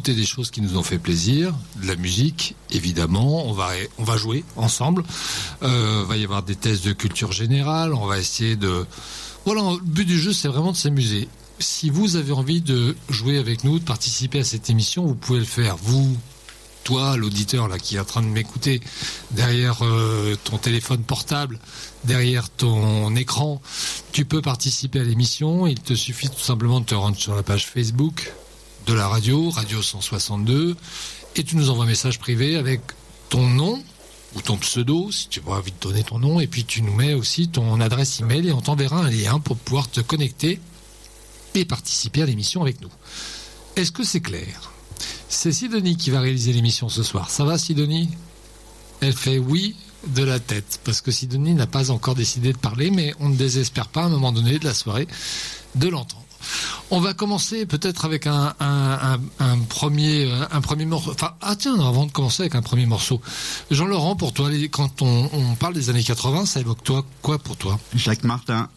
écouter des choses qui nous ont fait plaisir, de la musique, évidemment. On va jouer ensemble. Va y avoir des tests de culture générale. On va essayer de... Voilà, le but du jeu, c'est vraiment de s'amuser. Si vous avez envie de jouer avec nous, de participer à cette émission, vous pouvez le faire. Vous, toi, l'auditeur là qui est en train de m'écouter, derrière ton téléphone portable, derrière ton écran, tu peux participer à l'émission. Il te suffit tout simplement de te rendre sur la page Facebook de la radio 162, et tu nous envoies un message privé avec ton nom ou ton pseudo, si tu as envie de donner ton nom, et puis tu nous mets aussi ton adresse email et on t'enverra un lien pour pouvoir te connecter et participer à l'émission avec nous. Est-ce que c'est clair ? C'est Sidonie qui va réaliser l'émission ce soir. Ça va, Sidonie ? Elle fait oui de la tête, parce que Sidonie n'a pas encore décidé de parler, mais on ne désespère pas à un moment donné de la soirée de l'entendre. On va commencer peut-être avec un premier morceau. Enfin, tiens, avant de commencer avec un premier morceau. Jean-Laurent, pour toi, quand on parle des années 80, ça évoque quoi pour toi ? Jacques Martin.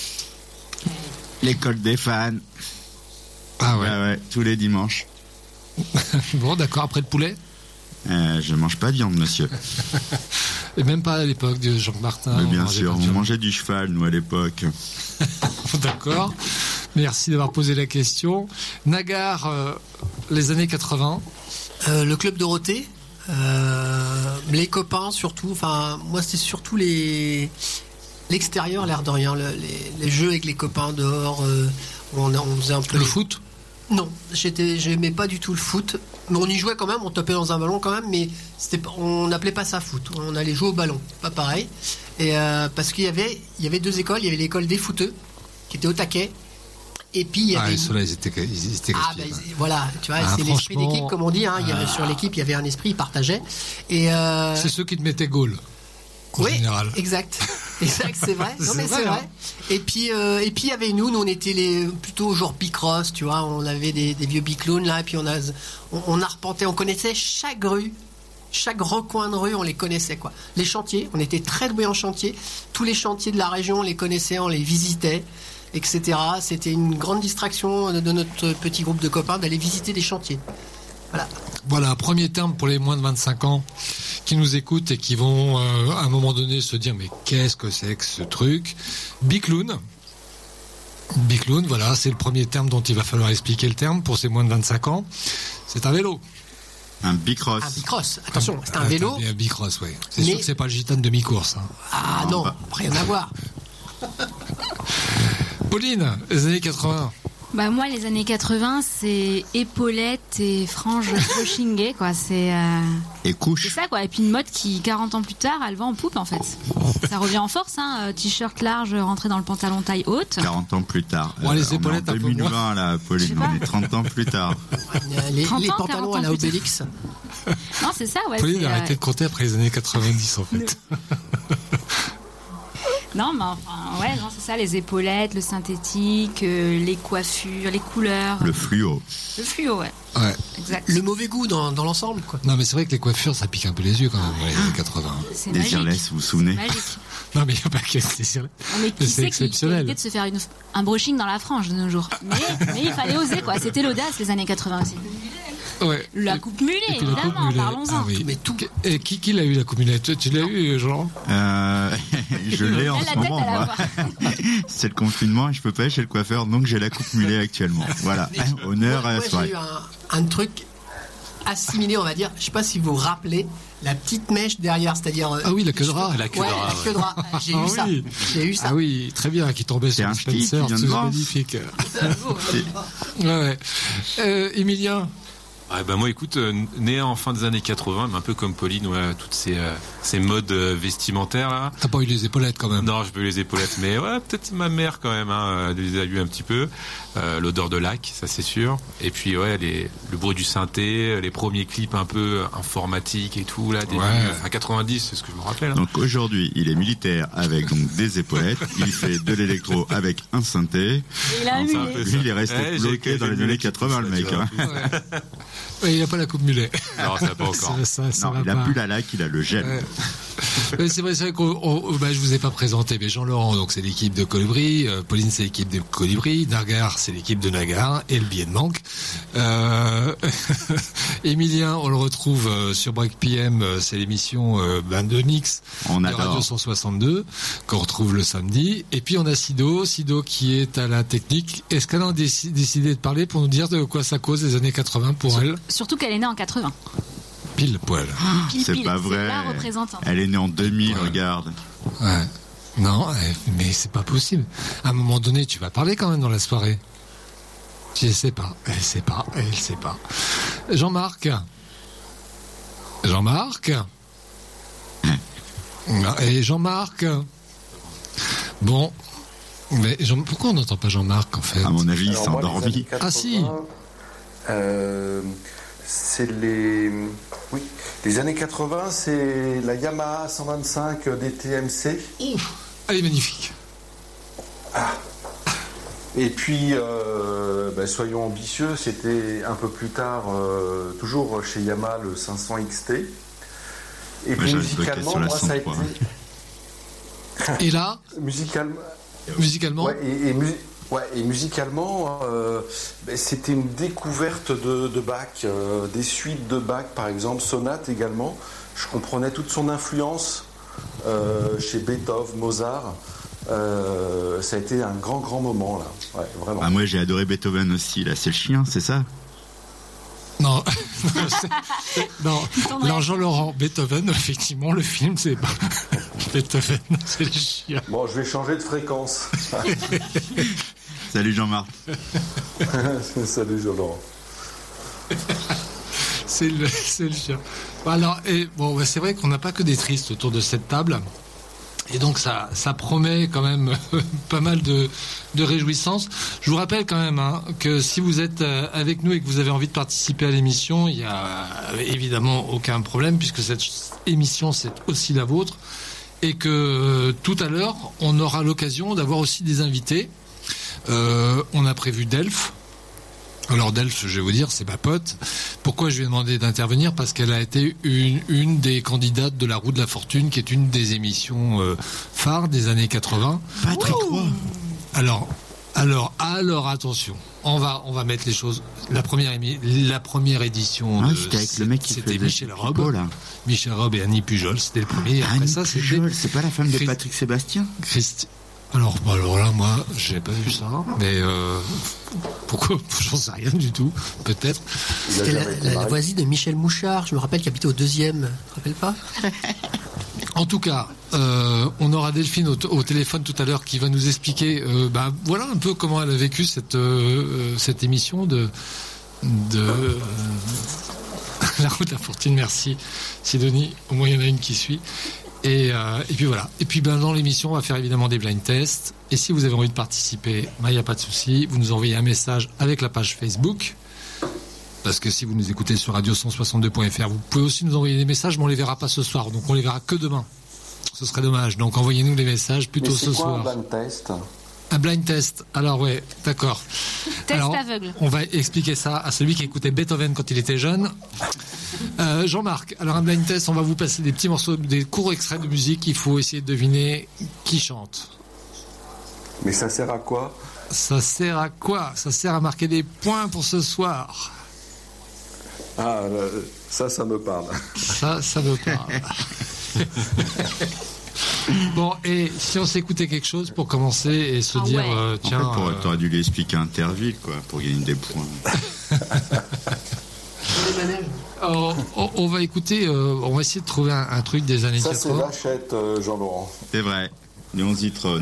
L'école des fans. Ah ouais. Ouais, tous les dimanches. Bon, d'accord, après le poulet ? Je mange pas de viande, monsieur. Et même pas à l'époque de Jacques Martin. Mais bien sûr, on mangeait du cheval, nous, à l'époque. D'accord. Merci d'avoir posé la question. Nagar, les années 80. Le Club Dorothée. Les copains, surtout. Enfin, moi, c'était surtout l'extérieur, l'air de rien. Les jeux avec les copains dehors. On faisait un peu... Le foot ? Non, j'aimais pas du tout le foot. Mais on y jouait quand même, on tapait dans un ballon quand même, mais on n'appelait pas ça foot. On allait jouer au ballon, pas pareil. Et parce qu'il y avait deux écoles. Il y avait l'école des footeux, qui était au taquet. Et puis il y avait... ceux-là, ils étaient voilà, tu vois, c'est l'esprit d'équipe, comme on dit. Hein. Sur l'équipe, il y avait un esprit, ils partageaient. Et c'est ceux qui te mettaient goal. En général. Exact, c'est vrai. Non, mais c'est vrai. Et puis il y avait nous on était plutôt genre Bicross, tu vois, on avait des vieux biclowns là, et puis on arpentait, on connaissait chaque rue, chaque recoin de rue, on les connaissait quoi. Les chantiers, on était très doués en chantier, tous les chantiers de la région, on les connaissait, on les visitait, etc. C'était une grande distraction de notre petit groupe de copains d'aller visiter des chantiers. Voilà, premier terme pour les moins de 25 ans qui nous écoutent et qui vont à un moment donné se dire mais qu'est-ce que c'est que ce truc ? Bicloun, voilà, c'est le premier terme dont il va falloir expliquer le terme pour ces moins de 25 ans. C'est un vélo. Un bicross. Un bicross, attention, c'est un vélo. Un bicross, oui. C'est sûr que c'est pas le gitane de mi-course. Hein. Ah non, rien à voir. Pauline, les années 80. Bah moi les années 80 c'est épaulettes et franges crochinguées quoi, et couche. C'est ça quoi, et puis une mode qui 40 ans plus tard elle va en poupe en fait. Ça revient en force hein, t-shirt large rentré dans le pantalon taille haute. 40 ans plus tard. Les épaulettes en 2020 là, Pauline, on est 30 ans plus tard. Les pantalons à la Obélix. Non, c'est ça ouais. Pauline a arrêté de compter après les années 90 en fait. Non, mais enfin, ouais, non, c'est ça, les épaulettes, le synthétique, les coiffures, les couleurs. Le fluo. Le fluo, ouais. Exact. Le mauvais goût dans l'ensemble, quoi. Non, mais c'est vrai que les coiffures, ça pique un peu les yeux quand même, dans les années 80. C'est Désirless, vous vous souvenez ? Magique. Non, mais il n'y a pas que Désirless. Mais qui c'est exceptionnel. Qui de se faire un brushing dans la frange de nos jours. Mais il fallait oser, quoi. C'était l'audace, les années 80 aussi. Ouais. La coupe mulet, évidemment, parlons-en. Ah, oui. Mais tout. Et qui l'a eu la coupe mulet ? Tu l'as eu, Jean ? Je l'ai en ce moment, moi. C'est le confinement et je peux pas aller chez le coiffeur, donc j'ai la coupe mulet actuellement. Voilà, honneur à la soirée. J'ai eu un truc assimilé, on va dire. Je sais pas si vous vous rappelez la petite mèche derrière, c'est-à-dire. Ah oui, la queue de rat. La queue de rat. J'ai eu ça. J'ai eu ça. Ah oui, très bien, qui tombait sur un Spencer, c'est magnifique. Ouais. Emilien. Moi écoute, né en fin des années 80, mais un peu comme Pauline, toutes ces modes vestimentaires là. T'as pas eu les épaulettes quand même ? Non, j'ai pas eu les épaulettes, mais peut-être ma mère quand même, les a eu un petit peu. L'odeur de lac, ça c'est sûr. Et puis le bruit du synthé, les premiers clips un peu informatiques et tout là, à 90, c'est ce que je me rappelle. Hein. Donc aujourd'hui, il est militaire avec donc des épaulettes, il fait de l'électro avec un synthé. Il a il est resté bloqué dans les années 80 le mec. Il n'a pas la coupe mulet. Non, ça pas encore. Non, il n'a plus la laque, il a le gel. C'est vrai que je vous ai pas présenté, mais Jean-Laurent, donc c'est l'équipe de Colibri, Pauline c'est l'équipe de Colibri, Nagar c'est l'équipe de Nagar et le billet de manque. Emilien, on le retrouve sur Break PM, c'est l'émission de Nix de Radio 162 qu'on retrouve le samedi. Et puis on a Sido qui est à la technique. Est-ce qu'elle a décidé de parler pour nous dire de quoi ça cause les années 80 pour elle? Surtout qu'elle est née en 80. Pile poil. C'est pas vrai. La représentante. Elle est née en 2000, regarde. Ouais. Non, mais c'est pas possible. À un moment donné, tu vas parler quand même dans la soirée. Je sais pas. Elle sait pas. Jean-Marc. Et Jean-Marc. Bon. Mais pourquoi on n'entend pas Jean-Marc en fait? À mon avis, il s'est endormi. Ah si. C'est les années 80, c'est la Yamaha 125 DTMC. Ouf, elle est magnifique. Ah. Et puis, soyons ambitieux, c'était un peu plus tard, toujours chez Yamaha, le 500 XT. Et puis musicalement, moi, ça a été... Et là Musicalement et musicalement, c'était une découverte de Bach, des suites de Bach, par exemple, sonates également. Je comprenais toute son influence chez Beethoven, Mozart. Ça a été un grand moment, là. Ouais, vraiment. Moi, j'ai adoré Beethoven aussi, là. C'est le chien, c'est ça? Non, non, Jean-Laurent, Beethoven, effectivement, le film, c'est pas Beethoven, c'est le chien. Bon, je vais changer de fréquence. Salut Jean-Marc. Salut Jean-Laurent. C'est le chien. Alors, c'est vrai qu'on n'a pas que des tristes autour de cette table. Et donc ça promet quand même pas mal de réjouissances. Je vous rappelle quand même que si vous êtes avec nous et que vous avez envie de participer à l'émission, il y a évidemment aucun problème puisque cette émission c'est aussi la vôtre et que tout à l'heure on aura l'occasion d'avoir aussi des invités. On a prévu Delphes. Alors Delphes, je vais vous dire, c'est ma pote. Pourquoi je lui ai demandé d'intervenir? Parce qu'elle a été une des candidates de La Roue de la Fortune, qui est une des émissions phares des années 80. Patrick Roy. Alors attention. On va mettre les choses. La première édition, c'était avec le mec qui c'était Michel Robe. Michel Robe et Annie Pujol, c'était le premier. Après ça, Pujol, c'est pas la femme de Patrick Sébastien? Alors là, moi, j'ai pas vu ça, mais pourquoi? J'en sais rien du tout, peut-être. C'était la voisine de Michel Mouchard, je me rappelle, qui habitait au 2e, tu te rappelles pas? En tout cas, on aura Delphine au téléphone tout à l'heure qui va nous expliquer, voilà un peu comment elle a vécu cette émission de La Roue de la Fortune. Merci, Sidonie. Au moins, il y en a une qui suit. Et puis voilà. Et puis dans l'émission, on va faire évidemment des blind tests. Et si vous avez envie de participer, il n'y a pas de souci. Vous nous envoyez un message avec la page Facebook. Parce que si vous nous écoutez sur radio162.fr, vous pouvez aussi nous envoyer des messages, mais on les verra pas ce soir. Donc on les verra que demain. Ce serait dommage. Donc envoyez-nous les messages plutôt ce soir. C'est quoi un blind test? Un blind test. Alors ouais, d'accord. Test aveugle. On va expliquer ça à celui qui écoutait Beethoven quand il était jeune. Jean-Marc, alors un blind test, on va vous passer des petits morceaux, des courts extraits de musique. Il faut essayer de deviner qui chante. Mais ça sert à quoi? Ça sert à quoi? Ça sert à marquer des points pour ce soir. Ah, ça me parle. Ça me parle. Bon, et si on s'écoutait quelque chose pour commencer et se dire, tiens... En fait, t'aurais dû lui expliquer Interville, quoi, pour gagner des points. On va écouter, on va essayer de trouver un truc des années 80. Ça, c'est Vachette, Jean-Laurent. C'est vrai, mais on zitrone.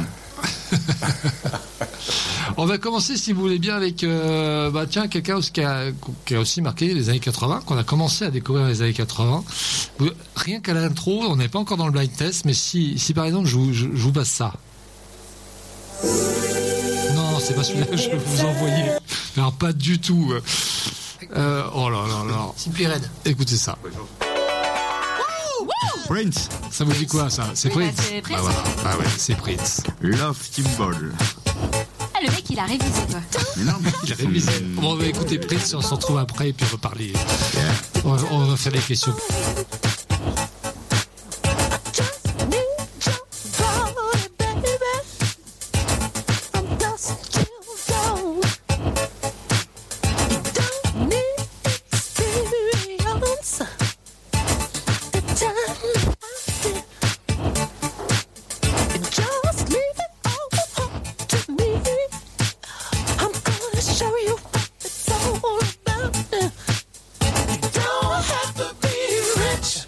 On va commencer, si vous voulez bien, avec quelqu'un qui a aussi marqué les années 80, qu'on a commencé à découvrir les années 80. Rien qu'à l'intro, on n'est pas encore dans le blind test, mais si par exemple je vous passe ça. Non, c'est pas celui-là que je vais vous envoyer. Alors pas du tout. Oh là là là. Simply Red. Écoutez ça. Prince. Ça vous dit quoi, ça? C'est Prince. C'est Prince. Ah ouais, c'est Prince. Love Symbol. Ah, le mec, il a révisé, quoi. Mais non, mais Il a révisé. Bon, on va écouter Prince, on se retrouve après et puis reparler. On va faire les questions. Show you what it's all about. You don't have to be rich.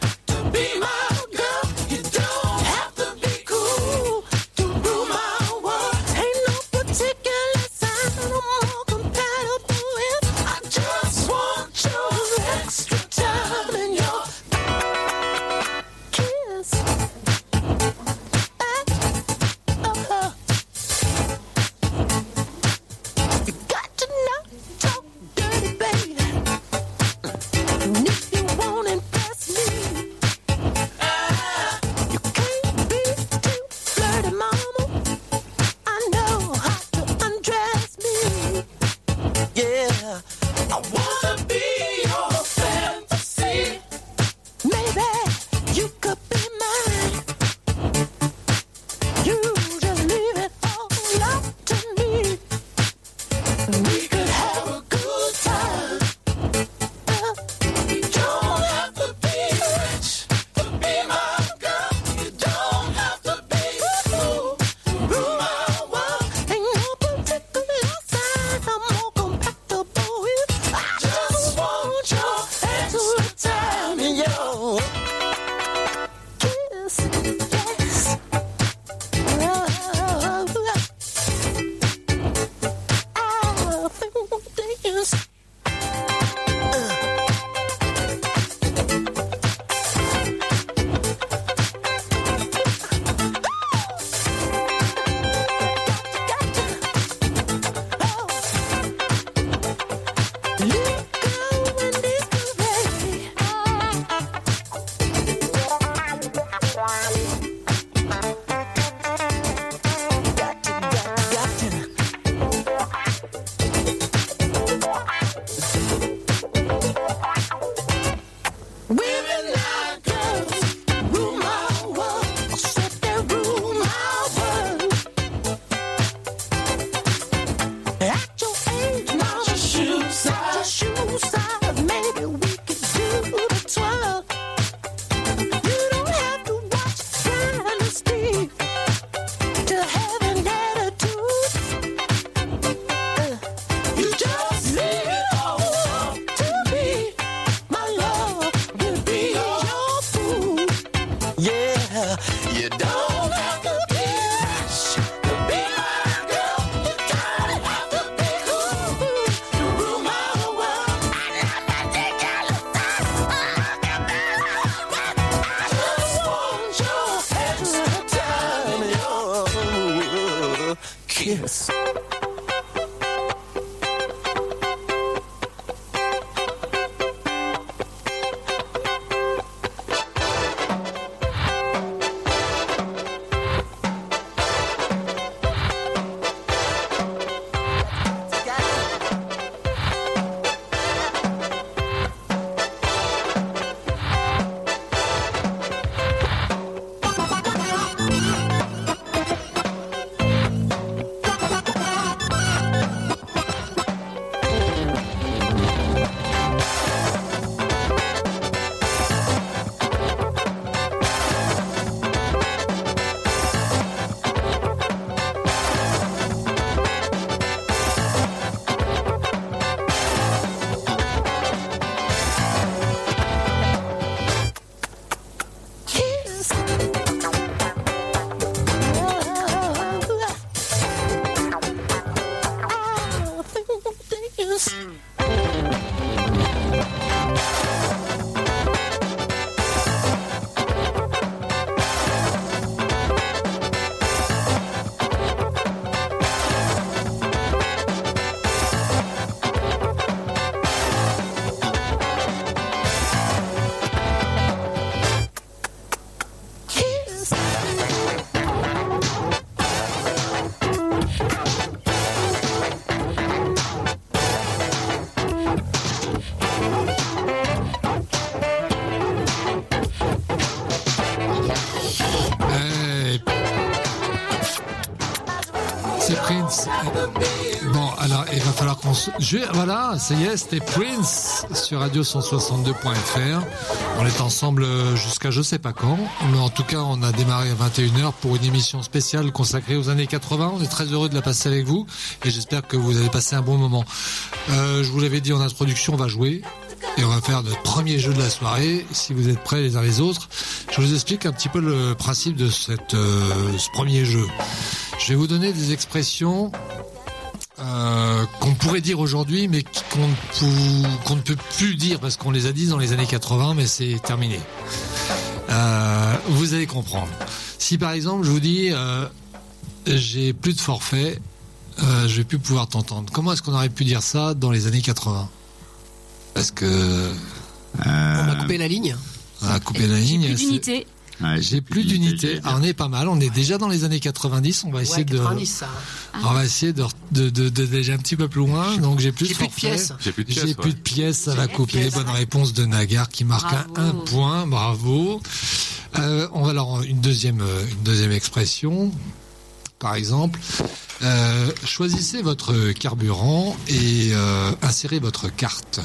Bon, alors, il va falloir qu'on se... Voilà, ça y est, c'était Prince sur radio162.fr. On est ensemble jusqu'à je sais pas quand. Mais en tout cas, on a démarré à 21h pour une émission spéciale consacrée aux années 80. On est très heureux de la passer avec vous. Et j'espère que vous avez passé un bon moment. Je vous l'avais dit en introduction, on va jouer. Et on va faire notre premier jeu de la soirée. Si vous êtes prêts les uns les autres, je vous explique un petit peu le principe de ce premier jeu. Je vais vous donner des expressions qu'on pourrait dire aujourd'hui, mais qu'on ne peut plus dire parce qu'on les a dites dans les années 80, mais c'est terminé. Vous allez comprendre. Si par exemple je vous dis j'ai plus de forfait, je vais plus pouvoir t'entendre. Comment est-ce qu'on aurait pu dire ça dans les années 80 ? Parce que on a coupé la ligne. On a coupé la ligne. J'ai plus d'unité. Ouais, j'ai plus d'unité. Alors, on est pas mal. On est déjà dans les années 90. On va essayer 90, ça. On va essayer de déjà un petit peu plus loin. Donc j'ai plus de pièces. J'ai plus de pièces. Ça va couper. Bonne réponse de Nagar qui marque un point. Bravo. On va alors une deuxième expression. Par exemple, choisissez votre carburant et insérez votre carte.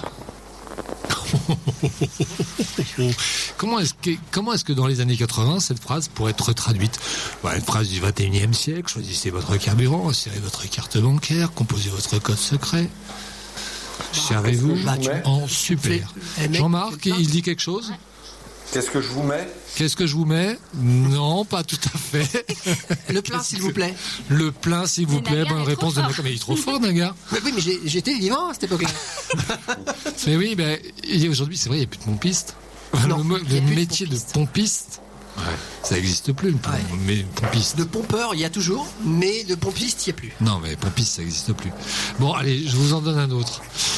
Comment est-ce que dans les années 80 cette phrase pourrait être traduite ? Une phrase du 21e siècle. Choisissez votre carburant, insérez votre carte bancaire, composez votre code secret. Servez-vous en super. Jean-Marc, il dit quelque chose ? Qu'est-ce que je vous mets ? Qu'est-ce que je vous mets ? Non, pas tout à fait. Le plein, s'il vous plaît. Le plein, s'il vous plaît. Bonne réponse de Nagar. Mais il est trop fort, Nagar. Mais oui, mais j'étais vivant à cette époque-là. Mais oui, aujourd'hui, c'est vrai, il n'y a plus de pompistes. Le métier de pompiste, ça n'existe plus. Mais pompiste. De pompeur, il y a toujours, mais de pompiste, il n'y a plus. Non, mais pompiste, ça n'existe plus. Bon, allez, je vous en donne un autre.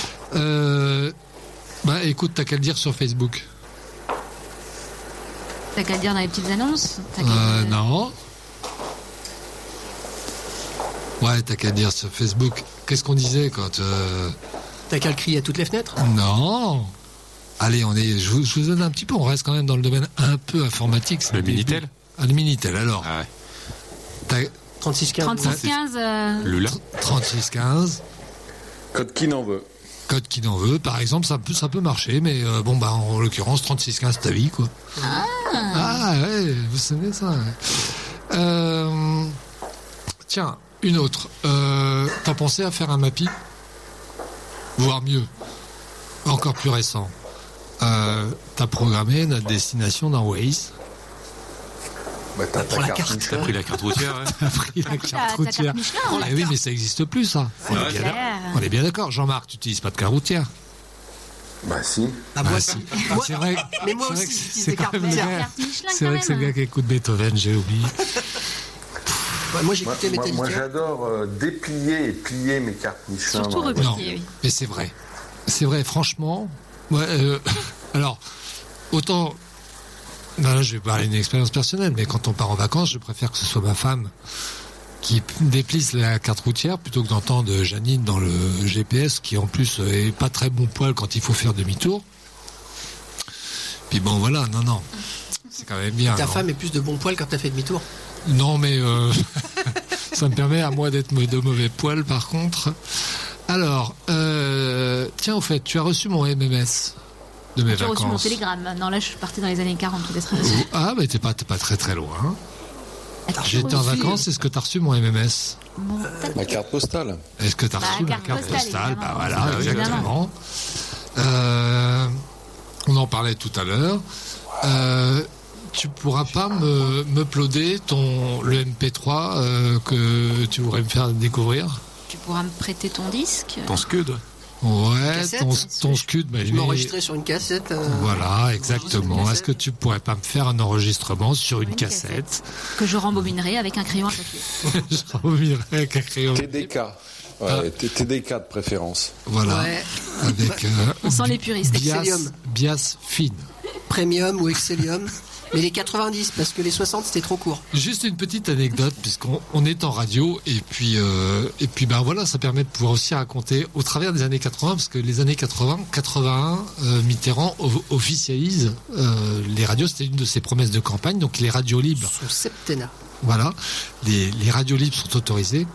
Écoute, t'as qu'à le dire sur Facebook. T'as qu'à le dire dans les petites annonces ? Non. Ouais, t'as qu'à le dire sur Facebook. Qu'est-ce qu'on disait quand... T'as qu'à le crier à toutes les fenêtres ? Non. Allez, je vous donne un petit peu. On reste quand même dans le domaine un peu informatique. Le Minitel ? Le Minitel, alors. 3615. 3615. Lula. 3615. Code qui n'en veut. Code qui n'en veut, par exemple, ça peut marcher, mais en l'occurrence, 3615, ta vie, quoi. Ah ouais, vous savez ça. Tiens, une autre. T'as pensé à faire un Mappy ? Voire mieux, encore plus récent. T'as programmé notre destination dans Waze. T'as pris la carte routière. T'as pris la carte routière. Oui, mais ça n'existe plus, ça. On est bien d'accord. Jean-Marc, tu n'utilises pas de carte routière. Si. Si. C'est vrai. Mais moi aussi, j'utilise des cartes routières. C'est vrai que c'est le gars qui écoute Beethoven, j'ai oublié. Moi, j'écoutais Metallica. Moi, j'adore déplier et plier mes cartes Michelin. Surtout replier, oui. Mais c'est vrai. C'est vrai, franchement. Alors, autant... là, je vais parler d'une expérience personnelle, mais quand on part en vacances, je préfère que ce soit ma femme qui déplisse la carte routière plutôt que d'entendre Janine dans le GPS, qui en plus est pas très bon poil quand il faut faire demi-tour. Puis non, c'est quand même bien. Ta femme est plus de bon poil quand t'as fait demi-tour. Non, mais ça me permet à moi d'être de mauvais poil, par contre. Alors, tiens, au fait, tu as reçu mon MMS de mes vacances. J'ai reçu mon télégramme. Non, là, je suis partie dans les années 40, peut-être. Mais t'es pas très très loin. J'étais en vacances, est-ce que tu as reçu mon MMS ? Ma carte postale. Est-ce que tu as reçu ma carte postale ? Voilà, exactement. On en parlait tout à l'heure. Tu pourras pas me uploader le MP3 que tu voudrais me faire découvrir ? Tu pourras me prêter ton disque ? Ton scud ? Ouais, ton scud. Je m'enregistrais sur une cassette. Voilà, exactement. Est-ce que tu pourrais pas me faire un enregistrement sur une cassette que je rembobinerai avec un crayon à papier. Je rembobinerai avec un crayon. TDK. TDK de préférence. Voilà. Ouais. Avec. On sent les puristes. Bias fine. Premium ou Excellium. Mais les 90, parce que les 60 c'était trop court. Juste une petite anecdote, puisqu'on est en radio, et puis voilà, ça permet de pouvoir aussi raconter au travers des années 80, parce que les années 81, Mitterrand officialise les radios, c'était une de ses promesses de campagne, donc les radios libres. Son septennat. Voilà, les radios libres sont autorisées.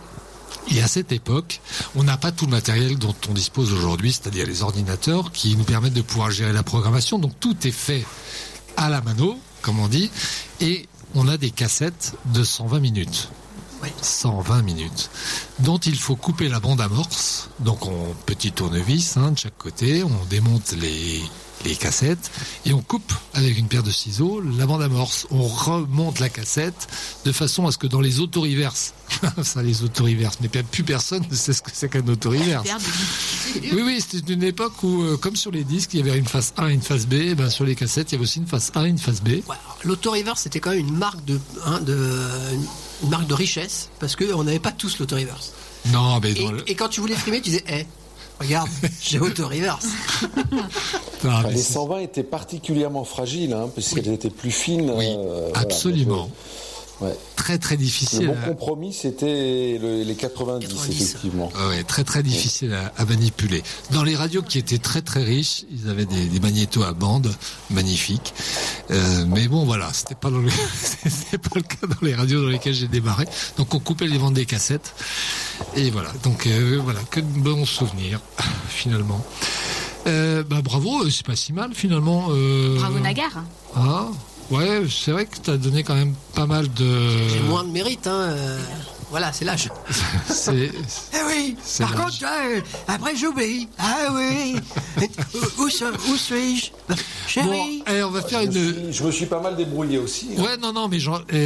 Et à cette époque, on n'a pas tout le matériel dont on dispose aujourd'hui, c'est-à-dire les ordinateurs qui nous permettent de pouvoir gérer la programmation. Donc tout est fait à la mano, comme on dit, et on a des cassettes de 120 minutes. 120 minutes, dont il faut couper la bande amorce. Donc on petit tournevis de chaque côté, on démonte les cassettes et on coupe avec une paire de ciseaux la bande amorce. On remonte la cassette de façon à ce que dans les autoreverse, ça les autoreverse, mais plus personne ne sait ce que c'est qu'un autoreverse. Oui, c'était une époque où, comme sur les disques, il y avait une face A et une face B, ben sur les cassettes, il y avait aussi une face A et une face B. Ouais, l'autoreverse, c'était quand même une marque une marque de richesse, parce qu'on n'avait pas tous l'autoreverse. Non, mais et quand tu voulais frimer, tu disais, regarde, j'ai auto-reverse. Les 120 étaient particulièrement fragiles, puisqu'elles étaient plus fines. Oui, absolument. Ouais. Très très difficile. Le bon compromis, c'était les 90, effectivement. Ouais, très très difficile à manipuler. Dans les radios qui étaient très très riches, ils avaient des magnétos à bande magnifiques. Mais bon, voilà, c'était pas le cas dans les radios dans lesquelles j'ai démarré. Donc on coupait les ventes des cassettes. Et voilà. Donc voilà, que de bons souvenirs finalement. Bravo, c'est pas si mal finalement. Bravo Nagar. Ah. Ouais, c'est vrai que tu as donné quand même pas mal de... J'ai moins de mérite, Voilà, c'est l'âge. Oui, par contre, après j'oublie. Ah oui. Où suis-je, chérie? Bon, on va faire je me suis pas mal débrouillé aussi. Ouais, non, mais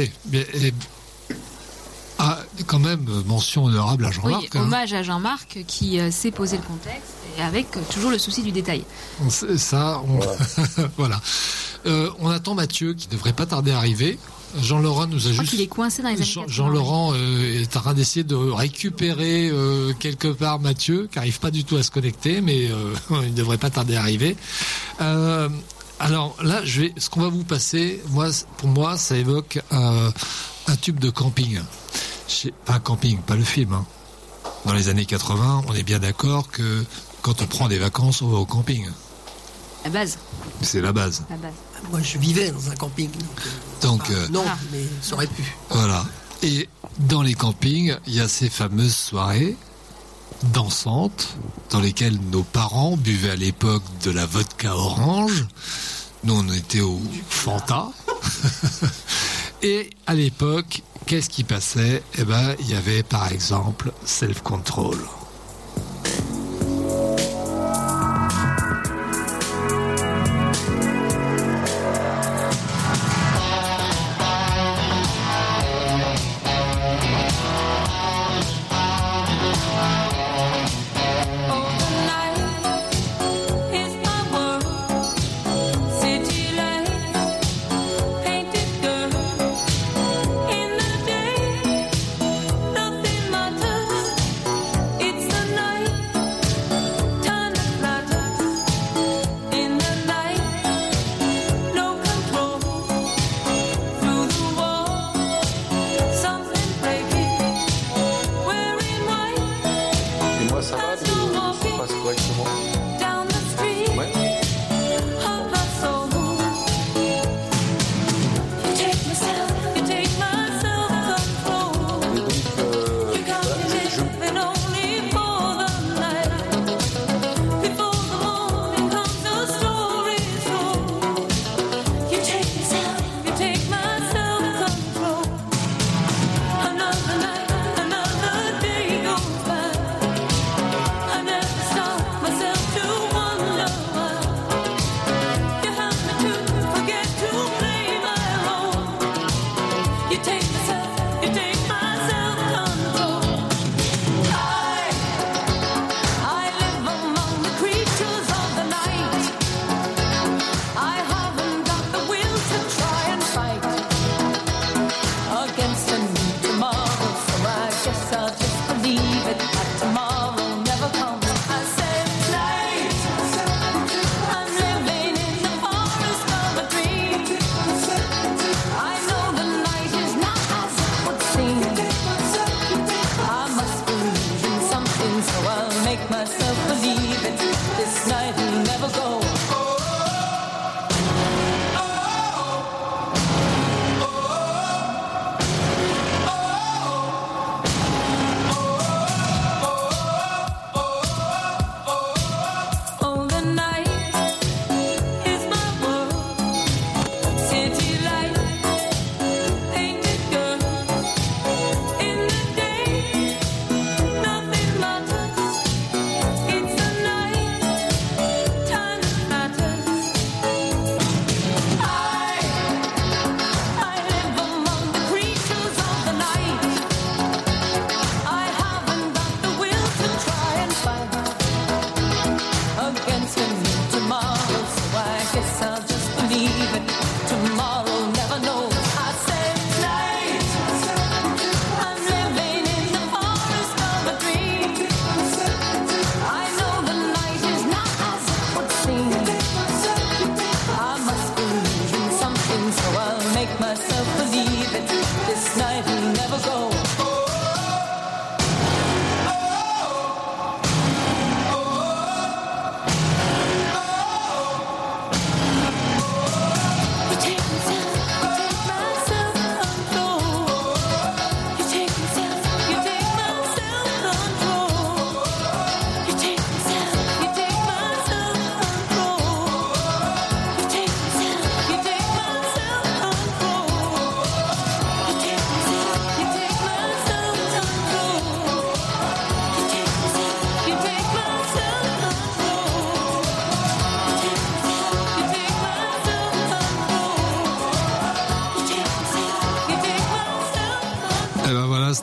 quand même, mention honorable à Jean-Marc. Oui, hommage à Jean-Marc qui sait poser le contexte et avec toujours le souci du détail. Voilà. On attend Mathieu qui devrait pas tarder à arriver. Jean-Laurent nous a juste... qu'il est coincé dans les années 80. Jean-Laurent est en train d'essayer de récupérer quelque part Mathieu, qui n'arrive pas du tout à se connecter, mais il devrait pas tarder à arriver. Alors là, ce qu'on va vous passer, pour moi, ça évoque un tube de camping. Pas camping, pas le film. Dans les années 80, on est bien d'accord que quand on prend des vacances, on va au camping. La base. C'est la base. Moi, je vivais dans un camping. Mais ça aurait pu. Voilà. Et dans les campings, il y a ces fameuses soirées dansantes dans lesquelles nos parents buvaient à l'époque de la vodka orange. Nous, on était au Fanta. Et à l'époque, qu'est-ce qui passait ? Il y avait par exemple Self Control. It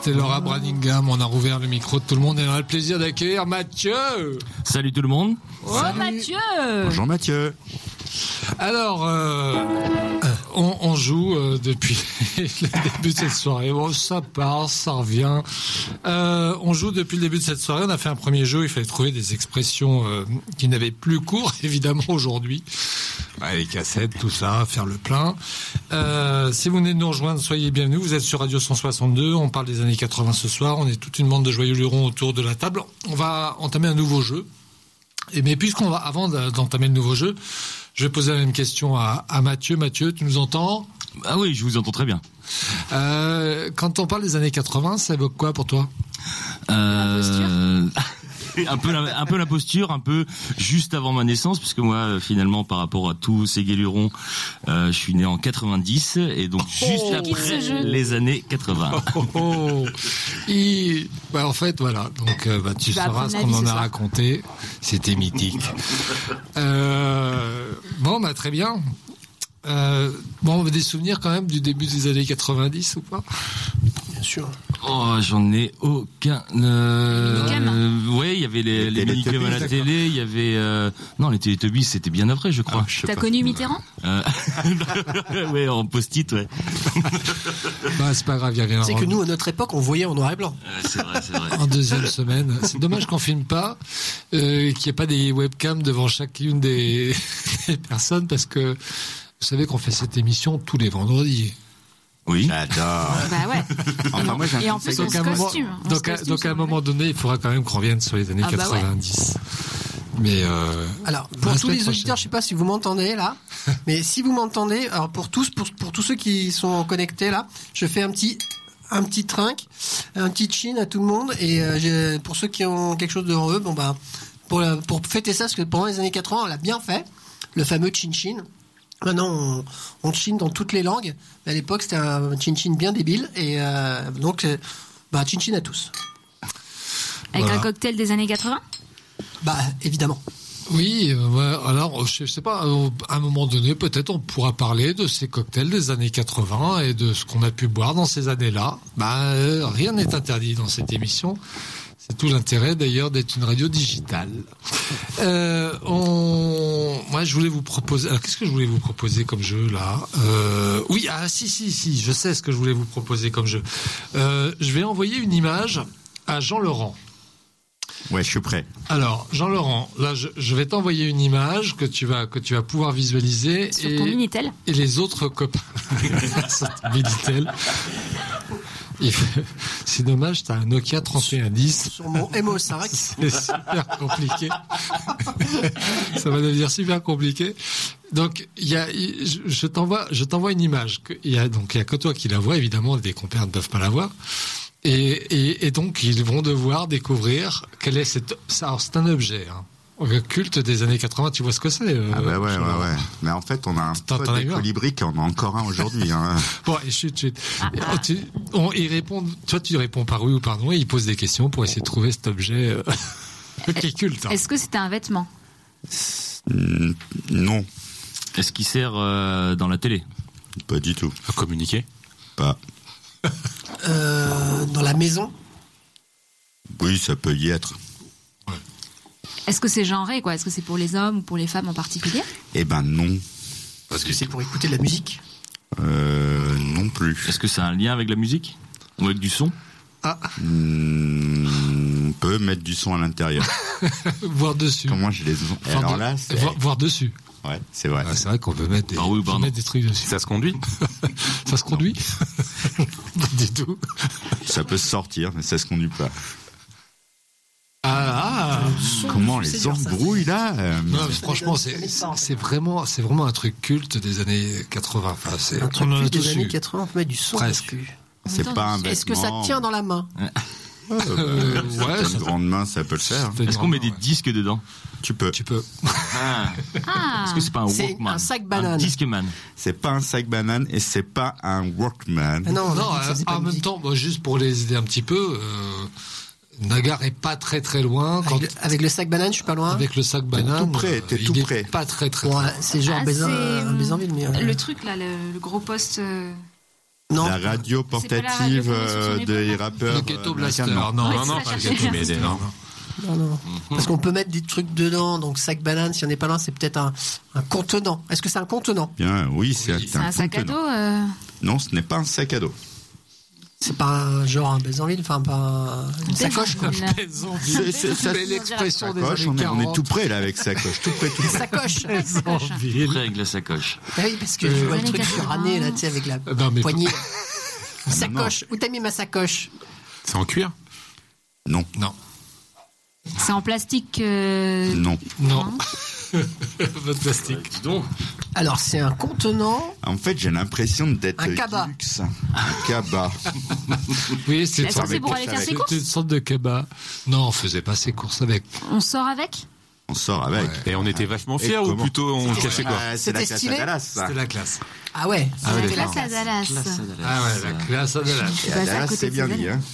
c'était Laura Branningham. On a rouvert le micro de tout le monde et on a le plaisir d'accueillir Mathieu. Salut tout le monde. Oh Mathieu. Bonjour Mathieu. Alors, on joue depuis le début de cette soirée. Bon, ça part, ça revient. On joue depuis le début de cette soirée. On a fait un premier jeu. Il fallait trouver des expressions qui n'avaient plus cours, évidemment, aujourd'hui. Les cassettes, tout ça, faire le plein. Si vous venez de nous rejoindre, soyez bienvenus. Vous êtes sur Radio 162. On parle des années 80 ce soir. On est toute une bande de joyeux lurons autour de la table. On va entamer un nouveau jeu. Mais avant d'entamer le nouveau jeu, je vais poser la même question à Mathieu. Mathieu, tu nous entends ? Ah oui, je vous entends très bien. Quand on parle des années 80, ça évoque quoi pour toi ? Un peu la posture, un peu juste avant ma naissance, puisque moi, finalement, par rapport à tous ces guélurons, je suis né en 90, et donc juste après les années 80. En fait, voilà. Donc, tu sauras ce qu'on en a raconté. C'était mythique. Très bien. Des souvenirs quand même du début des années 90 ou pas ? Bien sûr. Oh, j'en ai aucun. Ouais, il y avait les minicums à la télé, il y avait non, les Télétubbies, c'était bien après, je crois. T'as connu Mitterrand ? Ouais, en post-it, ouais. C'est pas grave, il y a rien. C'est que nous, à notre époque, on voyait en noir et blanc. C'est vrai. En deuxième semaine. C'est dommage qu'on filme pas, qu'il n'y ait pas des webcams devant chacune des personnes, parce que vous savez qu'on fait cette émission tous les vendredis. Oui. J'adore. Bah ouais. Enfin, moi, et en plus, on se costume. Donc, à un moment donné, il faudra quand même qu'on revienne sur les années 90. Mais alors, pour tous les auditeurs, je sais pas si vous m'entendez là, mais si vous m'entendez, alors pour tous ceux qui sont connectés là, je fais un petit trinque, un petit chin à tout le monde, et pour ceux qui ont quelque chose devant eux, pour fêter ça, parce que pendant les années 80, on l'a bien fait, le fameux chin-chin. Maintenant, on chine dans toutes les langues. Mais à l'époque, c'était un chin-chin bien débile. Et chin-chin à tous. Avec un cocktail des années 80 ? Évidemment. Oui, alors, je sais pas, à un moment donné, peut-être on pourra parler de ces cocktails des années 80 et de ce qu'on a pu boire dans ces années-là. Rien n'est interdit dans cette émission. C'est tout l'intérêt d'ailleurs d'être une radio digitale. Moi, je voulais vous proposer. Alors, qu'est-ce que je voulais vous proposer comme jeu là ? Si, je sais ce que je voulais vous proposer comme jeu. Je vais envoyer une image à Jean-Laurent. Ouais, je suis prêt. Alors, Jean-Laurent, là, je vais t'envoyer une image que tu vas pouvoir visualiser. Sur ton Minitel. Et les autres copains. Sur ton Minitel. C'est dommage, t'as un Nokia 3110. Sur mon MO5. C'est super compliqué. Ça va devenir super compliqué. Donc, je t'envoie une image. Il y a que toi qui la vois, évidemment, les compères ne peuvent pas la voir. Et donc, ils vont devoir découvrir quel est alors, c'est un objet, Le culte des années 80, tu vois ce que c'est ouais. Mais en fait, on a un pote de colibri qui en a encore un aujourd'hui. Bon, et chut. Ils répondent. Toi, tu réponds par oui ou par non, et ils posent des questions pour essayer de trouver cet objet qui est culte. Est-ce que c'était un vêtement ? Non. Est-ce qu'il sert dans la télé ? Pas du tout. À communiquer ? Pas. Dans la maison ? Oui, ça peut y être. Est-ce que c'est genré, quoi ? Est-ce que c'est pour les hommes ou pour les femmes en particulier ? Non. Parce que c'est pour écouter de la musique ? Non plus. Est-ce que c'est un lien avec la musique ? Ou avec du son ? On peut mettre du son à l'intérieur. Voir dessus. Comment je les... Alors là, c'est... Voir dessus. Ouais, c'est vrai. C'est vrai qu'on peut mettre des trucs dessus. Ça se conduit ? Ça se conduit ? Pas du tout. Ça peut se sortir, mais ça se conduit pas. Comment les embrouilles là Non, mais franchement, c'est vraiment un truc culte des années 80. Enfin, c'est un truc culte des années 80, on peut mettre du son dessus. C'est pas un vêtement. Est-ce que ça tient dans la main? Ouais, une grande main, ça peut le faire. Est-ce qu'on met des disques dedans? Tu peux. Est-ce que c'est pas un Walkman? C'est un sac banane. Un Discman. C'est pas un sac banane et c'est pas un Walkman. Non, en même temps, juste pour les aider un petit peu, Nagar est pas très très loin. Avec le sac banane, je suis pas loin. Avec le sac banane, t'es tout près. Pas très très loin. Loin. C'est genre Bézanville. Le truc là, le gros poste. Non. La radio portative des rappeurs. Le Ghetto Blaster. Non. Non, pas le Ghetto Blaster. Non. Parce qu'on peut mettre des trucs dedans, donc sac banane, si on n'est pas loin, c'est peut-être un contenant. Est-ce que c'est un contenant? Bien, oui, c'est un sac à dos Non, ce n'est pas un sac à dos. C'est pas un Bézanville, enfin pas une sacoche quoi. C'est l'expression des sacoche, années 40. on est tout près là avec sacoche, tout près. Sacoche. Prêt avec la sacoche. Oui, parce que je vois le truc suranné là, tu sais, avec la poignée. Sacoche. Où t'as mis ma sacoche? C'est en cuir? Non. C'est en plastique Non. Votre plastique. Dis donc. Alors c'est un contenant. En fait, j'ai l'impression d'être Un cabas. luxe. Un cabas. Oui, c'est Est-ce que c'est pour aller faire ses courses? une sorte de cabas. Non, on faisait pas ses courses avec. On sort avec? On sort avec. Ouais. Et on était vachement fiers ou plutôt on cachait quoi? C'est la C'était classe stylé. à Dallas. Ça. C'était la classe. Ah ouais. C'était la Classe à Dallas. Ah ouais, la classe à Dallas. Et à Dallas, c'est bien dit. Hein.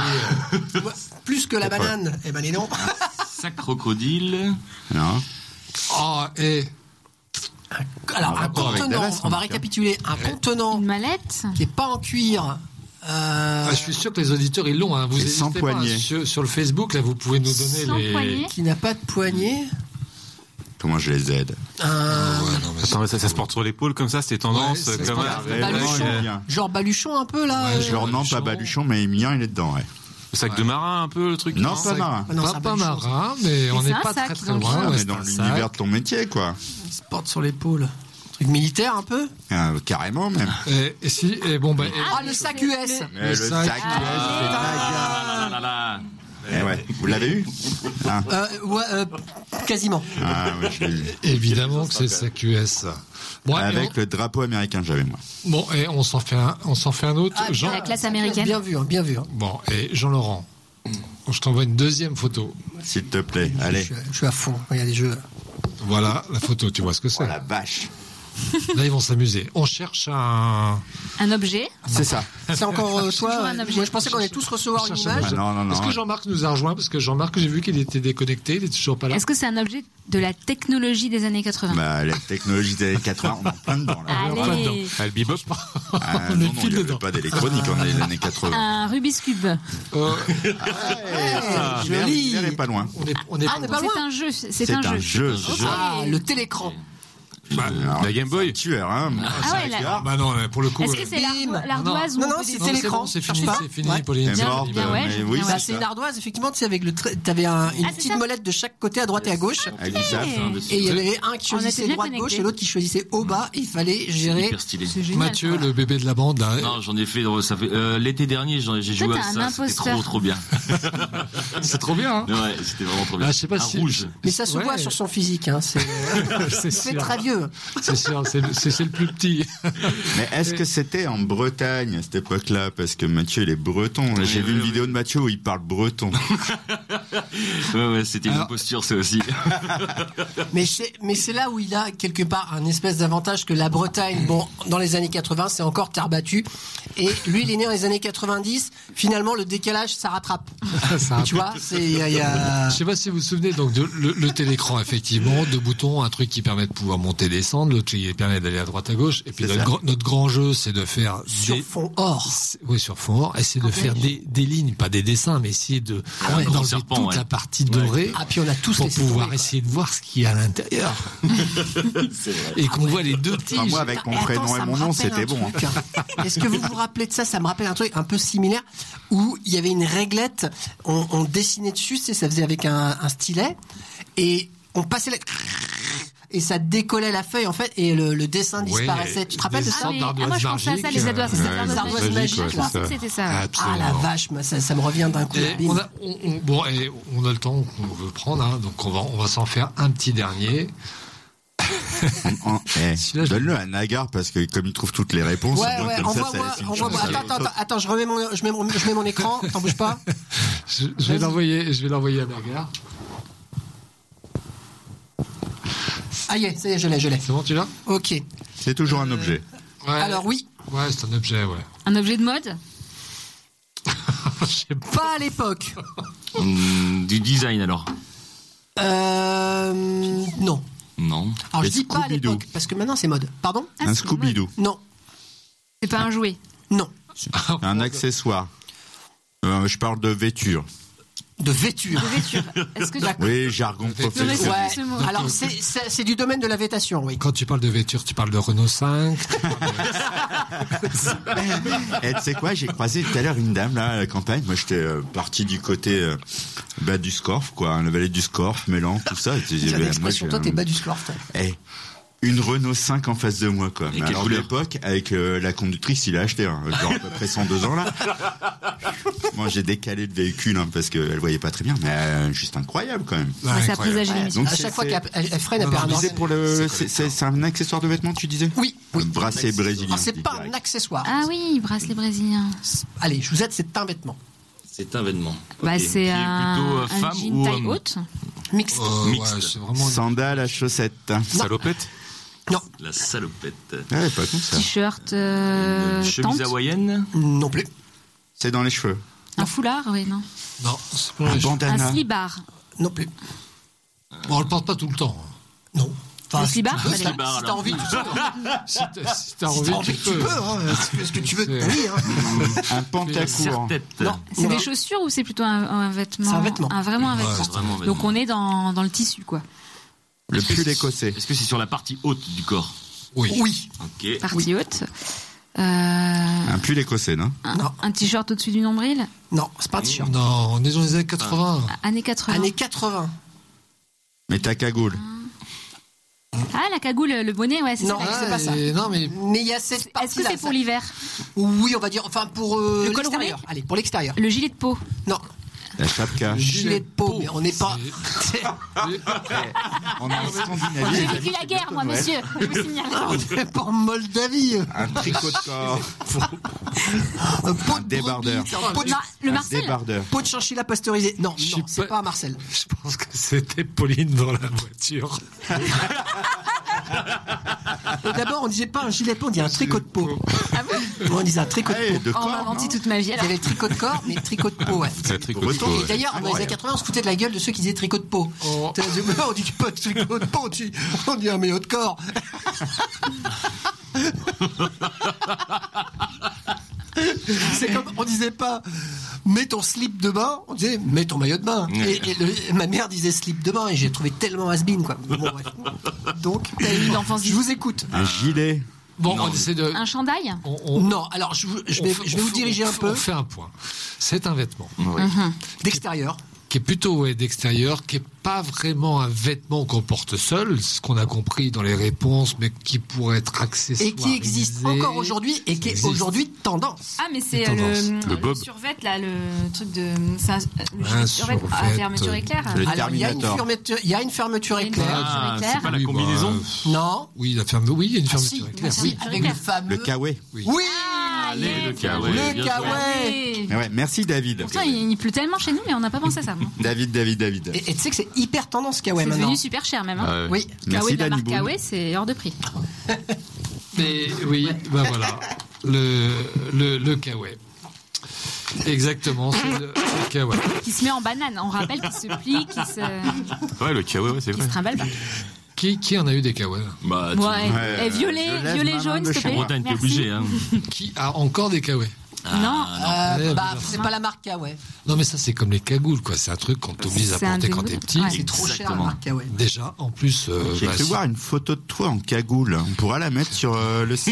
Plus que la banane. Eh ben les noms. Sac crocodile. Non. Oh, et Alors un rapport avec contenant. Dallas, On va en tout cas. récapituler. Un contenant Une mallette? qui est pas en cuir. je suis sûr que les auditeurs ils l'ont. Hein. Vous Et sans n'hésitez pas poignée. sur le Facebook là, vous pouvez nous donner Sans les. poignée. Qui n'a pas de poignée. Comment je les aide? Ouais, non, mais Attends, ça se porte sur l'épaule comme ça, c'est tendance. Ouais, c'est comme ça. Baluchon. Genre baluchon un peu là. Ouais, Genre non, pas baluchon, mais Emilien, il est dedans, ouais. Le sac de marin un peu, le truc. Non, pas marin. Ah non, c'est un pas baluchon, marin, mais on c'est n'est un pas sac, très très donc. loin. On Ouais, est dans c'est un l'univers sac. de ton métier, quoi. Il se porte sur l'épaule. Truc militaire un peu. Carrément, même. Et bon, Ah, le sac US. Le sac US, c'est Ah là là. Eh ouais, vous l'avez eu? Ah, Quasiment. ouais, je l'ai eu. évidemment que c'est le sac US. Bon, Avec le drapeau américain, j'avais moi. bon, et on s'en fait un autre. Jean. La classe américaine. Bien vu, hein, bien vu. Hein. Bon, et Jean-Laurent, je t'envoie une deuxième photo. S'il te plaît, allez. Je suis à fond. Il y a des jeux. Voilà la photo, tu vois ce que c'est. Oh la vache. Là, ils vont s'amuser. On cherche un objet. C'est ça. C'est encore Toujours toi. un objet. Moi, je pensais qu'on allait tous recevoir une image. Ah, non. Est-ce que Jean-Marc nous a rejoint? Parce que Jean-Marc, j'ai vu qu'il était déconnecté, il est toujours pas là. Est-ce que c'est un objet de la technologie des années 80? Bah, la technologie des années 80, on est en plein dedans, là. Allez. Ah, le bebop. Ah, On est non, il pile n'y avait dedans. pas d'électronique, on est les années 80. Un Rubik's Cube. Joli. Il n'est pas loin. On est on est pas loin. C'est un jeu. C'est un jeu. Ah, le télécran. Alors, La Game Boy. tueur, hein. Ah ouais, là. Bah non, pour le coup. Est-ce que c'est Bim. l'ardoise ou Non, on non, peut c'est décider- l'écran. C'est Cherche fini, pas. c'est fini, Ouais. Pauline. Elle est morte, bien, ouais, mais je- oui, bien, Bah, c'est c'est ça. une ardoise, effectivement, tu sais, avec t'avais une c'est petite ça. molette de chaque côté, à droite et à gauche. Avec du sable. Et il y avait un qui On était choisissait bien droite-gauche connectés. et l'autre qui choisissait haut bas. Il fallait gérer. Hyper stylé. C'est génial. Mathieu, le bébé de la bande, là. Non, j'en ai fait, ça fait, l'été dernier, j'ai joué t'es à un ça, c'était imposteur. trop bien. C'est trop bien, hein. Ouais, c'était vraiment trop bien. Ah, je sais pas un si- rouge. Mais ça se Ouais. voit sur son physique. Hein. C'est C'est c'est sûr. très vieux. C'est sûr, c'est le plus petit. Mais est-ce que c'était en Bretagne à cette époque-là? Parce que Mathieu, il est breton. Là, j'ai vu une vidéo de Mathieu où il parle breton. Ouais, c'était une imposture, ça aussi. Mais c'est là où il a quelque part un espèce d'avantage que la Bretagne, bon, dans les années 80, c'est encore terre battue. Et lui, il est né dans les années 90. Finalement, le décalage, ça rattrape. Tu vois, il y a... Je sais pas si vous vous souvenez donc le télécran, effectivement, deux boutons, un truc qui permet de pouvoir monter, descendre, l'autre qui permet d'aller à droite, à gauche. Et puis C'est notre grand jeu, c'est de faire Sur fond or. Oui, sur fond or. Essayer de faire des lignes, pas des dessins, mais essayer de ouais, grand d'enlever serpent, toute ouais. la partie dorée. Ah, puis on a tous pour laissé pouvoir tomber, essayer de voir ce qu'il y a à l'intérieur. Et qu'on voit les deux tiges. Enfin, moi, avec mon prénom ça et me mon nom, rappelle c'était un bon. hein. truc, hein. Est-ce que vous vous rappelez de ça? Ça me rappelle un truc un peu similaire où il y avait une réglette, on dessinait dessus, ça faisait avec un stylet, et on passait et ça décollait la feuille en fait, et le dessin disparaissait. Tu te rappelles de des ça? sortes Ah, moi je pensais à ça, les ardoises. Ouais, Les les ardoises magiques, Je pensais que c'était ça. Ah Absolument. la vache, moi, ça me revient d'un coup. Et Bim. on a le temps qu'on veut prendre, hein, donc on va s'en faire un petit dernier. Celui-là, je- Donne-le à Nagar parce que comme il trouve toutes les réponses, Ouais, au moins, ouais, comme ça envoie-moi. laisse une chance à l'autre. Attends, je mets mon écran, t'en bouge pas. Je vais l'envoyer à Nagar. Ah, y est, ça y est, je l'ai. C'est bon, tu l'as? Ok. C'est toujours un objet. Ouais. Alors oui, Ouais, c'est un objet, ouais. Un objet de mode? Je sais pas. pas à l'époque. Du design, alors. Non. Non. Alors je Les dis pas à Scooby-Doo. l'époque, parce que maintenant c'est mode. Pardon? Un Scooby-Doo. Non. C'est pas un jouet. Non. C'est un accessoire. Je parle de vêture. De vêture. Est-ce que oui, jargon professionnel. Ouais. Alors c'est du domaine de la vêtation, oui. Quand tu parles de vêture, tu parles de Renault 5. Et tu sais quoi, j'ai croisé tout à l'heure une dame là à la campagne. Moi, j'étais parti du côté du Scorff, quoi, la vallée du Scorff, Mélan, tout ça. Toi, t'es bas du Scorff. Une Renault 5 en face de moi, quoi. Mais alors, à l'époque, avec la conductrice, il a acheté, genre à peu près 102 ans, là. Moi, j'ai décalé le véhicule, parce qu'elle voyait pas très bien, mais juste incroyable, quand même. Ouais, ça présage l'émission. À chaque fois qu'elle freine, elle perd c'est un accessoire de vêtements, tu disais? Oui. Bracelet brésilien. C'est pas un accessoire. Ah oui, bracelet brésilien. Allez, je vous aide, c'est un vêtement. C'est un vêtement. Bah, c'est un jean taille haute. Mixte. Ouais, c'est vraiment... Sandales à chaussettes. Salopette? Non. La salopette. Ouais, pas comme ça. T-shirt, chemise hawaïenne? Non plus. C'est dans les cheveux. Un foulard, oui, non. Non, c'est pas Un bandana. Un slibard. Non plus. Bon, on le porte pas tout le temps. Non. Le slibard, si t'as envie, tu peux. Si t'as envie, tu peux. Tu fais ce que tu veux de ta vie. Un pantacourt. Non. C'est des chaussures ou c'est plutôt un vêtement? C'est un vêtement. Vraiment un vêtement. C'est vraiment un vêtement. Donc on est dans le tissu, quoi. Le pull écossais. Est-ce que c'est sur la partie haute du corps? Oui. Ok. Partie haute. Un pull écossais, non? Non. Un t-shirt au-dessus du nombril? Non, c'est pas un t-shirt. Non, on est dans les années 80. Années 80. Années 80. Mais ta cagoule. Ah, la cagoule, le bonnet, ouais, c'est Non, ça. c'est pas ça. Non, mais Mais il y a cette partie-là. Est-ce que c'est pour l'hiver? Oui, on va dire. Enfin, pour Le col l'extérieur. roulé? Allez, pour l'extérieur. Le gilet de peau? Non. La chapka. Le gilet de peau, mais on n'est pas. On est en J'ai Scandinavie. vécu la guerre, moi, monsieur. Je vous signale. On n'est pas en Moldavie. Un tricot de corps. Un pot Un de débardeur. brebis, un pot de- Le Un Marcel? débardeur. pot de chinchilla pasteurisé. Non, Je non, suis c'est pas- pas un Marcel. je pense que c'était Pauline dans la voiture. Et d'abord, on disait pas un gilet de peau, on disait un tricot de peau. Ah bon? On disait un tricot de Hey, peau. de On m'a corps, menti non? toute ma vie, Il y alors. avait le tricot de corps, mais tricot de peau, ouais. C'est un tricot de Breton. peau, Et d'ailleurs, dans les années 80, on se foutait de la gueule de ceux qui disaient tricot de peau. Oh. On dit pas tricot de peau, on dit un maillot de corps. C'est comme, on disait pas mets ton slip de bain, on disait mets ton maillot de bain. Et ma mère disait slip de bain et j'ai trouvé tellement has-been, quoi. Bon, bref. Donc, T'as eu l'enfance je vous écoute. Un gilet. Bon, on essaie de. Un chandail? Non, alors je vais vous diriger un peu On fait un point. C'est un vêtement d'extérieur. qui est plutôt d'extérieur, qui est pas vraiment un vêtement qu'on porte seul, ce qu'on a compris dans les réponses, mais qui pourrait être accessoire. Et qui existe encore aujourd'hui et qui est aujourd'hui tendance. Ah, mais c'est Tendance. Le bob. survêt, là, le truc de. C'est Un le survêt à survêt, fermeture éclair. Le Alors, il y a une Terminator. fermeture, il y a une fermeture Il y a une éclair. fermeture éclair. c'est pas la Oui, combinaison? Non. Oui, oui, il y a une Ah, si, fermeture éclair. si, Oui. avec le fameux. Le kawaii. Oui. Allez, le kawaii. kawaii. Le kawaii. Ah ouais, merci David. Pourtant, il pleut tellement chez nous, mais on n'a pas pensé à ça. David. Et tu sais que c'est hyper tendance kawaii C'est maintenant. devenu super cher, même. Hein. Oui. Merci Kawaii de la Danny marque Boone. Kawaii, c'est hors de prix. Mais oui, ben voilà. Le kawaii. Exactement, c'est le kawaii. Qui se met en banane. On rappelle qu'il se plie, qu'il se. Ouais, le kawaii, ouais, c'est Qui vrai. se trimballe pas. Qui en a eu des kawaii? Bah, Ouais. Ouais, Et violet, je lève violet ma main jaune, de s'il te chez plaît. moi. Bretagne, t'es Merci. obligé, hein. Qui a encore des kawaii? Non. C'est pas la marque kawaii. Non, mais ça, c'est comme les cagoules, quoi. C'est un truc qu'on t'oblige à C'est un porter quand dégoût. t'es petit. Ouais. C'est trop cher la Exactement. marque kawaii. Déjà, en plus. J'ai cru voir une photo de toi en cagoule. On pourra la mettre sur le site.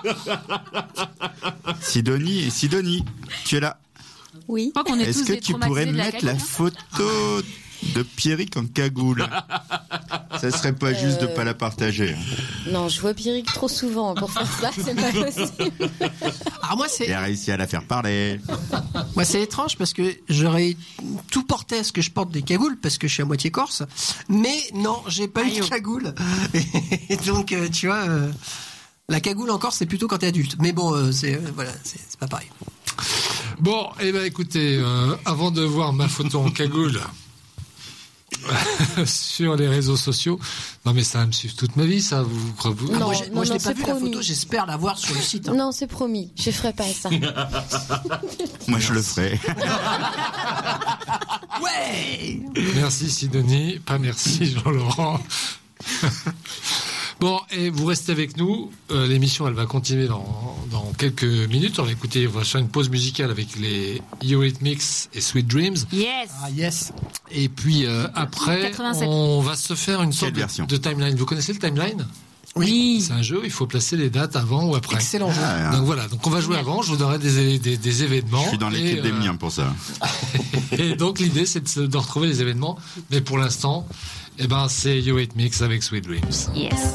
Sidonie, tu es là. Oui. Je crois qu'on est Est-ce tous que des tu pourrais traumatisés de mettre la cagoule, hein. photo de Pierrick en cagoule? Ça serait pas juste de pas la partager. Non, je vois Pierrick trop souvent pour faire ça, c'est pas possible. Alors moi Il a réussi à la faire parler. c'est étrange parce que j'aurais tout porté à ce que je porte des cagoules parce que je suis à moitié corse. Mais non, j'ai pas eu de cagoule. Et donc tu vois, la cagoule en Corse c'est plutôt quand t'es adulte. Mais bon, c'est pas pareil. Bon, eh ben, écoutez, avant de voir ma photo en cagoule sur les réseaux sociaux, non, mais ça va me suivre toute ma vie, ça, vous croyez? Non, moi, je l'ai pas c'est vu la promis. photo, j'espère la voir sur le site. Hein. Non, c'est promis, je ferai pas ça. Moi, je le ferai. Ouais. Merci Sidonie, pas merci Jean-Laurent. Bon, et vous restez avec nous. L'émission, elle va continuer dans quelques minutes. On va faire une pause musicale avec les Eurythmics et Sweet Dreams. Yes. Ah yes. Et puis après, 87. on va se faire une sorte de timeline. Vous connaissez le timeline ? Oui. C'est un jeu, il faut placer les dates avant ou après. Excellent jeu. Donc voilà, donc on va jouer avant, je vous donnerai des événements. Je suis dans l'équipe des miens pour ça. Et donc l'idée c'est de retrouver les événements, mais pour l'instant, c'est Eurythmics avec Sweet Dreams. Yes.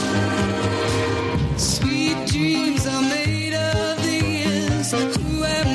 Sweet dreams are made of these. Who am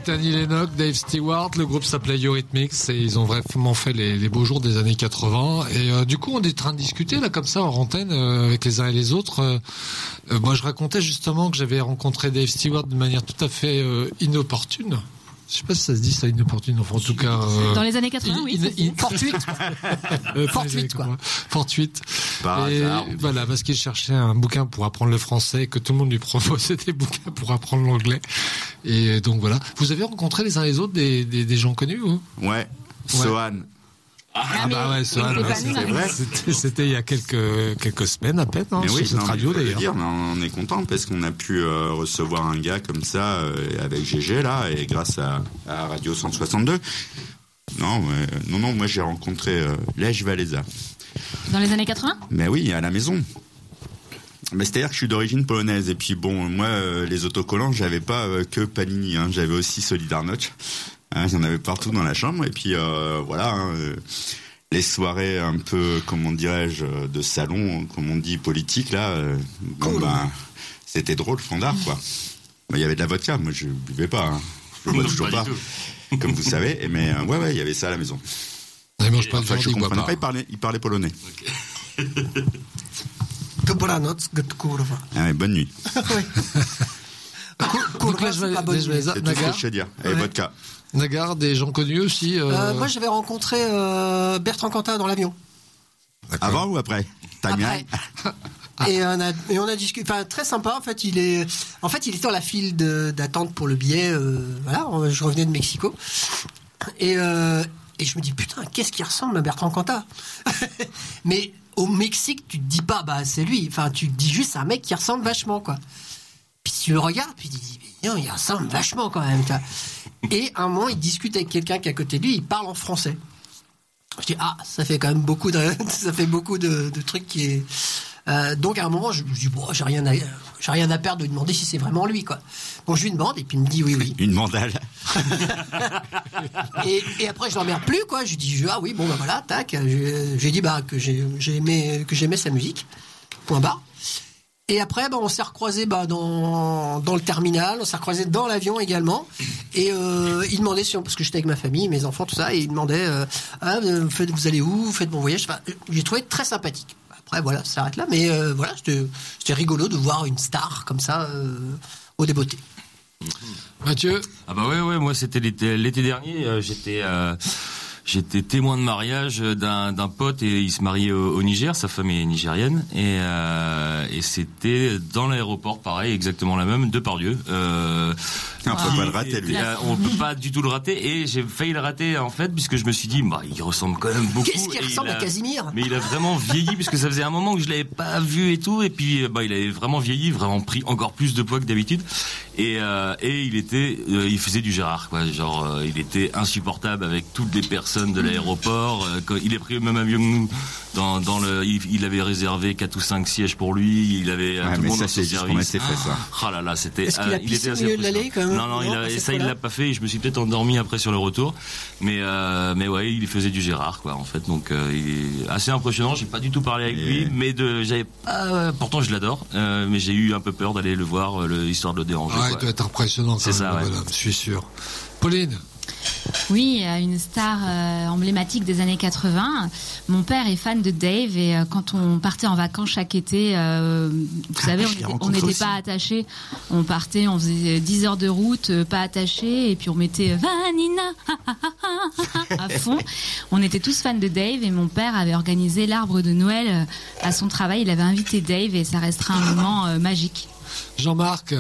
C'était Annie Lennox, Dave Stewart, le groupe s'appelait Eurythmics et ils ont vraiment fait les beaux jours des années 80. Et du coup, on est en train de discuter là comme ça en antenne avec les uns et les autres. Moi, je racontais justement que j'avais rencontré Dave Stewart de manière tout à fait inopportune. Je sais pas si ça se dit ça, inopportune, enfin en tout cas... Dans les années 80, oui. Fortuite. Fortuite, quoi. Fortuite. Par hasard. Voilà, parce qu'il cherchait un bouquin pour apprendre le français, que tout le monde lui proposait des bouquins pour apprendre l'anglais. Et donc voilà. Vous avez rencontré les uns les autres des gens connus, vous ? Ouais. Sohan. Sohan, c'était vrai. C'était il y a quelques semaines à peine, sur cette radio d'ailleurs. On est content parce qu'on a pu recevoir un gars comme ça avec GG là et grâce à Radio 162. Non, moi j'ai rencontré Lech Walesa. Dans les années 80 ? Mais oui, à la maison. Mais c'est-à-dire que je suis d'origine polonaise et puis bon, moi les autocollants, j'avais pas que Panini, j'avais aussi Solidarność. Il y en avait partout dans la chambre et puis les soirées un peu, comment dirais-je, de salon, comme on dit, politique là, c'était drôle, fandard quoi. Il y avait de la vodka, moi je buvais pas, je bois toujours pas, comme vous savez, mais il y avait ça à la maison. Il mange pas de je comprenais pas, il parlait polonais. Dobranoc, kurwa. Bonne nuit. Kurwa, c'est pas bonne nuit. C'est tout ce que je sais dire. Et vodka. Nagar, des gens connus aussi. Moi, j'avais rencontré Bertrand Cantat dans l'avion. D'accord. Avant ou après? Après. Et on a discuté. Enfin, très sympa. En fait, il était dans la file d'attente pour le billet. Je revenais de Mexico. Et je me dis putain, qu'est-ce qui ressemble à Bertrand Cantat? Mais au Mexique, tu te dis pas, c'est lui. Enfin, tu te dis juste, c'est un mec qui ressemble vachement, quoi. Puis tu le regardes, puis tu te dis, non, il ressemble vachement quand même. Et à un moment, il discute avec quelqu'un qui est à côté de lui, il parle en français. Je dis, ça fait quand même beaucoup de trucs qui est... donc à un moment, je me dis, j'ai rien à perdre de lui demander si c'est vraiment lui, quoi. Bon, je lui demande, et puis il me dit oui. Une mandale. et après, je l'emmerde plus, quoi. Je lui dis, oui, bon, voilà, tac. J'ai dit, que j'aimais sa musique. Point barre. Et après, on s'est recroisés dans le terminal, on s'est recroisés dans l'avion également. Et il demandait parce que j'étais avec ma famille, mes enfants, tout ça, et il demandait vous allez où, vous faites bon voyage. Enfin, j'ai trouvé très sympathique. Après, voilà, ça s'arrête là. Mais c'était rigolo de voir une star comme ça au débeauté. Mathieu. Moi c'était l'été dernier. J'étais témoin de mariage d'un pote et il se mariait au Niger, sa femme est nigérienne et c'était dans l'aéroport, pareil, exactement la même, Depardieu. On peut pas le rater, lui. On peut pas du tout le rater et j'ai failli le rater en fait puisque je me suis dit il ressemble quand même beaucoup. Qu'est-ce qu'il ressemble à Casimir? Mais il a vraiment vieilli puisque ça faisait un moment que je l'avais pas vu et tout et puis il avait vraiment vieilli, vraiment pris encore plus de poids que d'habitude et il faisait du Gérard quoi, genre il était insupportable avec toutes les personnes de l'aéroport. Il est pris le même avion que nous. Il avait réservé 4 ou 5 sièges pour lui. Il avait tout le monde dans son service. On s'est fait ça. Ah là là, c'était. Est-ce qu'il a pissé au milieu de l'allée quand même? Non, il l'a pas fait. Et je me suis peut-être endormi après sur le retour. Mais ouais, il faisait du Gérard quoi en fait. Donc il est assez impressionnant. J'ai pas du tout parlé avec lui, mais j'avais pas. Pourtant je l'adore, mais j'ai eu un peu peur d'aller le voir, histoire de le déranger. Il doit être impressionnant. C'est ça, je suis sûr. Pauline. Oui, une star emblématique des années 80. Mon père est fan de Dave et quand on partait en vacances chaque été, vous savez, on n'était pas attachés. On partait, on faisait 10 heures de route, pas attachés, et puis on mettait Vanina à fond. On était tous fans de Dave et mon père avait organisé l'arbre de Noël à son travail. Il avait invité Dave et ça restera un moment magique. Jean-Marc,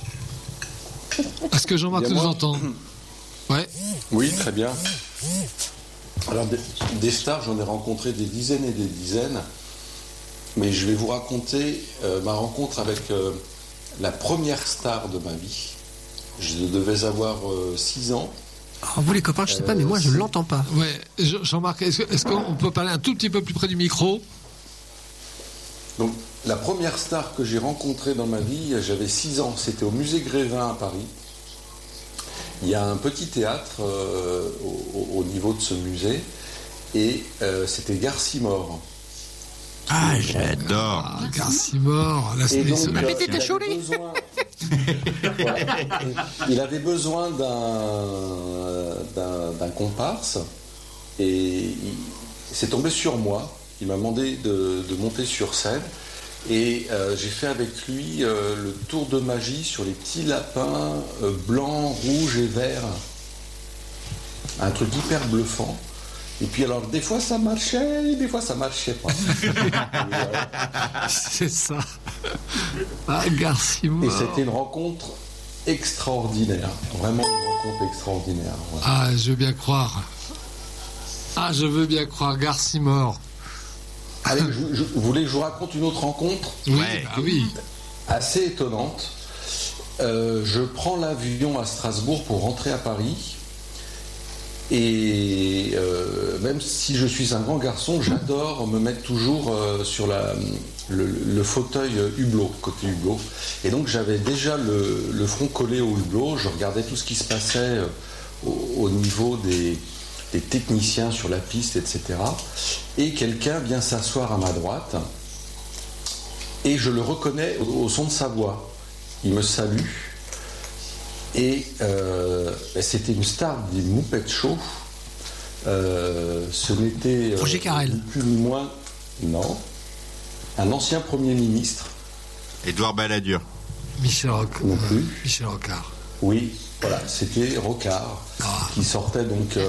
est-ce que Jean-Marc nous entend? Ouais. Oui, très bien. Alors, des stars, j'en ai rencontré des dizaines et des dizaines. Mais je vais vous raconter ma rencontre avec la première star de ma vie. Je devais avoir 6 ans. Alors vous les copains, je sais pas, mais moi je l'entends pas. Ouais, Jean-Marc, est-ce qu'on peut parler un tout petit peu plus près du micro? Donc, la première star que j'ai rencontrée dans ma vie, j'avais 6 ans. C'était au musée Grévin à Paris. Il y a un petit théâtre au niveau de ce musée et c'était Garcimore. Ah, j'adore Garcimore. Et donc, Voilà. Il avait besoin d'un comparse et c'est tombé sur moi. Il m'a demandé de monter sur scène et j'ai fait avec lui le tour de magie sur les petits lapins blancs, rouges et verts. Un truc hyper bluffant. Et puis alors, des fois ça marchait, des fois ça marchait pas. C'est ça. Ah, Garcimore. Et c'était une rencontre extraordinaire. Vraiment une rencontre extraordinaire. Ouais. Ah, je veux bien croire. Garcimore. Allez, vous voulez que je vous raconte une autre rencontre? Oui. Assez étonnante. Je prends l'avion à Strasbourg pour rentrer à Paris. Et même si je suis un grand garçon, j'adore me mettre toujours sur le fauteuil hublot, côté hublot. Et donc j'avais déjà le front collé au hublot, je regardais tout ce qui se passait au niveau des techniciens sur la piste, etc. Et quelqu'un vient s'asseoir à ma droite, et je le reconnais au son de sa voix. Il me salue. Et c'était une star des Muppet Show. Ce n'était Roger Carrel. Ni plus ni moins, non, un ancien Premier ministre. Édouard Balladur. Michel Rocard. Oui, voilà, c'était Rocard qui sortait donc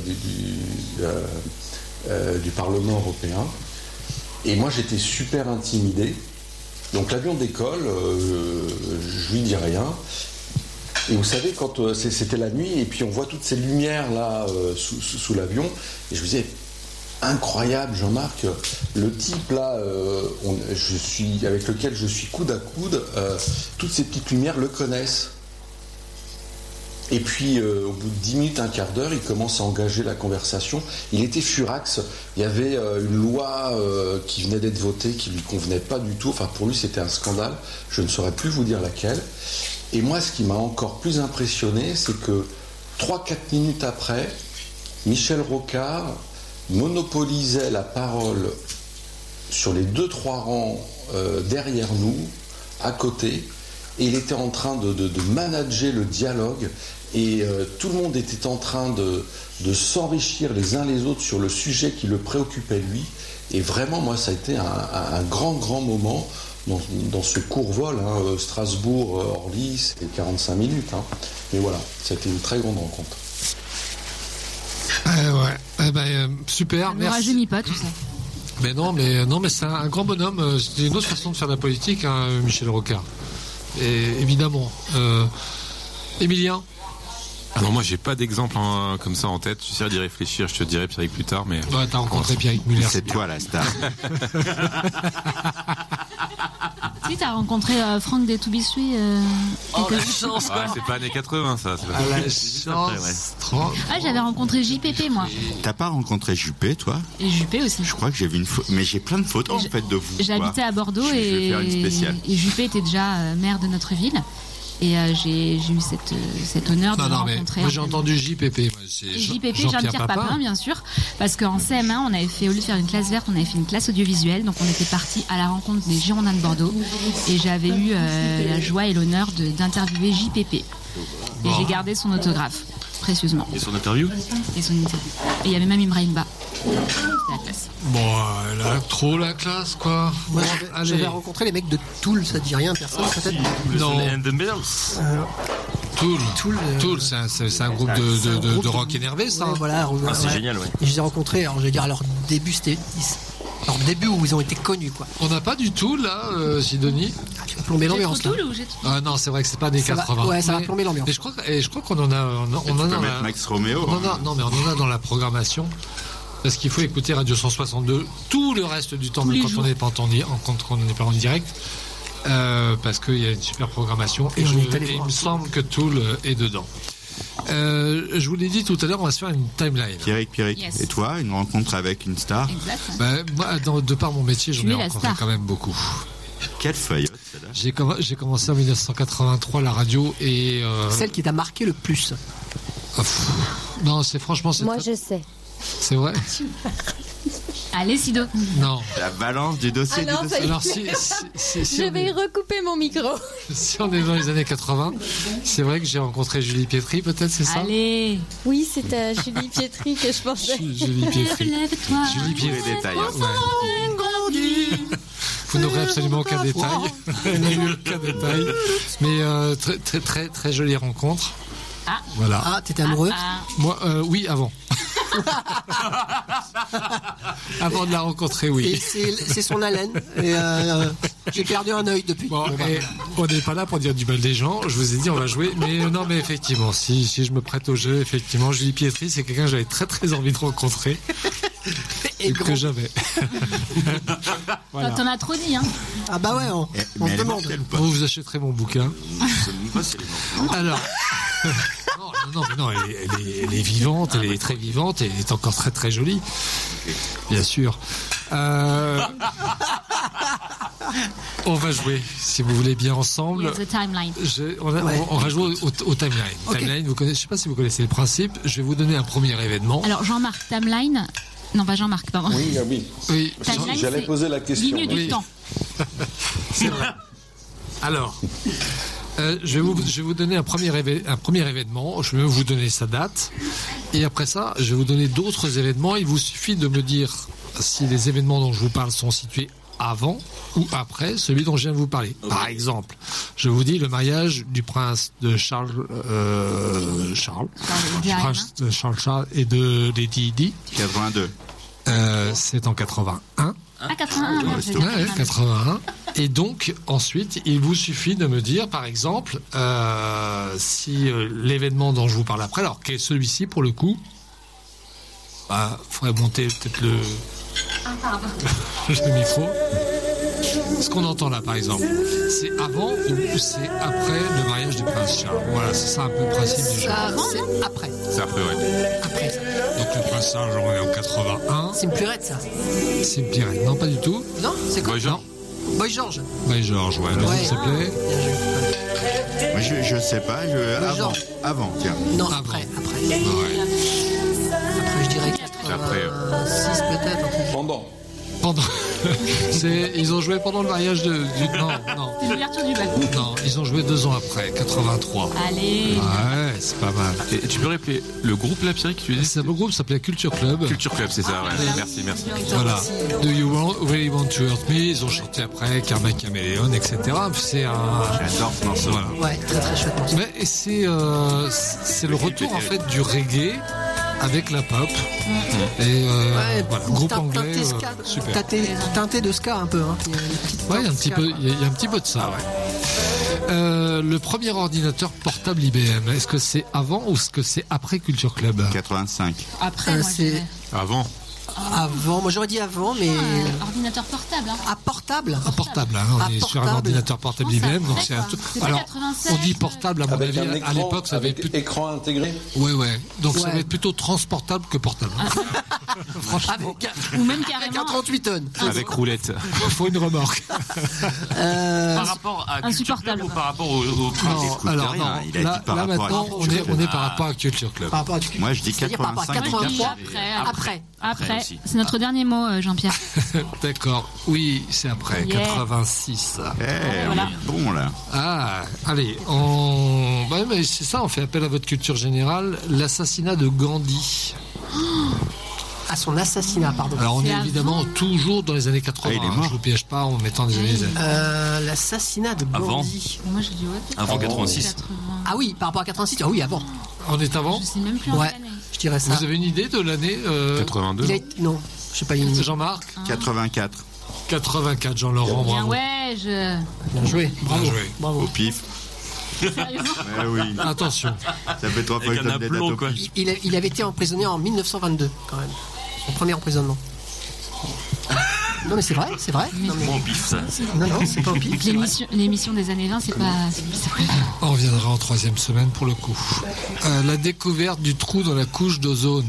du Parlement européen. Et moi j'étais super intimidé. Donc l'avion décolle, je lui dis rien. Et vous savez, quand c'était la nuit, et puis on voit toutes ces lumières là sous l'avion, et je me disais, incroyable Jean-Marc, le type là, avec lequel je suis coude à coude, toutes ces petites lumières le connaissent. Et puis au bout de 10 minutes, un quart d'heure, il commence à engager la conversation. Il était furax, il y avait une loi qui venait d'être votée, qui lui convenait pas du tout, enfin pour lui c'était un scandale, je ne saurais plus vous dire laquelle. Et moi, ce qui m'a encore plus impressionné, c'est que 3-4 minutes après, Michel Rocard monopolisait la parole sur les 2-3 rangs derrière nous, à côté, et il était en train de manager le dialogue, et tout le monde était en train de s'enrichir les uns les autres sur le sujet qui le préoccupait lui, et vraiment, moi, ça a été un grand moment dans ce court vol, Strasbourg-Orly, c'était 45 minutes. Mais voilà, c'était une très grande rencontre. Super, ça ne merci. rajeunit pas tout ça. Mais non, mais c'est un grand bonhomme. C'est une autre façon de faire de la politique, Michel Rocard. Et évidemment. Emilien. Alors moi j'ai pas d'exemple comme ça en tête, j'essaierai d'y réfléchir, je te dirai Pierrick plus tard, mais... Ouais, t'as rencontré Pierrick Muller. C'est toi la star. Si, t'as rencontré Franck des Toubissuis. La chance, quoi. C'est pas années 80 ça. C'est pas la chance. J'avais rencontré JPP moi. T'as pas rencontré Juppé, toi? Et Juppé aussi. Je crois que j'ai vu une photo, mais j'ai plein de photos en fait de vous. J'habitais à Bordeaux je vais faire une spéciale. et Juppé était déjà maire de notre ville. Et j'ai eu cet honneur de le rencontrer. Moi j'ai entendu JPP. JPP, Jean-Pierre Papin, bien sûr. Parce qu'en CM1, on avait fait, au lieu de faire une classe verte, on avait fait une classe audiovisuelle. Donc on était parti à la rencontre des Girondins de Bordeaux. Et j'avais eu la joie et l'honneur d'interviewer JPP. Et j'ai gardé son autographe, précieusement. Et son interview. Et il y avait même Ibrahim Ba. C'était la classe. Bon, elle a trop la classe, quoi. Moi, j'avais rencontré les mecs de Tool, ça dit rien, personne peut-être. Non. Tool, c'est un groupe de rock énervé, ça. Ouais, voilà, c'est génial, ouais. Et je les ai rencontrés, alors je vais dire, à leur début, c'était leur début où ils ont été connus, quoi. On n'a pas du Tool, là, Sidonie. Tu vas plomber l'ambiance, là. Ah non, c'est vrai que c'est pas des 80. Ouais, ça va plomber l'ambiance. Mais je crois qu'on en a. On en a Max Romeo. Non, mais on en a dans la programmation. Parce qu'il faut écouter Radio 162 tout le reste du temps, même quand on n'est pas en direct. Parce qu'il y a une super programmation. Et il me semble que Tool est dedans. Je vous l'ai dit tout à l'heure, on va se faire une timeline. Pierrick. Yes. Et toi, une rencontre avec une star? Exact. Moi, de par mon métier, j'en ai rencontré quand même beaucoup. Quelle feuillotte, celle-là? J'ai commencé en 1983 la radio et... Celle qui t'a marqué le plus? Non, franchement... Moi, je sais. C'est vrai? Allez, Sido. Non. La balance du dossier Ah non, du ça y dossier. est. Alors si Je on vais est- recouper mon micro. si on est dans les années 80, c'est vrai que j'ai rencontré Julie Pietri, peut-être, c'est ça? Allez. Oui, c'est à Julie Pietri que je pensais. Julie Pietri. Lève-toi. Julie Tous les Pietri. détails. Ouais. Vous n'aurez absolument aucun détail. Elle n'a eu aucun détail. Mais très, très, très, très jolie rencontre. Ah. Voilà. Ah, t'étais amoureux? Moi, oui, avant. Avant de la rencontrer, Et oui. c'est son haleine. Et j'ai perdu un œil depuis. Bon, Bon, bah, et on n'est pas là pour dire du mal des gens. Je vous ai dit, on va jouer. Mais non, mais effectivement, si je me prête au jeu, effectivement, Julie Pietri, c'est quelqu'un que j'avais très, très envie de rencontrer. et Que grand. j'avais. Voilà. T'en as trop dit, hein. Ah bah ouais, on Mais se elle est demande. mortelle ou pas? Vous achèterez mon bouquin. Je sais même pas si elle est morte. Alors. Non, elle est vivante, elle est très vivante et elle est encore très très jolie. Bien sûr. On va jouer, si vous voulez bien ensemble. The timeline. On va jouer au timeline. Ok. Timeline, je ne sais pas si vous connaissez le principe. Je vais vous donner un premier événement. Alors, Jean-Marc, timeline. Non, pas Jean-Marc, pardon. Oui, oui. Oui, Timeline, J'allais c'est poser la question. ligne Oui. du temps. c'est vrai. Alors, je vais vous donner un premier événement. Je vais vous donner sa date. Et après ça, je vais vous donner d'autres événements. Il vous suffit de me dire si les événements dont je vous parle sont situés avant ou après celui dont je viens de vous parler. Okay. Par exemple, je vous dis le mariage du prince de Charles et de Lady Di. 82. C'est en 81. Ah, 81, ouais, 81. Et donc, ensuite, il vous suffit de me dire, par exemple, si l'événement dont je vous parle après, alors quel est celui-ci pour le coup, faudrait monter peut-être le micro. Ce qu'on entend là, par exemple, c'est avant ou c'est après le mariage du prince Charles? Voilà, c'est ça un peu le principe du jeu. C'est après. C'est après, ouais. Après. Donc le prince Charles, on est en 81. C'est une plurette, ça. C'est une pirate. Non, pas du tout. Non, c'est quoi? Boy George. Boy George. Boy George, ouais. Le s'il te plaît. Moi, je sais pas. Avant, tiens. Non, Avant. après. Ouais. Après, je dirais après, 6 peut-être. Pendant. Ils ont joué pendant le mariage du... Non. C'est l'ouverture du bal. Non, ils ont joué 2 ans après, 83. Allez. Ouais, c'est pas mal. Et tu peux rappeler le groupe La Pierrick, tu dis? Le groupe s'appelait Culture Club. Culture Club, c'est ça, ouais. Merci. Voilà. Do you really want to hurt me? Ils ont chanté après Karma Caméléon, etc. C'est un... J'adore ce morceau. Voilà. Ouais, très très chouette. Mais c'est le retour en fait du reggae avec la pop. Et voilà, groupe anglais, super. Teinté de ska un peu. Hein. Ouais, il y a un petit peu de ça, ouais. Le premier ordinateur portable IBM, est-ce que c'est avant ou est-ce que c'est après Culture Club? 85. Après, moi, c'est Avant. avant. Moi j'aurais dit avant, mais ordinateur portable. Hein. à portable. Portable, hein, on est sur un portable. ordinateur portable IBM, donc c'est un truc. Alors, 87, on dit portable à mon Avec avis. un écran, À l'époque, ça avait avec plutôt. écran intégré. Ouais. Donc ça Ouais. va être plutôt transportable que portable. Franchement, Ou même Avec un carrément 38 tonnes. Avec roulette. il faut une remorque. Par rapport à Culture insupportable. Club ou par rapport au Non, alors rien, non. il a dit par Là rapport à maintenant, Culture on est Club. par rapport à Culture Club. Par rapport à Moi, je dis C'est-à-dire par rapport à 85. 83. Après. Après aussi. C'est notre dernier mot, Jean-Pierre. D'accord. Oui, c'est après. Yeah. 86. On Voilà. est bon, là. Ah, allez, mais c'est ça, on fait appel à votre culture générale. L'assassinat de Gandhi. À son assassinat, pardon. Alors, on C'est est avant. évidemment toujours dans les années 80. Ah, il est mort. Je vous piège pas en mettant des années. L'assassinat de Avant. Gandhi. Moi, je dis ouais. peut-être Avant 86. 80. Ah oui, par rapport à 86. Ah oui, avant. On est avant. Je sais même plus en Ouais, quelle année. je dirais ça. Vous avez une idée de l'année 82. Il a été- Non, je sais pas. Il... Jean-Marc 84. 84, Jean-Laurent, Bien, bravo. ouais, Bien joué. Bravo. Bien joué. Bravo. Au pif. Sérieusement. Eh oui. Attention. Ça fait 3 fois Avec que je un donne des dates aplomb, au quoi. pif. Il avait été emprisonné en 1922, quand même. Son premier emprisonnement. Non, mais c'est vrai. Non, mais... Bon, pif, ça. non, c'est pas au pif. c'est vrai. L'émission des années 20, c'est pas. On reviendra en 3e semaine pour le coup. La découverte du trou dans la couche d'ozone.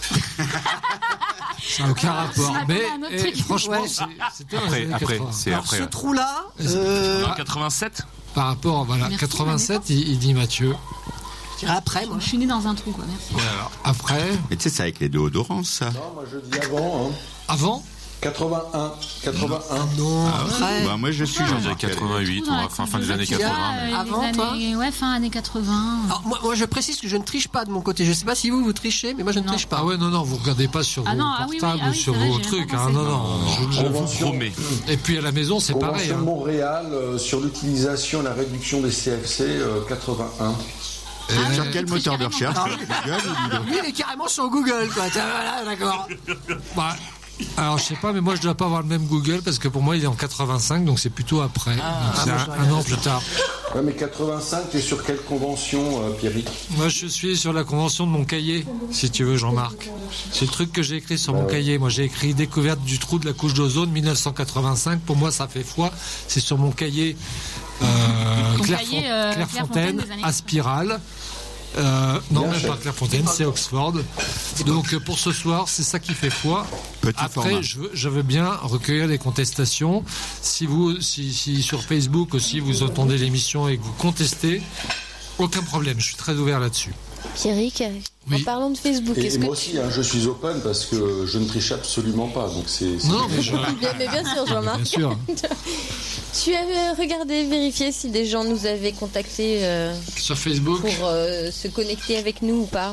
Ça n'a aucun rapport. m'attendais Mais à un autre truc. franchement, Ouais. c'était dans les années Après, 80. c'est Alors, après. ce ouais. trou-là, En 87. Par rapport, voilà, Merci, 87, il dit Mathieu. Je dirais après, moi. Je suis née dans un trou, quoi. Merci. Ouais, alors, après. Mais tu sais, c'est avec les déodorants, ça. Non, moi je dis avant. Hein. Avant 81. Non, après. Bah, moi, je suis J'ai 88, on va fin des années 80. Avant, toi Ouais, fin années 80. Alors, moi, je précise que je ne triche pas de mon côté. Je sais pas si vous trichez, mais moi, je ne triche pas. Ah ouais, non, vous regardez pas sur vos portables ou sur vos trucs. Hein, non, je vous promets. Et puis à la maison, c'est pareil. Convention Hein. Montréal sur l'utilisation et la réduction des CFC 81. Sur quel moteur de recherche Lui, il est carrément sur Google, quoi. Voilà, d'accord. Bah, alors je sais pas, mais moi je dois pas avoir le même Google parce que pour moi il est en 85, donc c'est plutôt après. Donc, c'est un an plus tard. Ouais, mais 85, t'es sur quelle convention, Pierrick? Moi je suis sur la convention de mon cahier, si tu veux, Jean-Marc. C'est le truc que j'ai écrit sur mon cahier. Moi j'ai écrit découverte du trou de la couche d'ozone 1985. Pour moi ça fait foi. C'est sur mon cahier Clairefontaine à spirale. Non, même pas Clairefontaine, c'est Oxford. Donc pour ce soir, c'est ça qui fait foi. Après, je veux bien recueillir les contestations. Si sur Facebook aussi vous entendez l'émission et que vous contestez, aucun problème. Je suis très ouvert là-dessus. Pierrick, en parlant de Facebook, et moi aussi, hein, je suis open parce que je ne triche absolument pas. Donc Non, mais mais bien sûr, Jean-Marc. Bien sûr. Tu avais regardé, vérifié si des gens nous avaient contactés sur Facebook pour se connecter avec nous ou pas?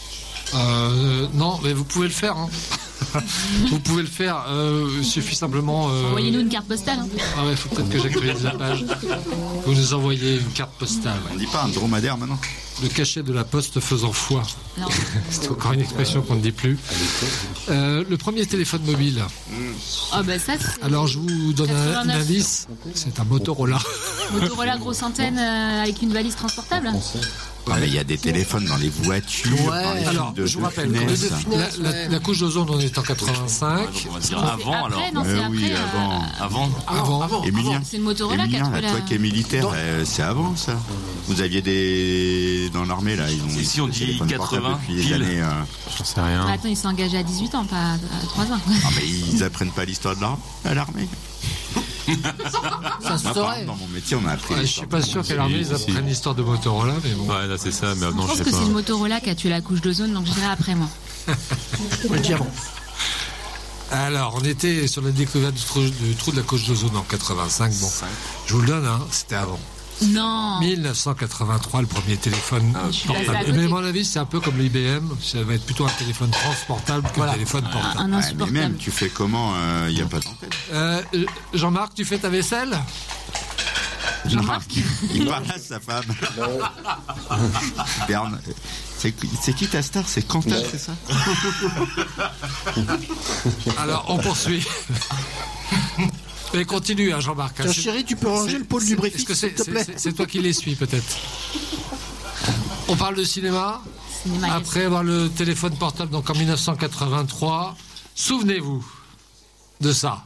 Non, mais vous pouvez le faire. Hein. Vous pouvez le faire. Il suffit simplement. Envoyez-nous une carte postale. Hein. Ah ouais, faut peut-être que j'actualise la page. Vous nous envoyez une carte postale. Ouais. On dit pas un dromadaire maintenant. Le cachet de la poste faisant foi. C'est encore une expression qu'on ne dit plus. Le premier téléphone mobile. Ah bah ça, c'est... Alors je vous donne un indice. C'est un Motorola. Motorola grosse antenne avec une valise transportable. Ah, mais il y a des téléphones dans les voitures. Ouais, dans les alors, de je vous rappelle, finesse. la couche d'ozone, on est en 85. On va dire avant après, alors. non, c'est après, Oui, Avant. Emilien, c'est le Motorola qui a trouvé toi qui es militaire, c'est avant ça. Vous aviez des dans l'armée là, ils ont. Et si on dit téléphones portables 80, depuis les pile. années. J'en sais rien. Attends, ils sont engagés à 18 ans, pas à 3 ans. Ah mais ils apprennent pas l'histoire de l'armée. Ça se saurait. Dans mon métier, on a appris. Je suis pas sûr qu'à l'armée ils apprennent l'histoire de Motorola, mais bon. Ouais, là c'est ça, mais non, Je pense je que sais c'est pas. le Motorola qui a tué la couche d'ozone, donc je dirais après moi. Je dis avant. Alors, on était sur la découverte du trou de la couche d'ozone en 85. Bon, je vous le donne, hein, c'était avant. Non. 1983, le premier téléphone je suis passée à portable. côté. Mais à mon avis, c'est un peu comme l'IBM. Ça va être plutôt un téléphone transportable qu'un téléphone portable. Un Mais insupportable. même, tu fais comment? Il n'y a pas d'antenne. Jean-Marc, tu fais ta vaisselle? Jean-Marc. Il parle à sa femme. Berne, c'est qui ta star? C'est Quentin, c'est ça? Alors, on poursuit. Mais continue, hein, Jean-Marc. Tiens, chérie, tu peux ranger le pôle du briefing, Est-ce que s'il te plaît? c'est toi qui les suis, peut-être? On parle de cinéma. Cinéma, yes. Après avoir le téléphone portable, donc en 1983, souvenez-vous de ça.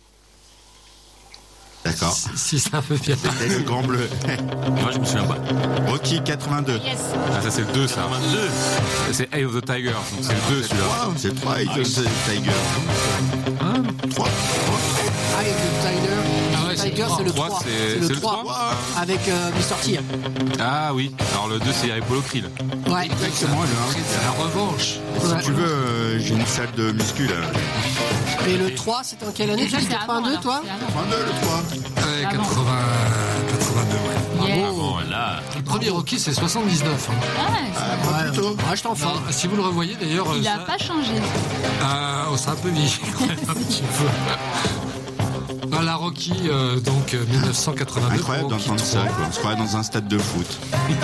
D'accord. Si ça veut bien. C'était le grand bleu. Moi je me souviens pas. Rocky 82. Yes. Ah, ça c'est le 2, ça. 22. C'est Eye of the Tiger, donc c'est le 2 celui-là. Wow, c'est 3 Eye of the Tiger. 3. Eye of the Tiger. Ah ouais, c'est Tiger, c'est le 3. 3, C'est c'est le le 3. Avec Mr. T. Ah oui, alors le 2 c'est Apollo Krill. Ouais, Exactement. C'est la revanche. Si tu veux, j'ai une salle de muscu là. Et le 3, c'était en quelle année? Ça, c'est 82, avant, toi? alors, c'est avant. 32, le 3. Ouais, Avant. 82, ouais. Yeah. Bon, là. Le premier Rocky, c'est 79. Hein. Ah ouais, c'est- Ouais, je t'en fais. Non, si vous le revoyez d'ailleurs. il ça- a pas changé. c'est un peu vieilli, quand même, un petit peu. Dans la Rocky, donc 1982. Incroyable Rocky d'entendre 3. ça, quoi. On se croirait dans un stade de foot.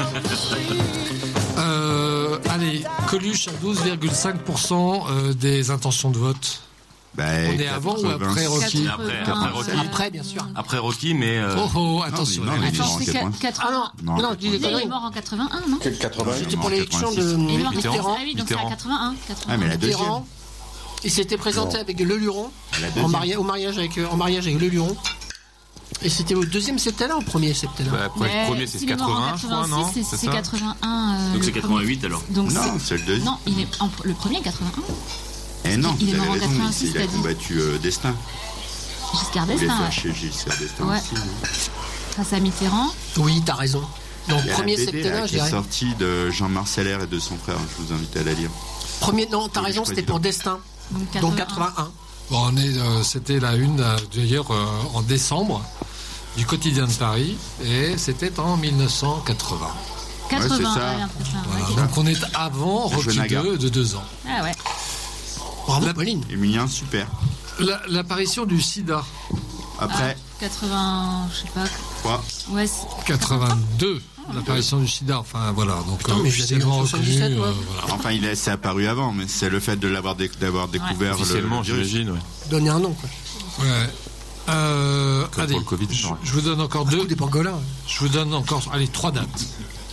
Allez, Coluche à 12,5% des intentions de vote. Ben, On est avant ou après Rocky? Après Rocky. Après, bien sûr. Après Rocky, mais. Oh, attention. Non, mais attention. non, C'est c'est point. 80. Non, je dis des Il est conneries. mort en 81, non? Quel 80? C'était pour l'élection de Il est mort en Mitterrand. Ah oui, donc c'est à Mitterrand. 81. Ah, mais la deuxième. Mitterrand. Il s'était présenté avec Le Luron La deuxième. en mariage avec Le Luron. Et c'était au deuxième septennat ou au premier septennat? Bah, après, le premier c'est s'il est mort en 80, je crois, non? 86, C'est c'est ça 81. Donc le c'est 88 alors. Donc Non, c'est le deuxième. Non, il est le premier 81. Eh non, il est vous mort en avez raison, 86, il a t'as dit. combattu Destin. Giscard Vous voulez d'Estaing, faire ouais. chez Giscard d'Estaing Ouais. aussi. Face à Mitterrand. Oui, t'as raison. Donc, premier septennat, je dirais. Qui est sorti de Jean-Marcel R et de son frère. Je vous invite à la lire. Non, t'as raison, c'était pour Destin. Donc 81. Bon, c'était la une, d'ailleurs, en décembre, du Quotidien de Paris, et c'était en 1980. 80, c'est ça. Voilà, donc on est avant Rocky 2 de 2 ans. Ah ouais. Bravo, Pauline. Emilien, super. L'apparition du sida. Après. 80, je sais pas. 3. Ouais. 82. L'apparition du sida, enfin voilà, donc Putain, mais officiellement reconnu. voilà. Enfin, c'est apparu avant, mais c'est le fait de d'avoir découvert officiellement, j'imagine. Donner un nom, quoi. Ouais. Comme allez, pour le Covid. je vous donne encore deux. Des pangolins. Je vous donne encore, allez, 3 dates.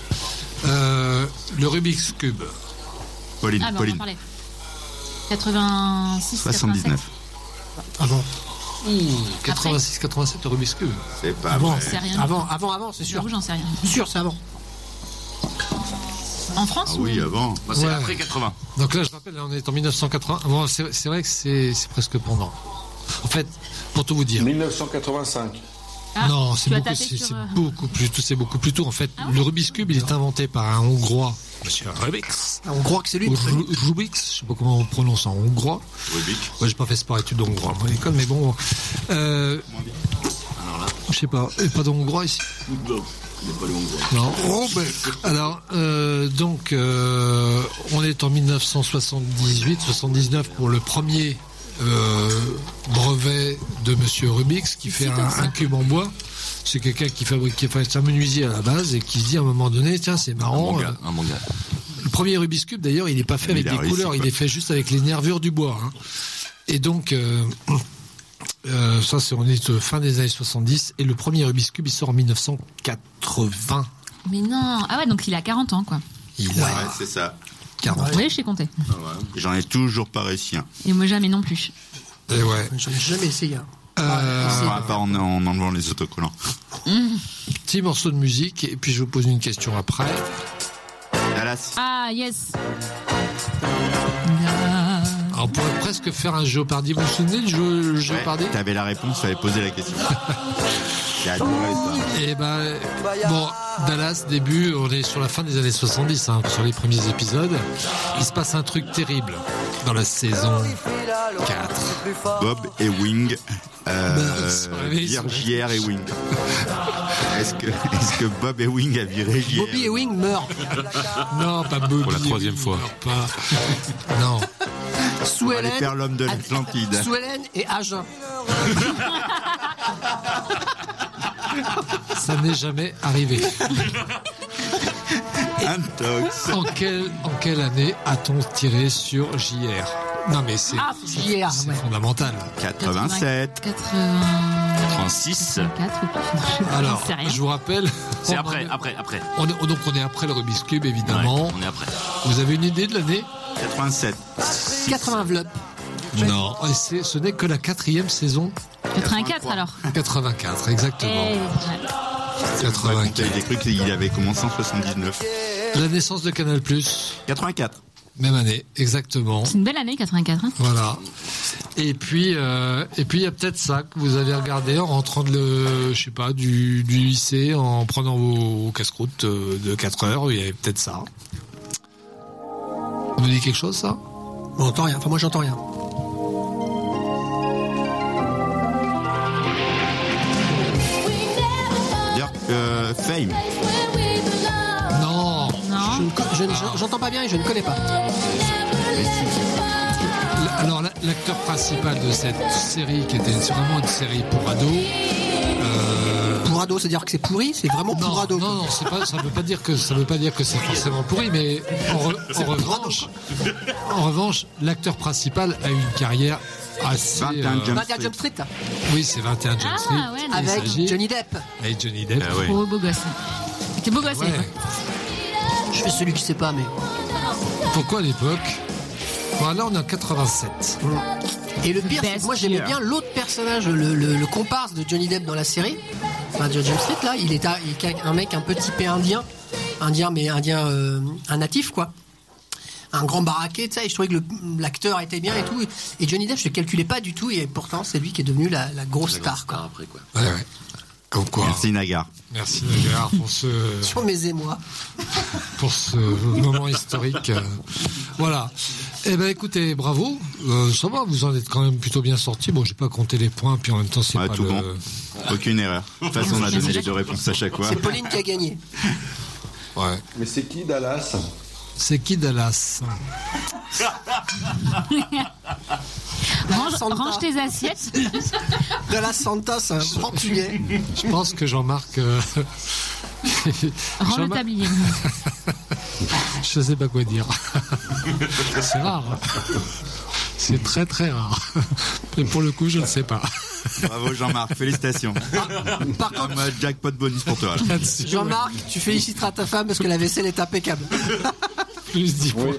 Le Rubik's Cube. Pauline. Ah, ben, on en parlait. 86, 79. Ah bon. 86, 87, le Rubik's Cube. C'est pas Avant, vrai. C'est rien. avant, c'est sûr. J'avoue, j'en sais rien. Sûr, c'est avant. En France Ah oui, avant. Bah, c'est Ouais. après 80. Donc là, je rappelle, là, on est en 1980. Bon, c'est vrai que c'est presque pendant. En fait, pour tout vous dire. 1985. Ah, Non, tu as tapé sur, c'est beaucoup plus tôt. En fait, le Rubik's Cube, il est inventé par un Hongrois, Monsieur Rubix. On croit que c'est lui. Rubix, je sais pas comment on prononce en hongrois. Rubik. Moi, j'ai pas fait sport études hongrois à l'école, mais bon. Je sais pas. Et pas de hongrois ici. Non. Alors, donc, on est en 1978-79 pour le premier brevet de Monsieur Rubix qui fait un cube en bois. C'est quelqu'un qui est un menuisier à la base et qui se dit à un moment donné, tiens, c'est marrant. Un manga. Le premier Rubik's Cube, d'ailleurs, il n'est pas fait avec des couleurs, il est fait juste avec les nervures du bois. Hein. Et donc, on est fin des années 70, et le premier Rubik's Cube, il sort en 1980. Mais non. Ah ouais, donc il a 40 ans, quoi. Il Ouais, a c'est ça. 40 ans. Oui, je sais compter. J'en ai toujours pas réussi. Et moi, jamais non plus. Et ouais. J'en ai jamais essayé. À part en enlevant les autocollants. Petit morceau de musique, et puis je vous pose une question après. Dallas. Ah, yes. Alors, on pourrait presque faire un Jeopardy. Vous vous souvenez du jeu Jeopardy? T'avais la réponse, fallait poser la question. J'ai adoré ça. Et bon, Dallas, début, on est sur la fin des années 70, hein, sur les premiers épisodes. Il se passe un truc terrible dans la saison 4. Bob et Wing. JR et Wing. Est-ce que Bob et Wing a viré JR? Bobby et Wing meurent. Non, pas Bobby. Pour la troisième fois. Pas. Non. Sous On va aller faire l'homme de l'Atlantide. Sous Hélène et Agen. Ça n'est jamais arrivé. Intox. En quelle année a-t-on tiré sur JR? Non, mais c'est JR, c'est ouais. fondamental. 87. 86. 84. Alors, sais rien. je vous rappelle. C'est on après. donc on est après le Rubik's Cube, évidemment. Ouais, on est après. Vous avez une idée de l'année? 87. 80 vlops. Non, et ce n'est que la 4e saison. 84 alors. 84, exactement. Et... 84. J'ai cru qu'il avait commencé en 79. La naissance de Canal+. 84. Même année, exactement. C'est une belle année 84. Hein. Voilà. Et puis il y a peut-être ça que vous avez regardé en rentrant du lycée, en prenant vos casse-croûtes de 4 heures. Il y avait peut-être ça. Vous me dites quelque chose, ça? On n'entend rien. Enfin, moi, j'entends rien. Fame. Non. J'entends pas bien et je ne connais pas. Alors, l'acteur principal de cette série, qui était vraiment une série pour ados. Pour ados, c'est-à-dire que c'est pourri? C'est vraiment pour ados? Non, c'est pas, ça veut pas dire que c'est forcément pourri, mais en revanche, l'acteur principal a eu une carrière assez. 21 Jump Street. Oui, c'est 21 Jump Street. Ah, ouais, Avec Johnny Depp. Avec Johnny Depp. Ah ouais. Oh, beau gosse. T'es beau gosse, Ouais. Je fais celui qui sait pas, mais. Pourquoi à l'époque? Voilà, on est en 87. Et le pire, c'est que moi j'aimais bien l'autre personnage, le comparse de Johnny Depp dans la série. Enfin, Jump Street, là, il est un mec un peu typé indien, un natif, quoi. Un grand baraquet, tu sais, et je trouvais que l'acteur était bien et tout. Et Johnny Depp, je ne calculais pas du tout, et pourtant, c'est lui qui est devenu la grosse star, quoi. Après, quoi. Ouais. Comme quoi. Merci Nagar. Merci Nagar pour sur mes émois. Pour ce moment historique. Voilà. Eh ben écoutez, bravo. Ça va, vous en êtes quand même plutôt bien sortis. Bon, j'ai pas compté les points, puis en même temps c'est pas tout bon. Aucune erreur. De toute façon, on a donné les 2 réponses à chaque fois. C'est Pauline qui a gagné. Ouais. Mais c'est qui Dallas? C'est qui Dallas? Range tes assiettes. Dallas Santa, c'est un portugais. Je pense que Jean-Marc. Rends le tablier. Je sais pas quoi dire. C'est rare. Hein. C'est très très rare. Et pour le coup, je ne sais pas. Bravo Jean-Marc, félicitations. Par contre, jackpot bonus pour toi. Jean-Marc, tu féliciteras ta femme parce que la vaisselle est impeccable. Plus 10 points.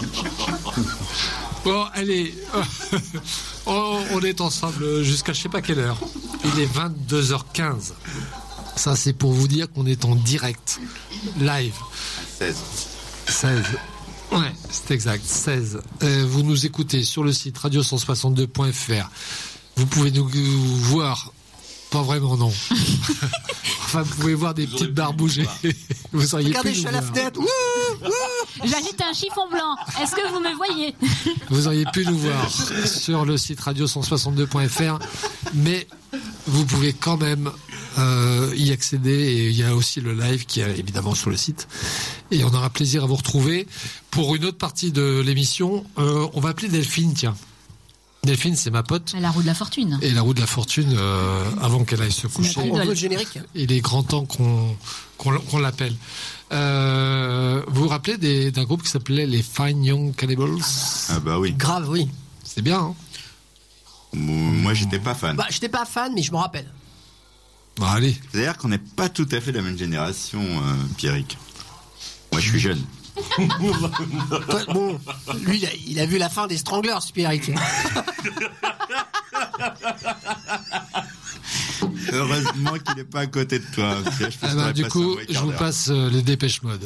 Bon, allez. On est ensemble jusqu'à je sais pas quelle heure. Il est 22h15. Ça, c'est pour vous dire qu'on est en direct. Live. 16. Ouais, c'est exact. 16. Vous nous écoutez sur le site radio162.fr. Vous pouvez nous voir. Pas vraiment, non. Enfin, vous pouvez voir des petites barres bouger. Vous auriez Regardez, pu je suis à la fenêtre. J'agite un chiffon blanc. Est-ce que vous me voyez? Vous auriez pu nous voir sur le site radio162.fr, mais vous pouvez quand même y accéder. Et il y a aussi le live qui est évidemment sur le site. Et on aura plaisir à vous retrouver pour une autre partie de l'émission. On va appeler Delphine, tiens. Delphine, c'est ma pote. La roue de la fortune. Et la roue de la fortune, avant qu'elle aille se coucher. On veut le générique. Il est grand temps qu'on l'appelle. Vous vous rappelez d'un groupe qui s'appelait les Fine Young Cannibals? Ah bah oui. Grave, oui. C'est bien, hein? Moi, j'étais pas fan. Bah, j'étais pas fan, mais je me rappelle. Bah, allez. C'est-à-dire qu'on n'est pas tout à fait de la même génération, Pierrick. Moi, je suis jeune. Bon, lui, il a vu la fin des Stranglers, Pierrick. Heureusement qu'il n'est pas à côté de toi. Du coup, je vous passe les Dépêche Mode.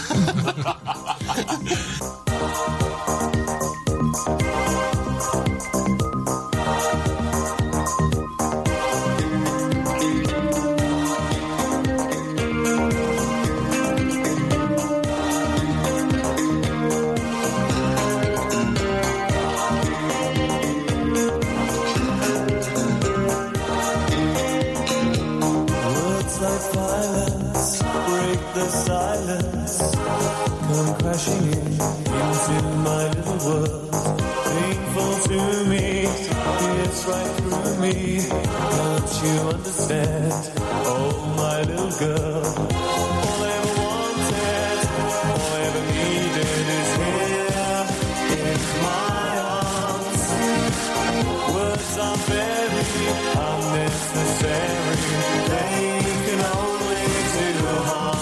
Crashing into my little world, painful to me, it's right through me, don't you understand, oh my little girl, all I ever wanted, all I ever needed is here, in my arms, words are very unnecessary, they can only do harm.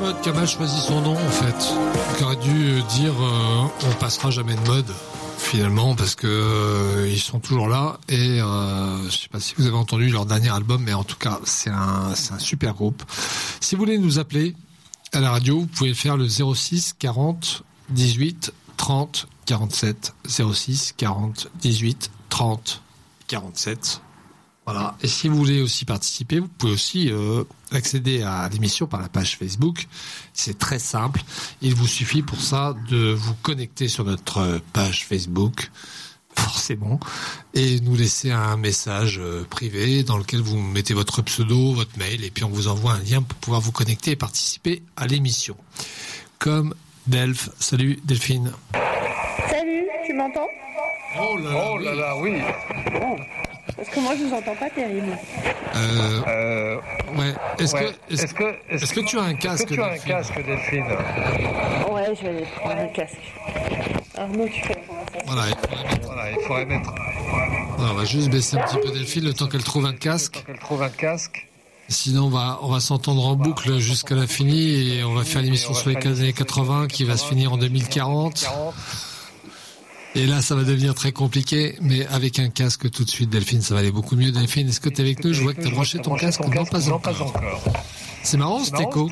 pote qui a mal choisi son nom, en fait. Qui aurait dû dire on passera jamais de mode, finalement, parce que ils sont toujours là. Et je sais pas si vous avez entendu leur dernier album, mais en tout cas, c'est un super groupe. Si vous voulez nous appeler à la radio, vous pouvez faire le 06 40 18 30 47. 06 40 18 30 47. Voilà. Et si vous voulez aussi participer, vous pouvez aussi accéder à l'émission par la page Facebook. C'est très simple. Il vous suffit pour ça de vous connecter sur notre page Facebook, forcément, et nous laisser un message privé dans lequel vous mettez votre pseudo, votre mail, et puis on vous envoie un lien pour pouvoir vous connecter et participer à l'émission. Comme Delph. Salut Delphine. Salut, tu m'entends ? Oh là là, oui. Oh. Parce que moi je vous entends pas terrible. Ouais. Est-ce que tu as un casque, Delphine? Ouais, je vais prendre un casque. Arnaud, tu fais la conversation. Voilà, il faudrait mettre. Alors, on va juste baisser un petit peu Delphine le temps qu'elle trouve un casque. Sinon, on va s'entendre en boucle jusqu'à l'infini et on va faire l'émission sur les années 80 qui va se finir en 2040. Et là, ça va devenir très compliqué, mais avec un casque tout de suite, Delphine, ça va aller beaucoup mieux. Delphine, est-ce que tu es avec nous? Je vois que tu as branché ton casque. Non, pas encore. C'est marrant, cet écho.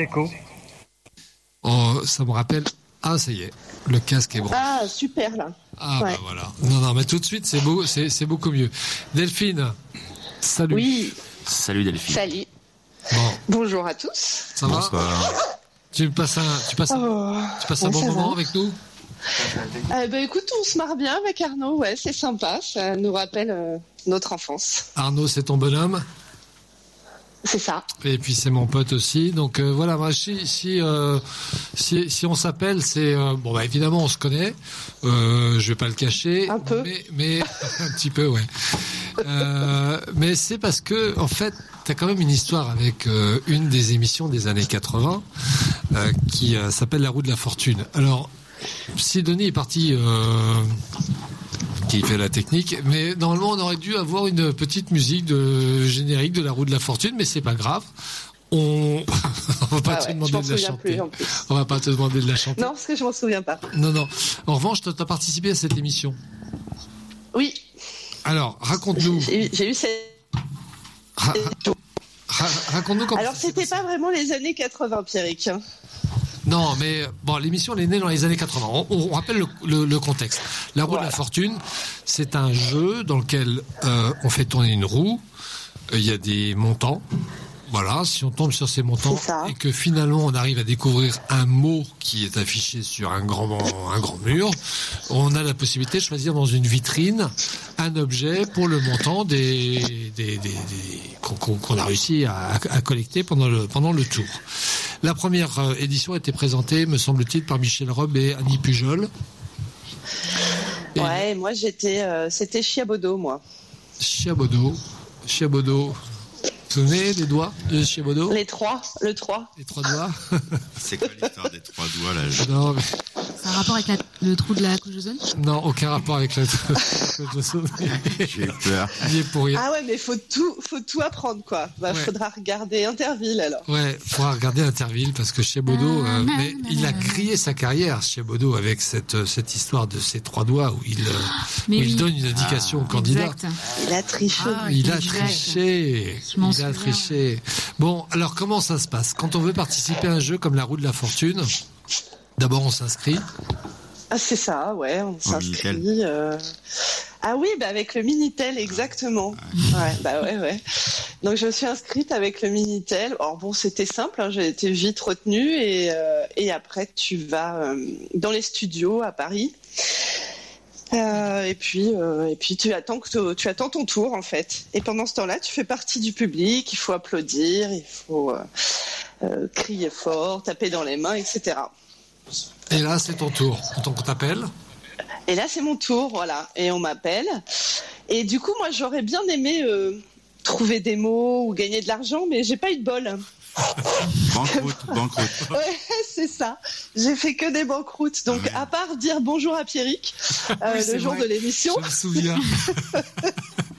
Oh, ça me rappelle. Ah, ça y est, le casque est branché. Ah, super, là. Ah, ouais. Bah voilà. Non, mais tout de suite, c'est beau, c'est beaucoup mieux. Delphine, salut. Oui. Salut Delphine. Salut. Bon. Bonjour à tous. Ça va? Tu passes un bon moment avec nous? Écoute, on se marre bien avec Arnaud, ouais, c'est sympa, ça nous rappelle notre enfance. Arnaud, c'est ton bonhomme? C'est ça. Et puis c'est mon pote aussi, donc voilà. Moi, si on s'appelle, c'est bon, bah évidemment on se connaît. Je vais pas le cacher. Un peu. Mais un petit peu, ouais. Mais c'est parce que en fait, t'as quand même une histoire avec une des émissions des années 80 qui s'appelle La Roue de la Fortune. Alors, Sidonie est parti qui fait la technique, mais normalement on aurait dû avoir une petite musique de générique de La Roue de la Fortune, mais c'est pas grave. On va pas te demander de la chanter. On va pas te demander de la chanter. Non, parce que je m'en souviens pas. Non. En revanche, tu as participé à cette émission. Oui. Alors, raconte-nous. J'ai eu cette... Raconte-nous comment. Alors, c'était pas vraiment les années 80, Pierrick. Non, mais bon, l'émission elle est née dans les années 80. On rappelle le contexte. La roue de la fortune, c'est un jeu dans lequel on fait tourner une roue. Il y a des montants. Voilà, si on tombe sur ces montants et que finalement on arrive à découvrir un mot qui est affiché sur un grand mur, on a la possibilité de choisir dans une vitrine un objet pour le montant qu'on a réussi à collecter pendant le tour. La première édition a été présentée, me semble-t-il, par Michel Robe et Annie Pujol. Ouais, moi c'était Chiabodo, moi. Chiabodo. Vous vous souvenez des doigts de Chiabodo? Le 3. Les 3 doigts. C'est quoi l'histoire des 3 doigts là? Non, mais... C'est un rapport avec le trou de la couche d'ozone? Non, aucun rapport avec la couche d'ozone. J'ai eu peur. Il est pour rien. Ah ouais, mais faut tout apprendre, quoi. Faudra regarder Interville alors. Ouais, faudra regarder Interville parce que Chiabodo, mais il a grillé sa carrière, Chiabodo, avec cette histoire de ses 3 doigts où il donne une indication au candidat. Exact. Il a triché. Il a triché. Bon, alors comment ça se passe? Quand on veut participer à un jeu comme La Roue de la Fortune, d'abord on s'inscrit. Ah, c'est ça, ouais, on s'inscrit. Ah oui, avec le Minitel, exactement. Ouais. Donc je me suis inscrite avec le Minitel. Alors bon, c'était simple, hein, j'ai été vite retenue et après tu vas dans les studios à Paris. Et puis tu attends ton tour en fait. Et pendant ce temps-là, tu fais partie du public. Il faut applaudir, il faut crier fort, taper dans les mains, etc. Et là, c'est ton tour. On t'appelle. Et là, c'est mon tour, voilà. Et on m'appelle. Et du coup, moi, j'aurais bien aimé trouver des mots ou gagner de l'argent, mais j'ai pas eu de bol. Banqueroute. Ouais, c'est ça. J'ai fait que des banqueroutes. Donc, à part dire bonjour à Pierrick, le jour de l'émission. Je me souviens.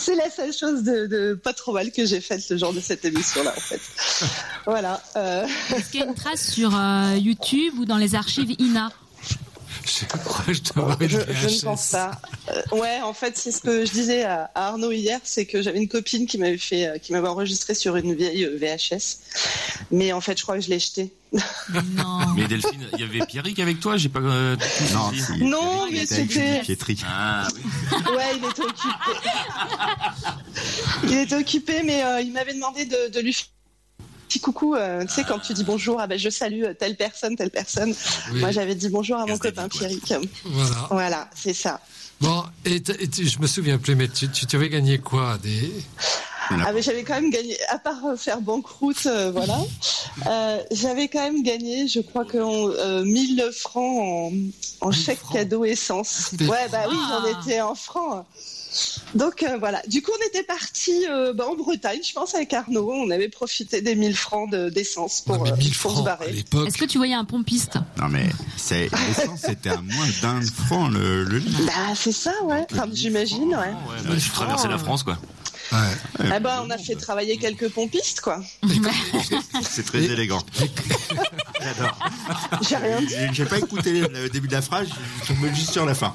C'est la seule chose de pas trop mal que j'ai faite le jour de cette émission-là, en fait. Voilà. Est-ce qu'il y a une trace sur YouTube ou dans les archives INA? Je ne pense pas. Ouais, en fait, c'est ce que je disais à Arnaud hier, c'est que j'avais une copine qui m'avait enregistré sur une vieille VHS, mais en fait, je crois que je l'ai jetée. Non. Mais Delphine, il y avait Pierrick avec toi, j'ai pas. Non, mais c'était. Pietri. Ah oui. Ouais, il était occupé. Il était occupé, mais il m'avait demandé de lui faire petit coucou, tu sais, quand tu dis bonjour, je salue telle personne. Oui. Moi, j'avais dit bonjour à mon copain Pierrick. Voilà, c'est ça. Bon, et je me souviens plus, mais tu avais gagné quoi mais j'avais quand même gagné, à part faire banqueroute, voilà. J'avais quand même gagné, je crois que 1000 francs en chèque cadeau essence. Ouais, bah oui, j'en étais en francs. Donc voilà, du coup on était partis en Bretagne, je pense, avec Arnaud. On avait profité des 1000 francs d'essence pour se barrer. Est-ce que tu voyais un pompiste? Non mais l'essence c'était à moins d'1 franc le litre. Bah c'est ça, ouais. Enfin, j'imagine, ouais. Bah, tu traversais la France, quoi. Ouais. On a fait travailler quelques pompistes, quoi. C'est très élégant. J'adore. J'ai rien dit. J'ai pas écouté le début de la phrase, je me juste sur la fin.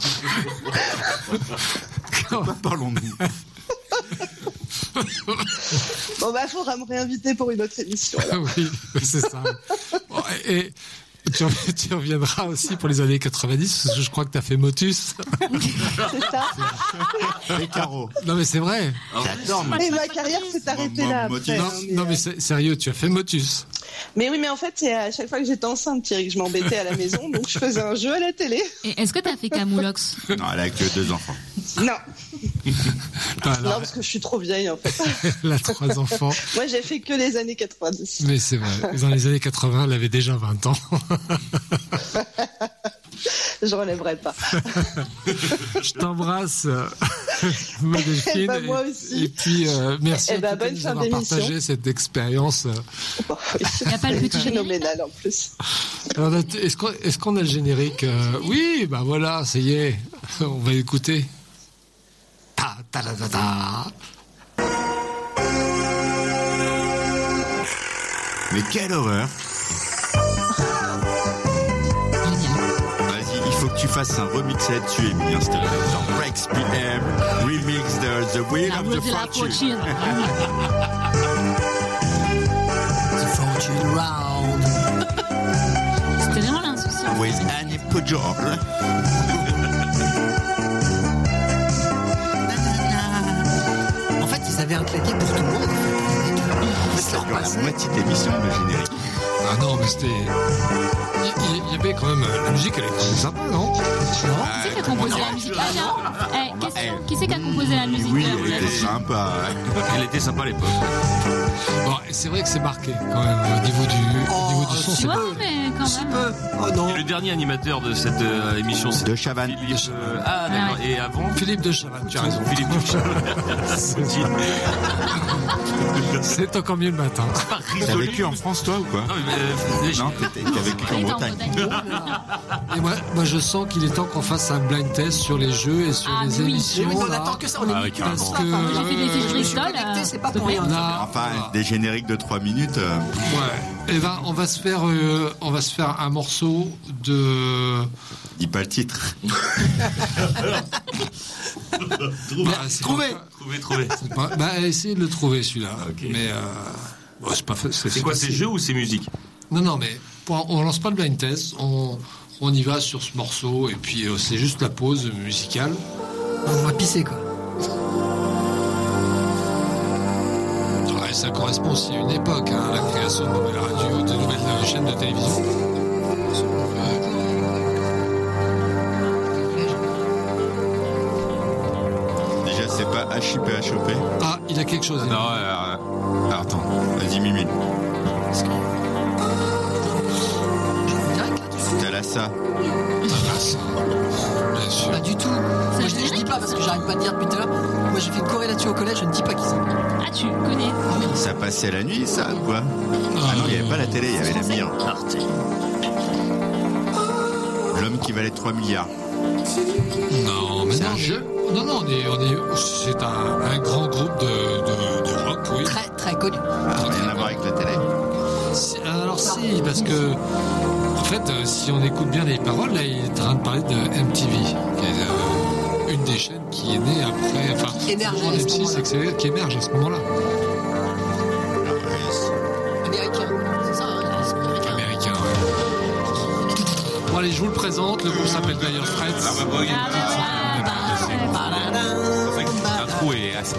Parlons de nous. Bon, faudra me réinviter pour une autre émission. Oui, c'est ça. Bon, et tu reviendras aussi pour les années 90, parce que je crois que tu as fait Motus. C'est ça. Les carreaux. Non, mais c'est vrai. J'adore Motus. Et ma carrière s'est arrêtée là. Après, non, mais sérieux, tu as fait Motus. Mais oui, mais en fait, c'est à chaque fois que j'étais enceinte, Thierry, que je m'embêtais à la maison, donc je faisais un jeu à la télé. Et est-ce que tu as fait Camoulox? Non, elle a que 2 enfants. Non. Non, parce que je suis trop vieille, en fait. Elle a 3 enfants. Moi, j'ai fait que les années 90. Mais c'est vrai. Dans les années 80, elle avait déjà 20 ans. Je relèverai pas. Je t'embrasse, ma Delphine. Moi aussi. Et puis, merci de nous avoir partagé cette expérience. Il n'y a pas le petit phénoménal en plus. Alors, est-ce qu'on a le générique? Oui, voilà, ça y est. On va écouter. Ta ta ta ta ta. Mais quelle horreur! Il faut que tu fasses un remix là-dessus, Emilien, s'il te plaît. Genre Rex PM, remix de The Wheel of the Fortune. The Fortune Round. C'était vraiment l'insouciance. With Annie Pujol. En fait, ils avaient un claquet pour tout le monde. C'est la moitié de l'émission, le générique. Ah non, mais c'était... Il y avait quand même... La musique, elle est quand même sympa, non? Qui c'est qui a composé la musique? Question, qui c'est qui a composé la musique? Oui, elle était sympa. Elle était sympa à l'époque. Bon, c'est vrai que c'est marqué quand même au niveau du son. Tu vois, mais quand même. Oh non. Et le dernier animateur de cette émission, c'est de Chavannes. Ah d'accord. Et avant, Philippe de Chavannes. Tu as raison. Philippe de Chavannes. C'est encore mieux le matin. T'as vécu en France, toi, ou quoi? Non, t'as vécu en Bretagne. Et moi, je sens qu'il est temps qu'on fasse un blind test sur les jeux et sur les émissions. Oui, on attend que ça. On est parce que j'ai fait des fiches Bristol. C'est pas pour rien. Enfin, des génériques de 3 minutes. Ouais. Et ben, on va se faire un morceau de. Dis pas le titre. Trouver. Essayez de le trouver celui-là. Okay. Mais c'est pas. C'est quoi, c'est jeu ou c'est musique? Non, mais on lance pas le blind test. On y va sur ce morceau et puis c'est juste la pause musicale. On va pisser quoi. Ça correspond aussi à une époque, la création de nouvelles radios, de nouvelles chaînes de télévision. Déjà, c'est pas HIPHOP. Ah, il a quelque chose. Non, attends, vas-y, Mimi. Thalassa. Bien sûr. Pas du tout. Moi, je dis pas parce que j'arrive pas à dire depuis tout à l'heure. Moi, j'ai fait une choré là-dessus au collège, je ne dis pas qui c'est. Ah, tu connais? Ça passait la nuit, ça, ou quoi? Ah non, il n'y avait pas la télé, il y avait la mire. L'homme qui valait 3 milliards. Non, mais c'est non, un jeu. Non, c'est un grand groupe de rock, oui. Très, très connu. Rien à voir avec la télé. Alors si, parce que en fait, si on écoute bien les paroles, là, il est en train de parler de MTV, qui est une des chaînes qui est née après, enfin, qui émerge en M6, qui émerge à ce moment-là. Américain, c'est ça, hein, Américain, ouais. Bon, allez, je vous le présente. Le groupe s'appelle Dire Straits. L'intro est assez.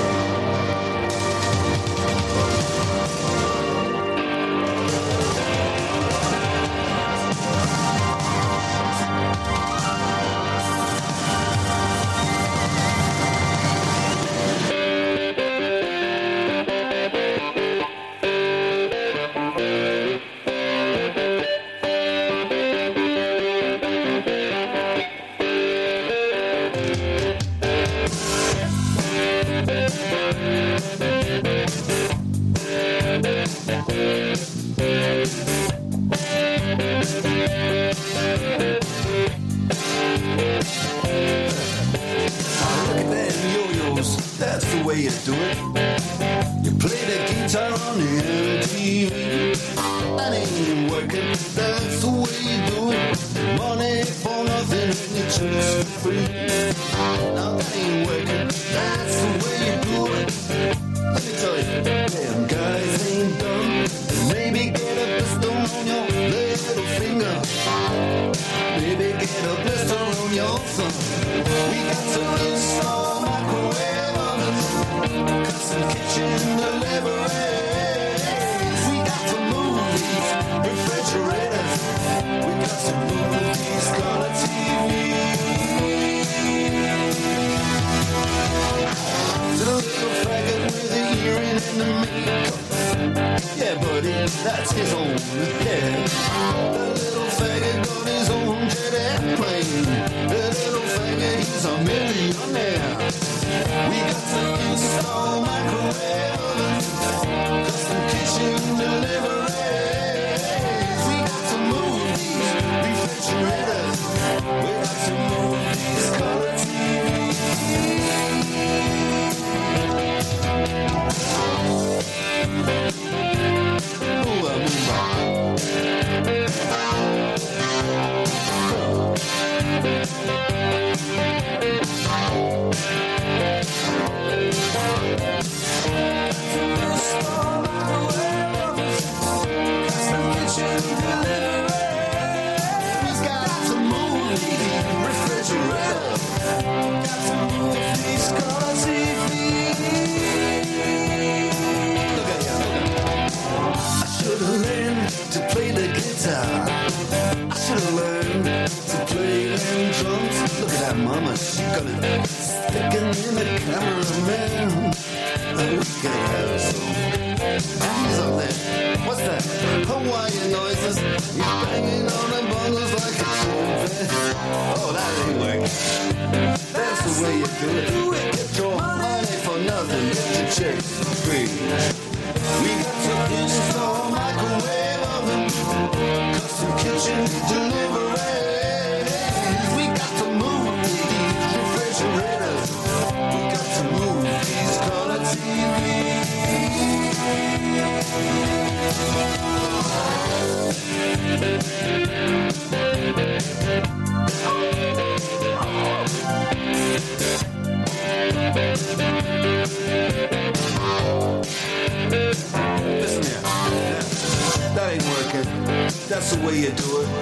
That's the way you do it.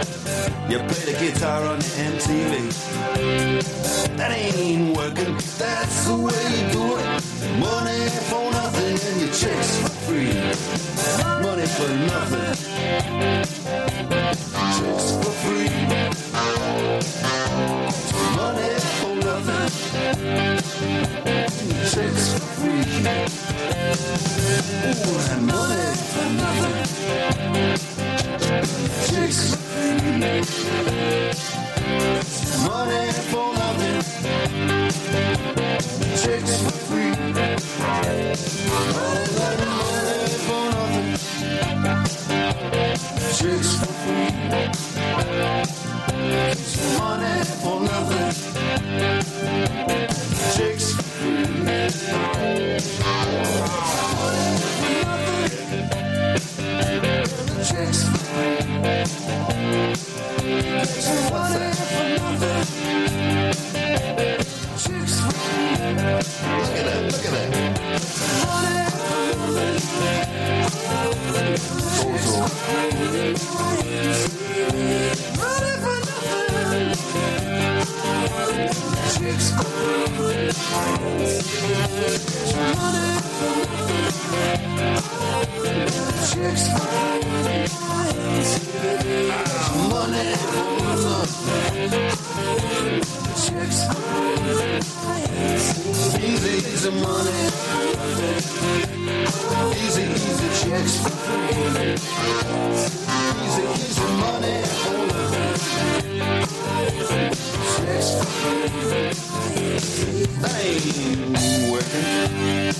You play the guitar on the MTV. That ain't working. That's the way you do it. Money for nothing and your chicks for free. Money for nothing. Chicks for free. Money for nothing. Chicks for free. Ooh, and money for nothing. Chicks for free. Money for nothing. Chicks for free. All that money for nothing. Chicks for free. Money Easy, easy money. Easy, easy checks for free. Easy, easy money. Checks for free. That ain't working.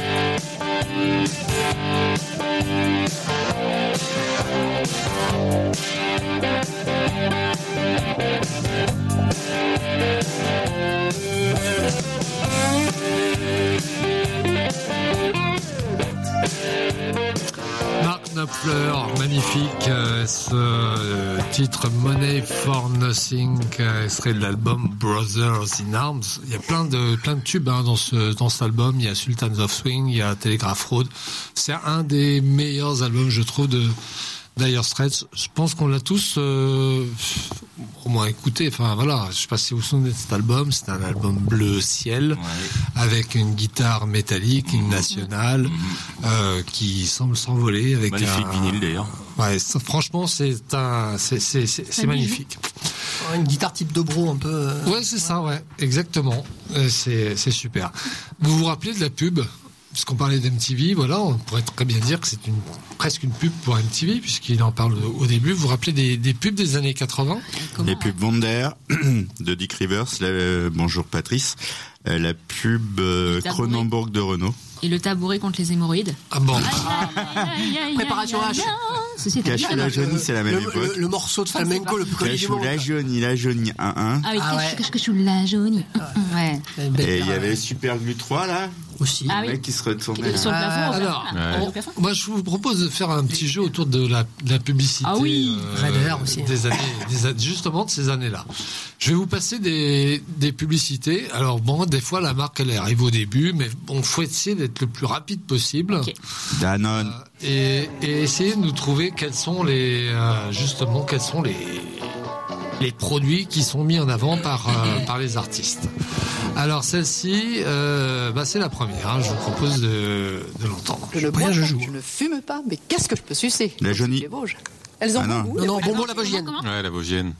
Mark Knopfler, magnifique, ce titre Money for Nothing, extrait de l'album Brothers in Arms. Il y a plein de tubes dans cet album. Il y a Sultans of Swing, il y a Telegraph Road. C'est un des meilleurs albums, je trouve, de Dire Straits. Je pense qu'on l'a tous au moins écouté. Enfin voilà, je sais pas si vous vous souvenez de cet album. C'est un album bleu ciel, avec une guitare métallique, une nationale, qui semble s'envoler avec magnifique vinyle d'ailleurs. Ouais, franchement c'est magnifique. Une guitare type Dobro un peu. Ouais, c'est ça, ouais, exactement. C'est super. Vous vous rappelez de la pub? Puisqu'on parlait d'MTV, voilà, on pourrait très bien dire que c'est presque une pub pour MTV, puisqu'il en parle au début. Vous vous rappelez des pubs des années 80? Les pubs Wonder de Dick Rivers, bonjour Patrice, la pub Cronenbourg de Renault. Et le tabouret contre les hémorroïdes. Ah bon. Préparation H. Cache la jaunie, c'est la même époque. Le morceau de flamenco le plus connu du monde. La jaunie 1-1. Ah oui, cache la jaunie. Ouais. Et il y avait Super Glue 3 là. Aussi. Le mec qui se retournait. Sur le plafond. Alors, moi je vous propose de faire un petit jeu autour de la publicité. Ah oui, Raider aussi. Des années, justement de ces années-là. Je vais vous passer des publicités. Alors bon, des fois la marque elle arrive au début, mais bon, faut essayer d'être le plus rapide possible. Okay. Danone. Et essayer de nous trouver quels sont les produits qui sont mis en avant par les artistes. Alors celle-ci, c'est la première. Je vous propose de l'entendre. Je ne bois pas, je ne fume pas, mais qu'est-ce que je peux sucer? La jaunie. Elles ont bon goût. Non, bonbon la Vosgienne. Ouais, la Vosgienne.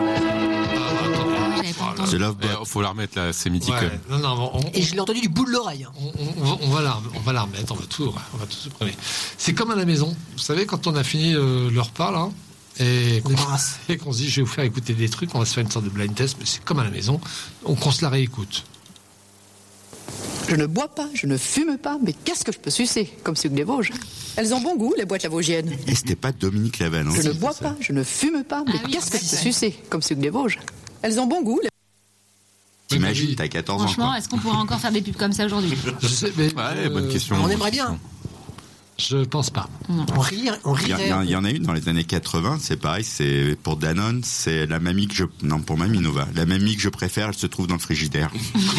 C'est Love Bot. Faut la remettre là, c'est mythique. Ouais. Non, et je l'ai entendu du bout de l'oreille. On va la remettre, on va tout supprimer. C'est comme à la maison. Vous savez, quand on a fini le repas là, et qu'on se dit je vais vous faire écouter des trucs, on va se faire une sorte de blind test, mais c'est comme à la maison, qu'on se la réécoute. Je ne bois pas, je ne fume pas, mais qu'est-ce que je peux sucer? Comme sucre des Vosges. Elles ont bon goût, les boîtes la Vosgienne. Et c'était pas Dominique Laval. Je ne bois pas, je ne fume pas, mais qu'est-ce que je peux sucer? Comme sucre des Vosges. Elles ont bon goût. T'imagines, t'as 14 ans. Franchement, est-ce qu'on pourrait encore faire des pubs comme ça aujourd'hui? Je sais, mais bonne question. On aimerait bien. Je pense pas. On rirait. Il y en a une dans les années 80, c'est pareil, c'est pour Danone, c'est la mamie pour Mamie Nova. La mamie que je préfère, elle se trouve dans le frigidaire.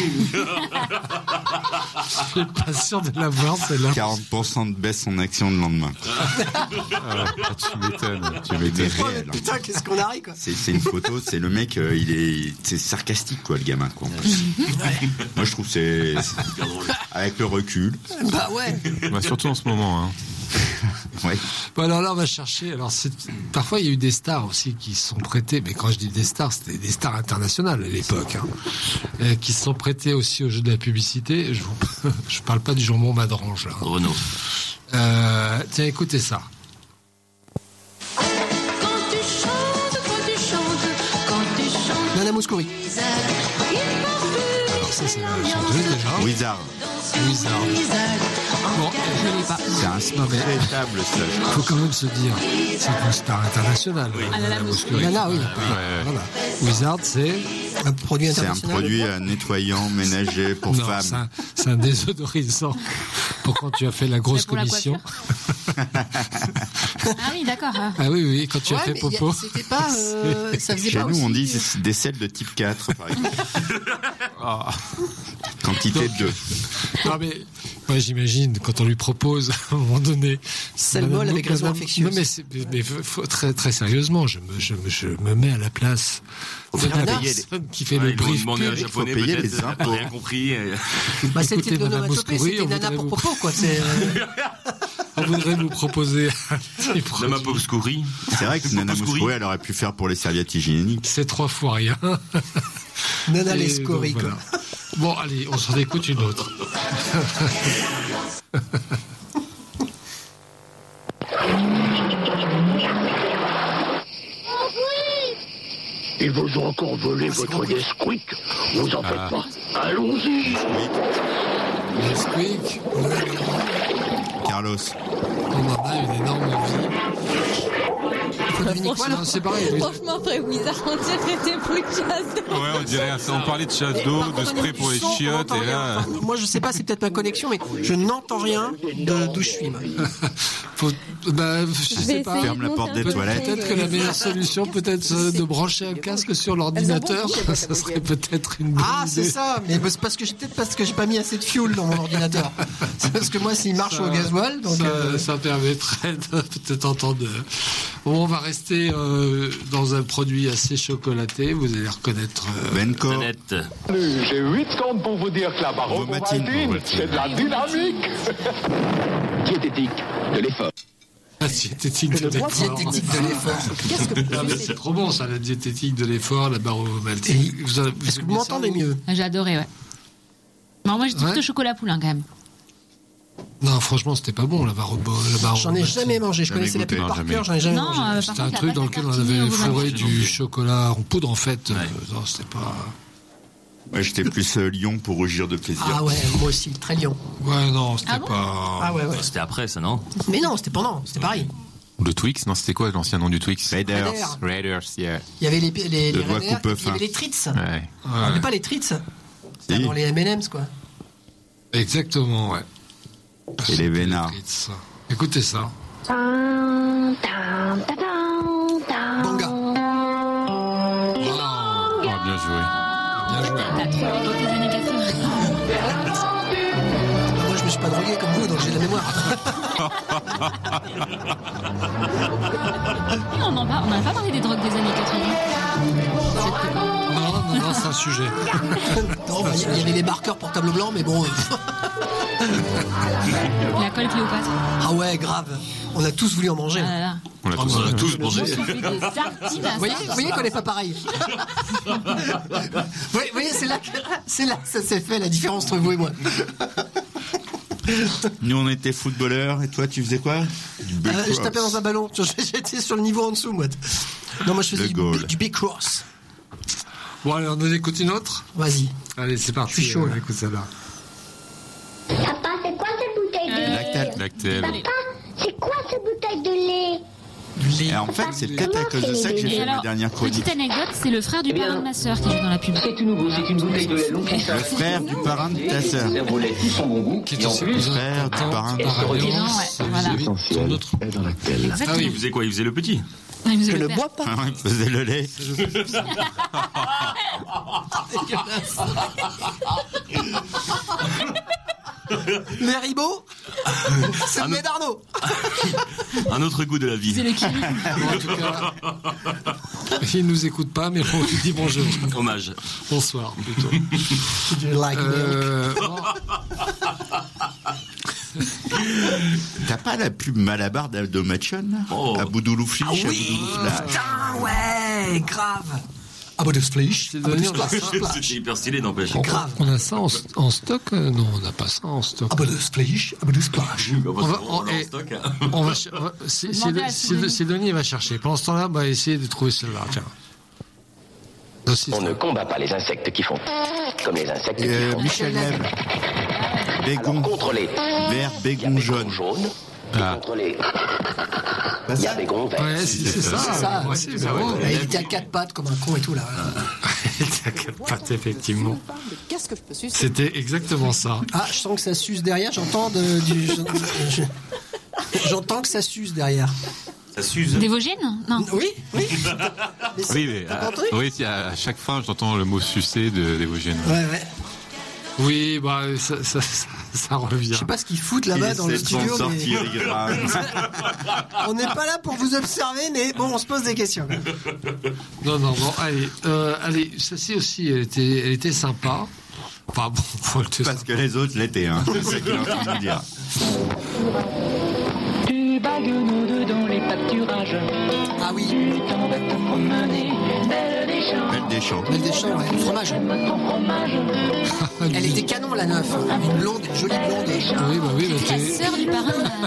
Je suis pas sûr de la voir, celle-là. 40% de baisse en action le lendemain. Tu m'étonnes. Putain, qu'est-ce qu'on arrive, quoi. C'est une photo, c'est le mec, c'est sarcastique, quoi, le gamin, quoi. Moi, je trouve que c'est avec le recul. Bah ouais. Surtout en ce moment, hein. Ouais. Bon, alors là, on va chercher. Alors, parfois, il y a eu des stars aussi qui se sont prêtées, mais quand je dis des stars, c'était des stars internationales à l'époque, qui se sont prêtées aussi au jeu de la publicité. Je parle pas du jambon Madrange, là. Renault. Tiens, écoutez ça. Nana Mouskouri. Alors, ça, c'est la chanteuse déjà. Wizard. Bon, je l'ai pas. C'est un véritable star. Il faut quand même se dire, c'est une star internationale. Oui. Nana Mouskouri. Nana, oui. Voilà. Wizard, c'est un produit international. C'est un produit nettoyant, ménager pour femmes. C'est un désodorisant pour quand tu as fait la grosse commission. Ah oui, d'accord. Ah oui, quand tu as fait popo. C'était pas. Ça faisait Chez pas nous, aussi. on dit des selles de type 4, par exemple. Quantité de 2. Non, mais moi, j'imagine, quand on lui propose, à un moment donné. Salmol avec raison infectieuse. Non, mais très, très sérieusement, je me mets à la place de la personne qui fait le brief. Il faut payer les impôts. Rien compris. Bah, c'était Écoutez, de l'onomatopée, c'était Nana pour popo, quoi. On voudrait vous proposer Nana Mouskouri. C'est vrai que Nana Mouskouri, elle aurait pu faire pour les serviettes hygiéniques. C'est 3 fois rien. Nana Lescouri, quoi. Bon, allez, on s'en écoute une autre. Ils vous ont encore volé votre Nesquik. Vous en faites pas. Allons-y. Nesquik. Carlos. On en a une énorme envie. C'est pareil. Franchement, après Wizard, on dirait des bruits de chasse d'eau. Ouais, on dirait, on parlait de chasse d'eau, de spray pour les chiottes, et là. Moi, je sais pas, c'est peut-être ma connexion, mais je n'entends rien d'où je suis. Je sais pas. Ferme la porte des toilettes. Peut-être que la meilleure solution, peut-être de brancher un casque sur l'ordinateur. Ça serait peut-être une bonne idée. Ah, c'est ça. Mais c'est parce que j'ai pas mis assez de fuel dans mon ordinateur. C'est parce que moi, s'il marche au gasoil, donc ça permettrait de peut-être entendre. Bon, on va rester dans un produit assez chocolaté. Vous allez reconnaître Benko. J'ai 8 secondes pour vous dire que la baroque Ovaltine, c'est de la dynamique. Diététique de l'effort. La diététique de l'effort. Qu'est-ce que c'est trop bon, ça, la diététique de l'effort, la barre Ovaltine. Est-ce que vous m'entendez mieux? J'ai adoré, ouais. Non, moi, j'ai tout de chocolat poulain, quand même. Non, franchement, c'était pas bon, la barre. J'en ai jamais mangé. Je connaissais la pub par cœur, j'en ai jamais mangé. C'était un truc dans lequel on avait fourré du chocolat en poudre, en fait. Non, c'était pas. Ouais, j'étais plus lion pour rougir de plaisir. Ah ouais, moi aussi, très lion. Ouais, non, c'était pas. Ah ouais. C'était après, ça, non? Mais non, c'était pendant, c'était pareil. Le Twix, non, c'était quoi l'ancien nom du Twix? Raiders, yeah. Il y avait les Raiders, il y avait les Treats. Ouais. On n'avait pas les Treats. C'était dans les M&M's, quoi. Exactement, ouais. Et les vénards. Écoutez ça. Banga. Oh, bien joué. Bien joué. T'as trop l'époque des années 80. Moi, je me suis pas drogué comme vous, donc j'ai de la mémoire. On n'a pas parlé des drogues des années 80. Non, c'est un sujet. Non, il y avait les marqueurs pour tableau blanc, mais bon. La colle Cléopâtre. Ah ouais, grave. On a tous voulu en manger. Ah là là. On a tous mangé. Vous voyez qu'on n'est pas pareil. Vous voyez, c'est là que ça s'est fait la différence entre vous et moi. Nous, on était footballeurs, et toi, tu faisais quoi? Je tapais dans un ballon. J'étais sur le niveau en dessous, moi. Non, moi, je faisais du big cross. Bon, allez, on en écoute une autre? Vas-y. Allez, c'est parti. Je suis chaud, là. Écoute ça là. Papa, c'est quoi cette bouteille de lait? Lactel. Papa, c'est quoi cette bouteille de lait? Et en fait, c'est peut-être à cause de ça que j'ai fait ma dernière chronique. Petite anecdote, c'est le frère du parrain de ma sœur qui joue dans la pub. C'est tout nouveau, c'est une bouteille de lait long qui Le frère du parrain de ta sœur. sert au lait tout son bon goût. Qui est aussi le frère du parrain de ta sœur. Voilà. L'essentiel est dans Lactel. Ah oui, il faisait quoi? Il faisait le petit? Il Je ne bois pas. Il faisait le lait. Les Haribo, c'est le lait d'Arnaud. Un autre goût de la vie. C'est le kiwi. En tout cas, il nous écoute pas, mais on lui dit bonjour. Hommage. Bonsoir, plutôt. Do you like milk? T'as pas la pub Malabar d'Aldomation, là? À Boudoulouflish, Ah oui, putain, ouais, grave. Ah bah de Splish. C'était hyper stylé, n'empêche. Grave. On a ça en stock? Non, on n'a pas ça en stock. Ah bah de Splish, ah bah de Splash. On va Sidonie va chercher. Pendant ce temps-là, on va essayer de trouver celle-là. Tiens. On ne combat pas les insectes qui font comme les insectes qui font. Michel Leb. Bégon. Contre les Vert, bégon jaune. Contre les... Il y a bégon vert. Ouais, c'est ça. C'est ça. Ouais, Il était à 4 pattes comme un con et tout là. Il était à 4 pattes, effectivement. Qu'est-ce que je peux sucer? C'était exactement ça. Ah, je sens que ça suce derrière. J'entends que ça suce derrière. Ça s'use. Des Vosgiennes? Non. Oui. Oui, à chaque fin, j'entends le mot sucer des Vosgiennes. Ouais. Oui, bah, ça revient. Je sais pas ce qu'ils foutent là-bas dans le studio. On n'est pas là pour vous observer, mais bon, on se pose des questions. Non, bon, allez, celle-ci aussi, elle était sympa. Enfin bon, faut le dire. Parce que les autres l'étaient, hein. C'est ça qu'il est en train de nous dire. vague, nous deux dans les pâturages. Ah oui. Ton bateau promener, Belle des Champs. Belle des Champs. Belle des Champs, ouais. Le fromage. Elle était canon, la neuf. Une blonde, une jolie blonde. Oui, La sœur du parrain.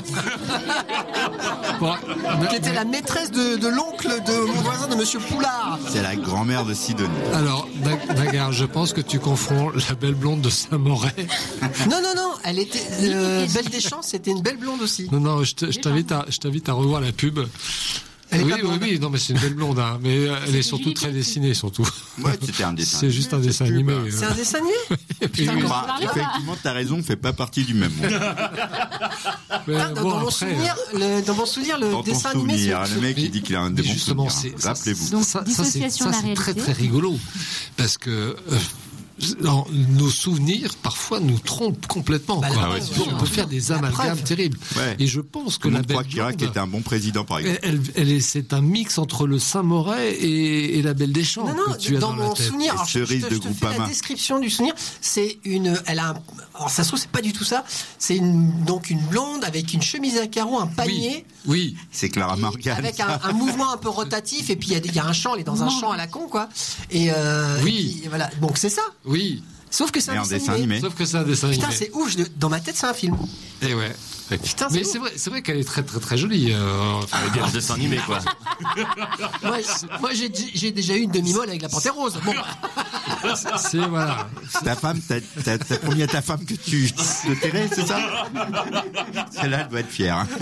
Qui était la maîtresse de l'oncle de mon voisin, de Monsieur Poulard. C'est la grand-mère de Sidonie. Alors, Nagar, je pense que tu confonds la belle blonde de Saint-Moret. Non, elle était Belle des Champs, c'était une belle blonde aussi. Non, je t'invite à revoir la pub. Oui, non, mais c'est une belle blonde, hein, mais elle est surtout très dessinée, surtout. Ouais, c'était un dessin. C'est juste un dessin animé. C'est un dessin animé. Effectivement, t'as raison, fait pas partie du même monde. Dans mon souvenir, le dessin animé, le mec il dit qu'il a un démon souvenir. Rappelez-vous. Donc, ça dissociation de la c'est très réalité. très rigolo parce que nos souvenirs parfois nous trompent complètement. On peut faire des amalgames terribles. Ouais. Et je pense que la belle blonde, Chirac était un bon président, par exemple. c'est un mix entre le Saint-Moret et la Belle des Champs. Non, dans mon souvenir, alors, je te fais la description du souvenir. C'est alors ça se trouve c'est pas du tout ça. C'est donc une blonde avec une chemise à carreaux, un panier. Oui. C'est Clara Morgan. Avec un mouvement un peu rotatif et puis il y a un champ, elle est dans un champ à la con quoi. Et puis, voilà, donc c'est ça. Oui. Sauf que c'est un dessin animé. Sauf que c'est un dessin animé. Putain, c'est ouf. Dans ma tête, c'est un film. Et ouais. Putain, mais c'est vrai qu'elle est très très très jolie. Un dessin animé quoi. Moi j'ai déjà eu une demi-molle avec la Panthère Rose. Bon. C'est voilà. Ta femme, t'as promis à ta femme que tu te tairais, c'est ça? Celle-là, elle doit être fière. Hein.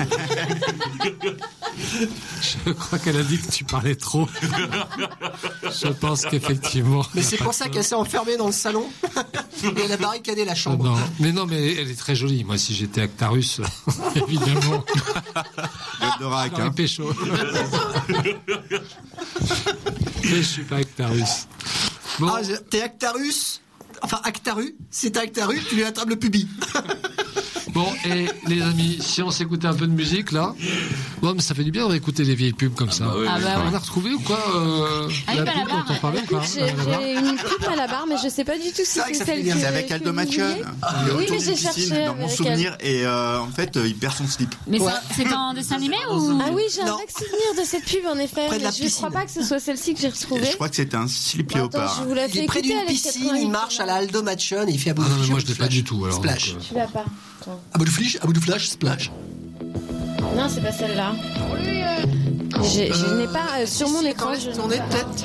Je crois qu'elle a dit que tu parlais trop. Je pense qu'effectivement. Mais c'est pour ça qu'elle s'est enfermée dans le salon et elle a barricadé la chambre. Non, mais elle est très jolie. Moi, si j'étais Actarus, évidemment. Goldorak, hein. Pécho. Mais je suis pas Actarus. Bon. Ah, t'es Actarus. Enfin, Actaru, c'est Actaru, tu lui attrapes le pubis. Bon, et les amis, si on s'écoutait un peu de musique, là, bon, mais ça fait du bien d'écouter les vieilles pubs comme ça. On a retrouvé ou quoi la pub dont on parlait ou pas? J'ai une pub à la barre, mais je sais pas du tout si c'est celle que... C'est avec Aldo Machon. Oui, mais j'ai cherché. Dans mon souvenir, et en fait, il perd son slip. Mais c'est en dessin animé ou... Ah oui, j'ai un vague souvenir de cette pub, en effet. Mais je crois pas que ce soit celle-ci que j'ai retrouvée. Je crois que c'était un slip léopard. Je vous la fais il est près d'une piscine, il marche à la Aldo Machon et il fait à bout de flash. Moi, je l'ai pas du tout. Alors, Splash. Tu l'as pas. À bout de flash, splash. Non, c'est pas celle-là. Je n'ai pas sur mon écran. On est peut-être.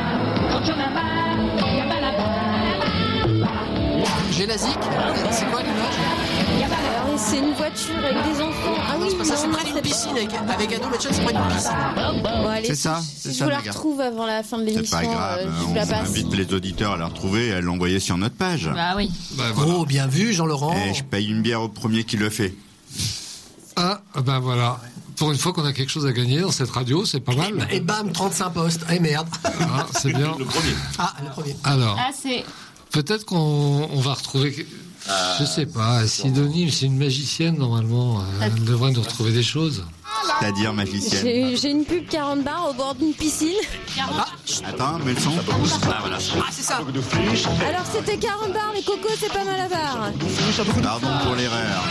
J'ai la zik. C'est quoi l'image? Alors, c'est une voiture avec des enfants. Ah oui, c'est près d'une piscine avec Aldo Machon, c'est près d'une piscine. Bon, allez, c'est ça. Si je vous la retrouve avant la fin de l'émission, c'est pas grave. je vous la passe. On invite les auditeurs à la retrouver et à l'envoyer sur notre page. Bah oui. Voilà. Oh, bien vu, Jean-Laurent. Et je paye une bière au premier qui le fait. Ah, ben voilà. Pour une fois qu'on a quelque chose à gagner dans cette radio, c'est pas mal. Et bam, 35 postes. Eh merde. Ah, c'est bien. Le premier. Ah, le premier. Alors, c'est... peut-être qu'on va retrouver... Je sais pas, Sidonie, c'est une magicienne normalement. Elle devrait nous retrouver des choses. C'est-à-dire magicienne. J'ai une pub 40 bars au bord d'une piscine. Attends, mais le son. Ah, c'est ça. Alors c'était 40 bars, les cocos, c'est pas mal à barre. Pardon pour l'erreur.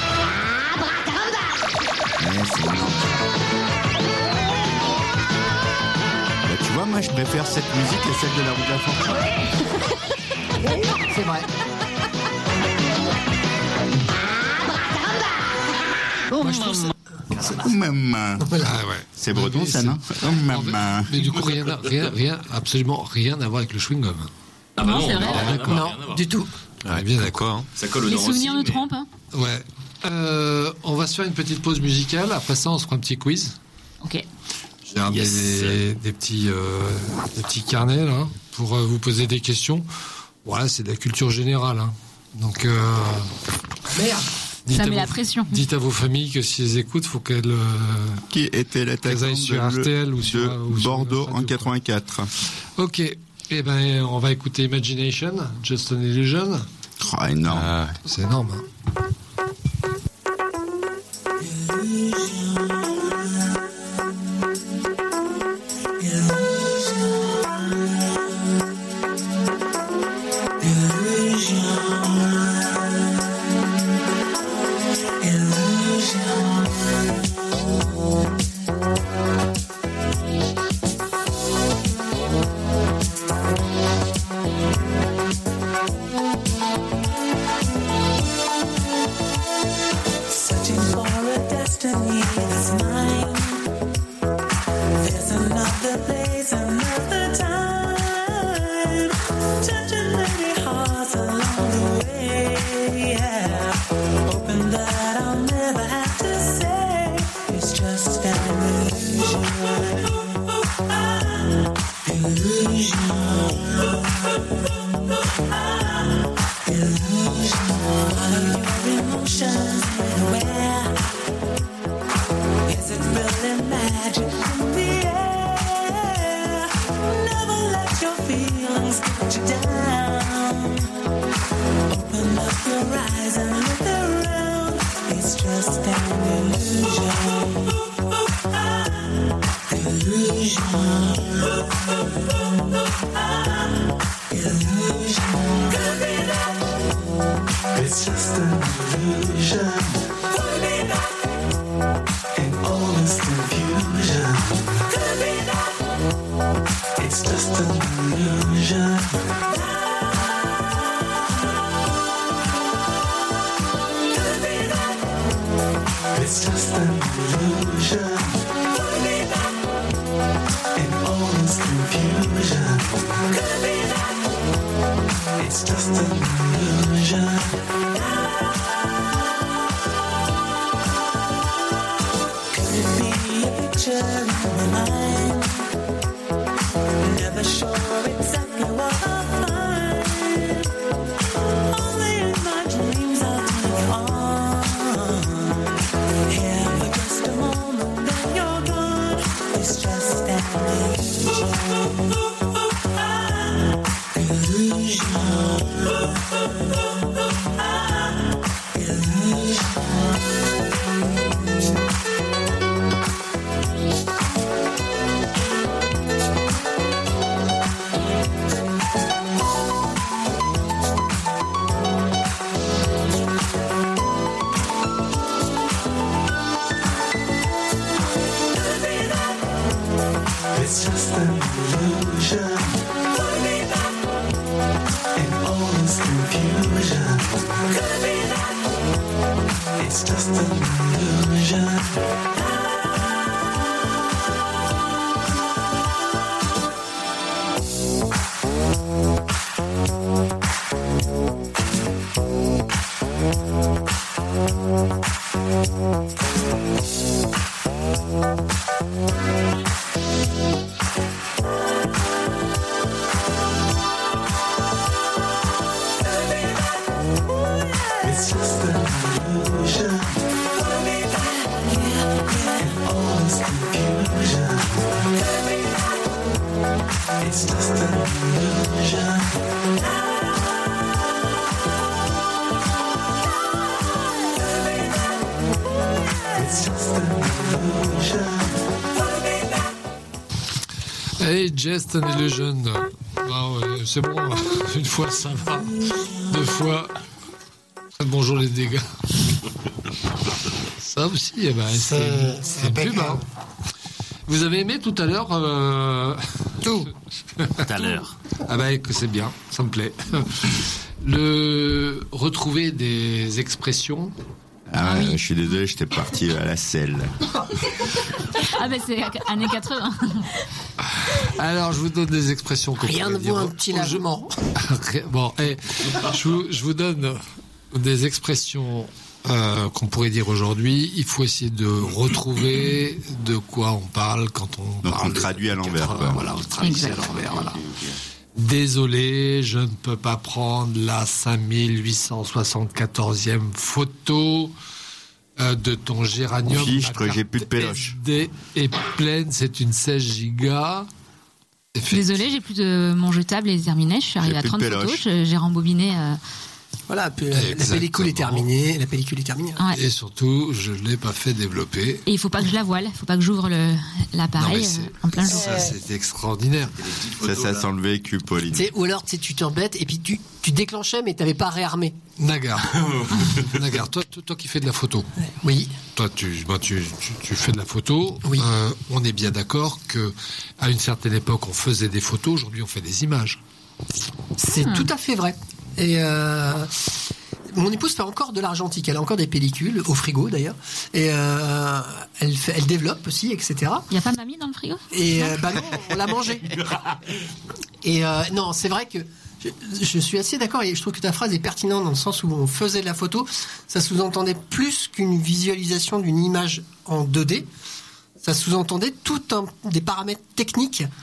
Tu vois, moi je préfère cette musique à celle de la roue de la fortune. C'est vrai. Moi, je trouve ça... C'est breton, ça, non? Mais du coup, absolument rien à voir avec le chewing-gum. Ah bah non, c'est vrai. D'accord. Non, du tout. Ouais, bien d'accord. Hein. Ça colle Les dedans souvenirs aussi, nous trompent. Hein. Ouais. On va se faire une petite pause musicale. Après ça, on se fera un petit quiz. Ok. J'ai des petits carnets là pour vous poser des questions. Voilà, c'est de la culture générale. Hein. Donc. Merde. Ça met la pression. Dites à vos familles que si elles écoutent, faut qu'elles. Qui était l'attaquant sur RTL ou sur Bordeaux en 84. Ok. Eh ben, on va écouter Imagination, Just an Illusion. Oh, énorme. C'est énorme. Hein. Is it really magic in the air? Never let your feelings get you down. Open up your eyes and look around. It's just an illusion. It's just an illusion. In all this confusion. It's just an illusion. It's just an illusion. In all this confusion. It's just an illusion. Could it be a picture in my mind? Never sure exactly what I'll find. Only in my dreams I'll take you on. Here for just a moment, then you're gone. It's just an illusion. It's just an illusion. In all this confusion. It's just an illusion. It's just an illusion. In all this confusion. It's just an illusion. It's just an illusion. Hey, just an illusion. Non, c'est bon, une fois ça va, deux fois. Bonjour les dégâts. Ça aussi, eh ben, c'est une pub. Hein. Vous avez aimé tout à l'heure Tout à l'heure. Ah ben, que c'est bien, ça me plaît. Retrouver des expressions. Ah ouais, je suis désolé, j'étais parti à la selle. Ah ben c'est années 80. Alors, je vous donne des expressions. Rien ne vaut un petit lavement. Bon, je vous donne des expressions qu'on pourrait dire aujourd'hui. Il faut essayer de retrouver de quoi on parle quand on Donc parle. on traduit à l'envers. Voilà, on traduit à l'envers. Voilà. Désolé, je ne peux pas prendre la 5874e photo de ton géranium. Fichtre, j'ai plus de péloche. SD est pleine, c'est une 16 gigas. Désolé, j'ai plus de mon jetable est terminé. Je suis arrivée à 30 photos. J'ai rembobiné. Voilà, la pellicule est terminée. Ouais. Et surtout, je ne l'ai pas fait développer. Et il faut pas que je la voile, il faut pas que j'ouvre l'appareil en plein jour. Ça, c'est extraordinaire. Ça sent le véhicule, Pauline. Ou alors tu t'embêtes et puis tu déclenchais mais tu n'avais pas réarmé. Nagar, toi qui fais de la photo. Oui. Toi, tu fais de la photo. Oui. On est bien d'accord que à une certaine époque, on faisait des photos. Aujourd'hui, on fait des images. C'est tout à fait vrai. Et mon épouse fait encore de l'argentique. Elle a encore des pellicules, au frigo d'ailleurs. Et elle développe aussi, etc. Il n'y a pas mamie dans le frigo ? Et non, on l'a mangé. Et non, c'est vrai que je suis assez d'accord et je trouve que ta phrase est pertinente dans le sens où on faisait de la photo. Ça sous-entendait plus qu'une visualisation d'une image en 2D. Ça sous-entendait des paramètres techniques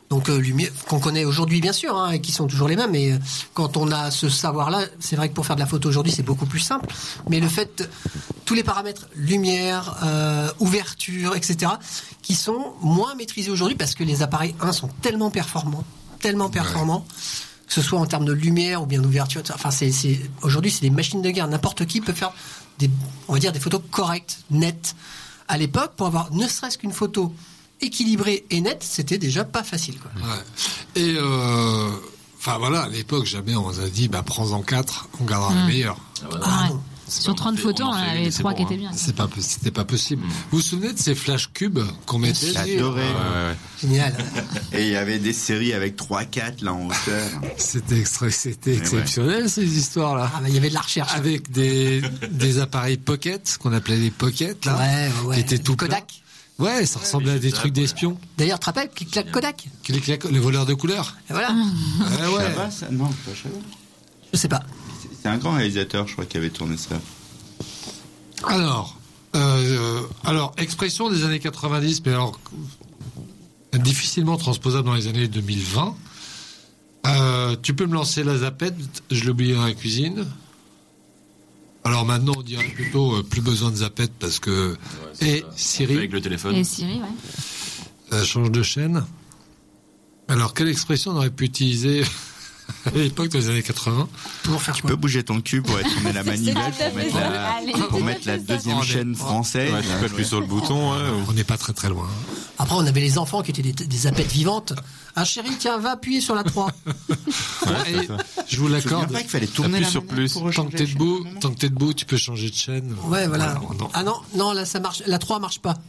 Donc lumière qu'on connaît aujourd'hui bien sûr, et qui sont toujours les mêmes. Mais quand on a ce savoir-là, c'est vrai que pour faire de la photo aujourd'hui, c'est beaucoup plus simple. Mais le fait, tous les paramètres, lumière, ouverture, etc., qui sont moins maîtrisés aujourd'hui parce que les appareils sont tellement performants, que ce soit en termes de lumière ou bien d'ouverture. Enfin, aujourd'hui, c'est des machines de guerre. N'importe qui peut faire on va dire des photos correctes, nettes. À l'époque, pour avoir ne serait-ce qu'une photo équilibrée et nette, c'était déjà pas facile, quoi. Ouais. Et à l'époque, jamais on nous a dit, prends-en 4, on gardera les meilleurs. Non. Sur 30 photos, on avait 3 qui étaient bien. C'était pas possible. Vous vous souvenez de ces flash cubes qu'on mettait? J'adorais. Ouais. Génial. Et il y avait des séries avec 3-4 là en hauteur. C'était exceptionnel, ces histoires-là. Il y avait de la recherche. Avec des appareils pocket, qu'on appelait les pockets, là. Ouais. Qui étaient tout Kodak. Plein. Ouais, ça ressemblait à des trucs d'espions. D'ailleurs, tu te rappelles, Clic-Clac Kodak? Les voleurs de couleurs. Et voilà. Chabat, ça? Non, pas Chabat. Je sais pas. C'est un grand réalisateur, je crois, qui avait tourné ça. Alors, expression des années 90, mais alors difficilement transposable dans les années 2020. Tu peux me lancer la zapette, je l'ai oublié dans la cuisine. Alors maintenant, on dirait plutôt plus besoin de zapette parce que... Et Siri. Avec le téléphone. Et Siri, change de chaîne. Alors, quelle expression on aurait pu utiliser à l'époque des années 80 pour faire tu peux bouger ton cul pour être tourné la manivelle pour mettre la deuxième chaîne française. Ouais, tu peux appuyer sur le bouton. On n'est pas très très loin. Après, on avait les enfants qui étaient des zapettes vivantes. Chéri, tiens, va appuyer sur la 3. Je vous l'accorde. Je ne pas qu'il fallait tourner sur plus. Tant que t'es debout, tu peux changer de chaîne. Ouais, voilà. Non, là, ça marche. La 3 marche pas.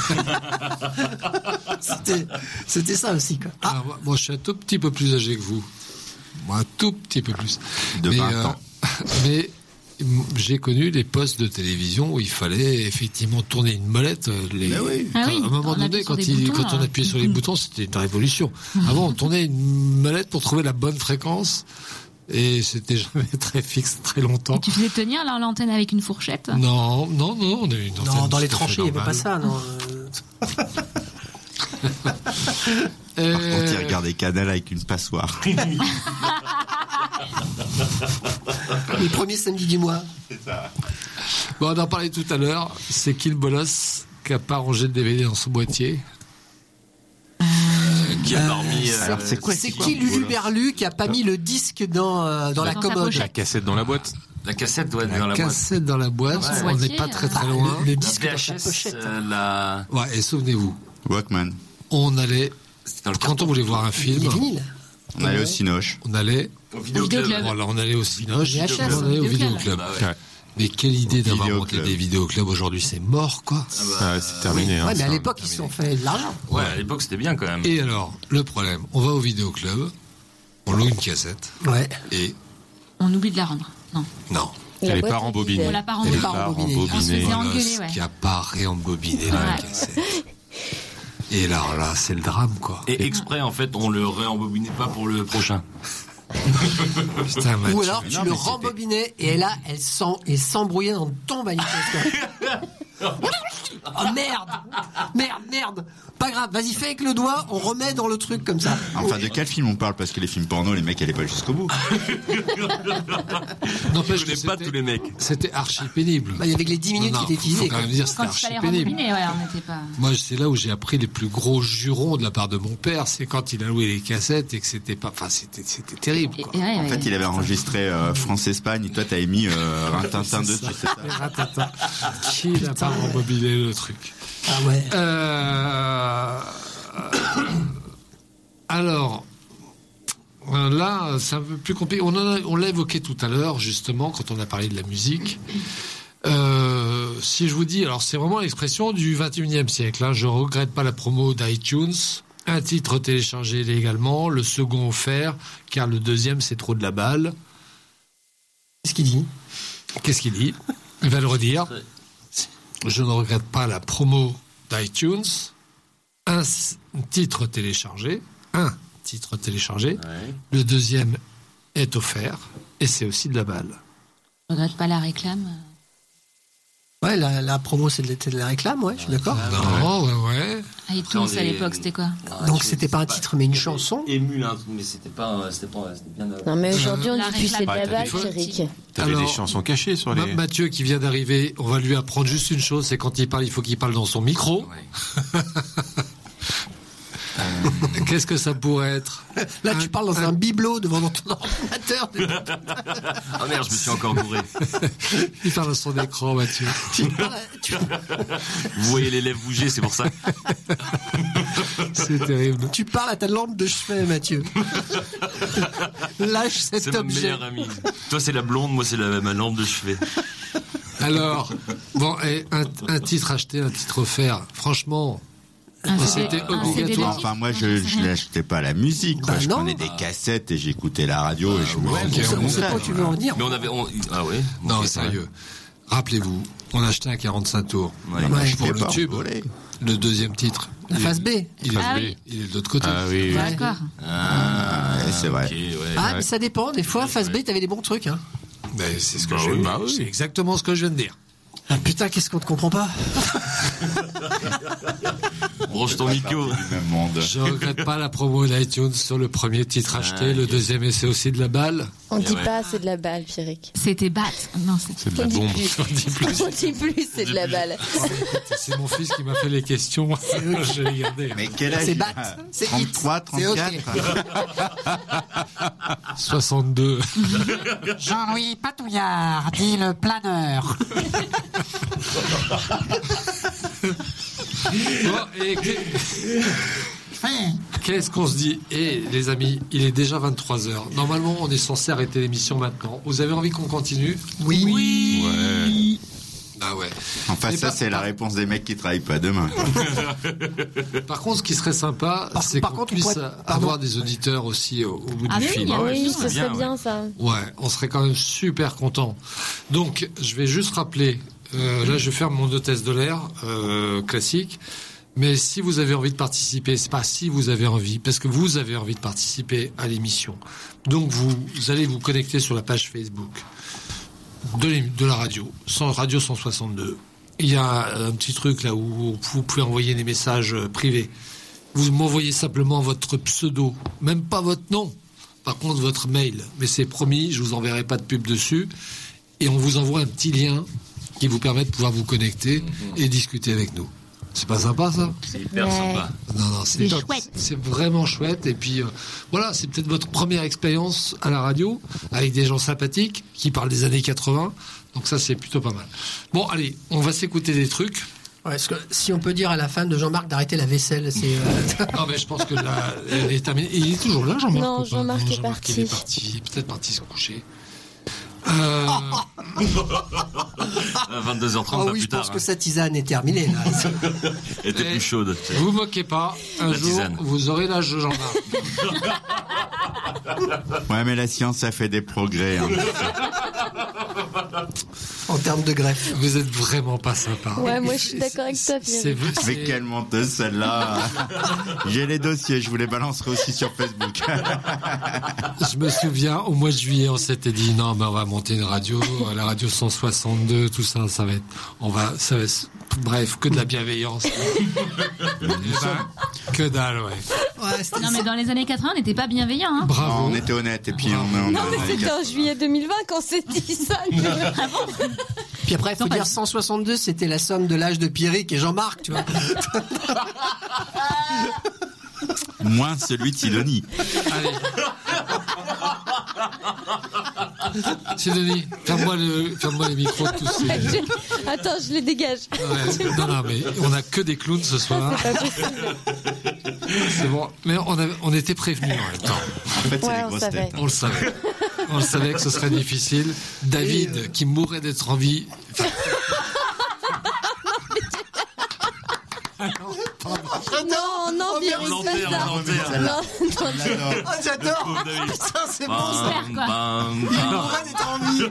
C'était ça aussi, quoi. Alors, moi, je suis un tout petit peu plus âgé que vous. Moi, un tout petit peu plus. De 20 ans. Mais j'ai connu les postes de télévision où il fallait effectivement tourner une molette. À un moment donné, quand on appuyait sur les boutons, c'était une révolution. Avant, on tournait une molette pour trouver la bonne fréquence. Et c'était jamais très fixe, très longtemps. Et tu faisais tenir l'antenne avec une fourchette? Non, on a eu une antenne. Non, dans les tranchées, il n'y avait pas ça, non. Par contre, il regardait Canal avec une passoire. Les premiers samedis du mois. C'est ça. Bon, on en parlait tout à l'heure. C'est qui le bolos qui a pas rangé le DVD dans son boîtier? Qui a dormi. C'est qui Lulu Berlu qui a pas mis le disque dans la commode? La cassette dans la boîte. La cassette doit être dans la boîte. La cassette dans la boîte. Ouais. On n'est pas très très loin. Le disque la dans sa VHS, pochette. Ouais, et souvenez-vous. Walkman. On allait, quand on voulait voir un film, on allait au Cinoche. On allait au vidéoclub. Voilà, on allait au Cinoche, on allait au vidéoclub. Mais quelle idée d'avoir monté des vidéoclubs aujourd'hui, c'est mort, quoi. C'est terminé. Ouais, mais à l'époque, ils se sont fait de l'argent. Ouais, à l'époque, c'était bien quand même. Et alors, le problème, on va au vidéoclub, on loue une cassette. Ouais. Et on oublie de la rendre. Non. Elle n'est pas rembobinée. On l'a pas rembobinée. On se faisait engueuler, ouais. Qui a pas réembobiné la cassette. Et là, c'est le drame, quoi. Et exprès, en fait, on le réembobinait pas pour le prochain. Putain, ou alors tu le rembobinais et là, elle s'embrouillait dans ton magnétoscope. Oh merde. Pas grave, vas-y, fais avec le doigt, on remet dans le truc comme ça. Enfin, de quel film on parle? Parce que les films porno, les mecs allaient pas jusqu'au bout. N'empêche que pas tous les mecs. C'était archi pénible. Il y avait que les 10 minutes qui étaient utilisées. Faut quand même dire c'était archi pénible. On n'était pas... Moi, c'est là où j'ai appris les plus gros jurons de la part de mon père. C'est quand il a loué les cassettes et que c'était pas. Enfin, c'était terrible, quoi. En fait, il avait enregistré France-Espagne et toi, t'as émis Rintintin 2, c'est ça. Rintintin. Qui n'a pas rembobiné le truc? Ah ouais. Alors, là, c'est un peu plus compliqué. On l'a évoqué tout à l'heure, justement, quand on a parlé de la musique. Si je vous dis, alors c'est vraiment l'expression du 21e siècle. Hein, je regrette pas la promo d'iTunes. Un titre téléchargé légalement, le second offert, car le deuxième, c'est trop de la balle. Qu'est-ce qu'il dit? Il va le redire. Je ne regrette pas la promo d'iTunes. Un titre téléchargé. Ouais. Le deuxième est offert. Et c'est aussi de la balle. Je ne regrette pas la réclame. Ouais, la promo, c'était de la réclame, ouais, je suis d'accord. Non, ouais. iTunes à l'époque, c'était quoi? Donc c'était pas un titre mais une chanson. Ému, mais c'était bien. Non mais aujourd'hui on dit plus c'est de la balle, Eric. T'avais des chansons cachées sur les. Mathieu qui vient d'arriver, on va lui apprendre juste une chose, c'est quand il parle, il faut qu'il parle dans son micro. Ouais. Qu'est-ce que ça pourrait être? Là, tu parles dans un bibelot devant ton ordinateur. Ah merde, je me suis encore bourré. Il parle à son écran, Mathieu. Vous voyez les lèvres bouger, c'est pour ça. C'est terrible. Tu parles à ta lampe de chevet, Mathieu. Lâche cet objet. C'est ma meilleure amie. Toi, c'est la blonde, moi, c'est ma lampe de chevet. Alors, bon, un titre acheté, un titre offert. Franchement. C'était obligatoire. Enfin, moi, je n'achetais pas la musique. Quoi. Je prenais des cassettes et j'écoutais la radio et je me on sait pas tu veux en dire. Mais ah ouais. Non, sérieux. Rappelez-vous, on achetait un 45 tours. Pour le tube. Le deuxième titre. La phase B. Il est de l'autre côté. Ah oui. D'accord. C'est vrai. Mais ça dépend. Des fois, phase B, t'avais des bons trucs. Hein. Mais c'est ce que je viens de dire. C'est exactement ce que je viens de dire. Ah putain, qu'est-ce qu'on te comprend pas? Branche ton micro. Je regrette pas la promo d'iTunes sur le premier titre acheté. Le deuxième essai aussi de la balle. On dit pas c'est de la balle, Pierrick. C'était bat. Non, c'est de la bombe. On dit plus c'est de la balle. C'est mon fils qui m'a fait les questions. Je l'ai gardé. Mais quel âge? C'est bat. C'est 33, 34. 62. Jean-Louis Patouillard, dit le planeur. Bon, et qu'est-ce qu'on se dit? Les amis, il est déjà 23h. Normalement, on est censé arrêter l'émission maintenant. Vous avez envie qu'on continue? Oui. Ouais. Ah ouais. Enfin, c'est la réponse des mecs qui travaillent pas demain. Par contre, ce qui serait sympa, c'est qu'on puisse avoir des auditeurs aussi au bout du film. Oui, ce serait bien ça. Ouais, on serait quand même super contents. Donc, je vais juste rappeler, là je vais faire mon hôtesse de l'air classique, mais si vous avez envie de participer, c'est pas si vous avez envie, parce que vous avez envie de participer à l'émission. Donc vous allez vous connecter sur la page Facebook de la radio, Radio 162. Il y a un petit truc là où vous pouvez envoyer des messages privés. Vous m'envoyez simplement votre pseudo, même pas votre nom, par contre votre mail. Mais c'est promis, je vous enverrai pas de pub dessus. Et on vous envoie un petit lien qui vous permet de pouvoir vous connecter et discuter avec nous. C'est pas sympa ça? C'est hyper sympa. Non, c'est chouette. C'est vraiment chouette. Et puis voilà, c'est peut-être votre première expérience à la radio avec des gens sympathiques qui parlent des années 80. Donc ça, c'est plutôt pas mal. Bon, allez, on va s'écouter des trucs. Ouais, parce que si on peut dire à la femme de Jean-Marc d'arrêter la vaisselle, c'est. Non, mais je pense que là, elle est terminée. Il est toujours là, Jean-Marc? Non, Jean-Marc est parti. Il est parti. Peut-être parti se coucher. 22h30 oui, plus je tard. pense que sa tisane est terminée là. Elle était plus chaude. Vous moquez pas, un jour tisane. vous aurez l'âge de Jean-Marc. Ouais, mais la science a fait des progrès. Hein. En termes de greffe. Vous êtes vraiment pas sympa. Ouais, moi je suis d'accord avec toi, Pierre. Mais quelle menteuse celle-là. J'ai les dossiers, je vous les balancerai aussi sur Facebook. Je me souviens, au mois de juillet, on s'était dit non, mais on va monter une radio, la radio 162, tout ça, ça va être, bref, que de la bienveillance. Que dalle, ouais. Non, mais dans les années 80, on n'était pas bienveillants. Hein. Bravo. On était honnête et puis Non, mais c'était en juillet 2020 qu'on s'est dit ça. Puis après, il faut dire 162, c'était la somme de l'âge de Pierrick et Jean-Marc, tu vois. Moins celui de Sidonie. Allez. Sidonie, ferme-moi les micros tous ces... Attends, je les dégage. Ouais, non, mais on a que des clowns ce soir. C'est pas possible. C'est bon, mais on était prévenus en même temps. En fait, c'est les grosses têtes. On le savait. On le savait que ce serait difficile. David, qui mourrait d'être en vie. Non, Pierrick, pas ça. Non, j'adore. Putain, c'est bon ça. Il mourrait d'être en vie.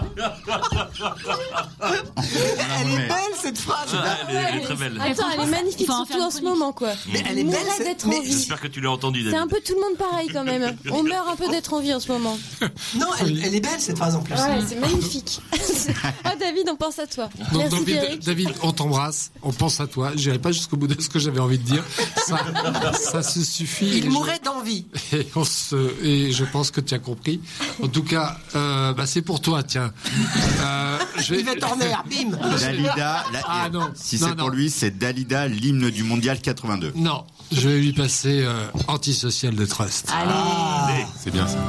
Elle est belle cette phrase. Elle est très belle. Attends, elle est magnifique, surtout en ce moment, quoi. Mais elle est belle d'être en vie. J'espère que tu l'as entendu, David. C'est un peu tout le monde pareil quand même. On meurt un peu d'être en vie en ce moment. Non, elle est belle cette phrase en plus. Ouais, c'est magnifique. Ah, David, on pense à toi. Donc, Merci, Pierrick. David, on t'embrasse, on pense à toi. J'irai pas jusqu'au bout de ce que j'avais envie de dire. dire. Ça se suffit. Il mourait d'envie. Et je pense que tu as compris. En tout cas, c'est pour toi, tiens. Yves Horner, bim. Dalida. Non. Si c'est pour lui, c'est Dalida, l'hymne du mondial 82. Non, je vais lui passer Antisocial de Trust. Allez. C'est bien ça.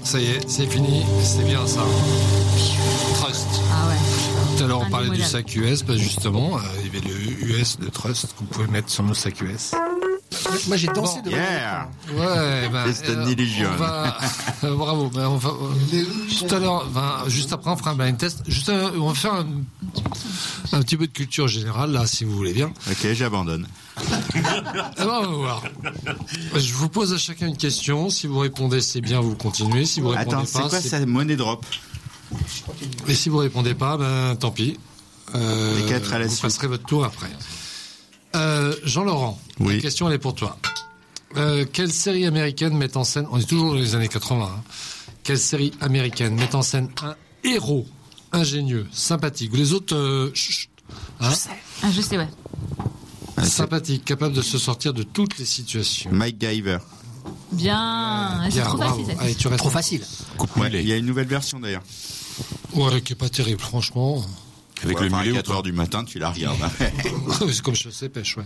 Ça y est, c'est fini. C'est bien ça. Trust. Ah ouais. Tout à l'heure, on parlait du Indémodable. sac US. Bah justement, il y avait le US de Trust que vous pouvez mettre sur nos sacs US. Moi, j'ai dansé devant. Yeah. Ouais, ben. C'est une illusion. Bravo. Ben, on va, tout à l'heure, juste après, on fera un blind test. On va faire un petit peu de culture générale, là, si vous voulez bien. Ok, j'abandonne. Alors, on va voir. Je vous pose à chacun une question. Si vous répondez, c'est bien, vous continuez. Si vous répondez Attends, pas, c'est quoi ça, money drop? Et si vous répondez pas, ben, tant pis. Les 4 à la vous suite. passerez votre tour après. Jean-Laurent, Oui. la question elle est pour toi. Quelle série américaine met en scène, on est toujours dans les années 80, hein, quelle série américaine met en scène un héros ingénieux, sympathique, les autres, hein, Je sais, ouais. sympathique, capable de se sortir de toutes les situations. Mike Giver. Bien. C'est Bien, trop bravo. facile, ça. Allez, tu restes. Trop facile. Ouais, il y a une nouvelle version d'ailleurs. Ouais, qui est pas terrible, franchement. Avec Ouais, le enfin, à mulet ou 4 heures du matin, tu la regardes. C'est comme chasse et pêche, ouais.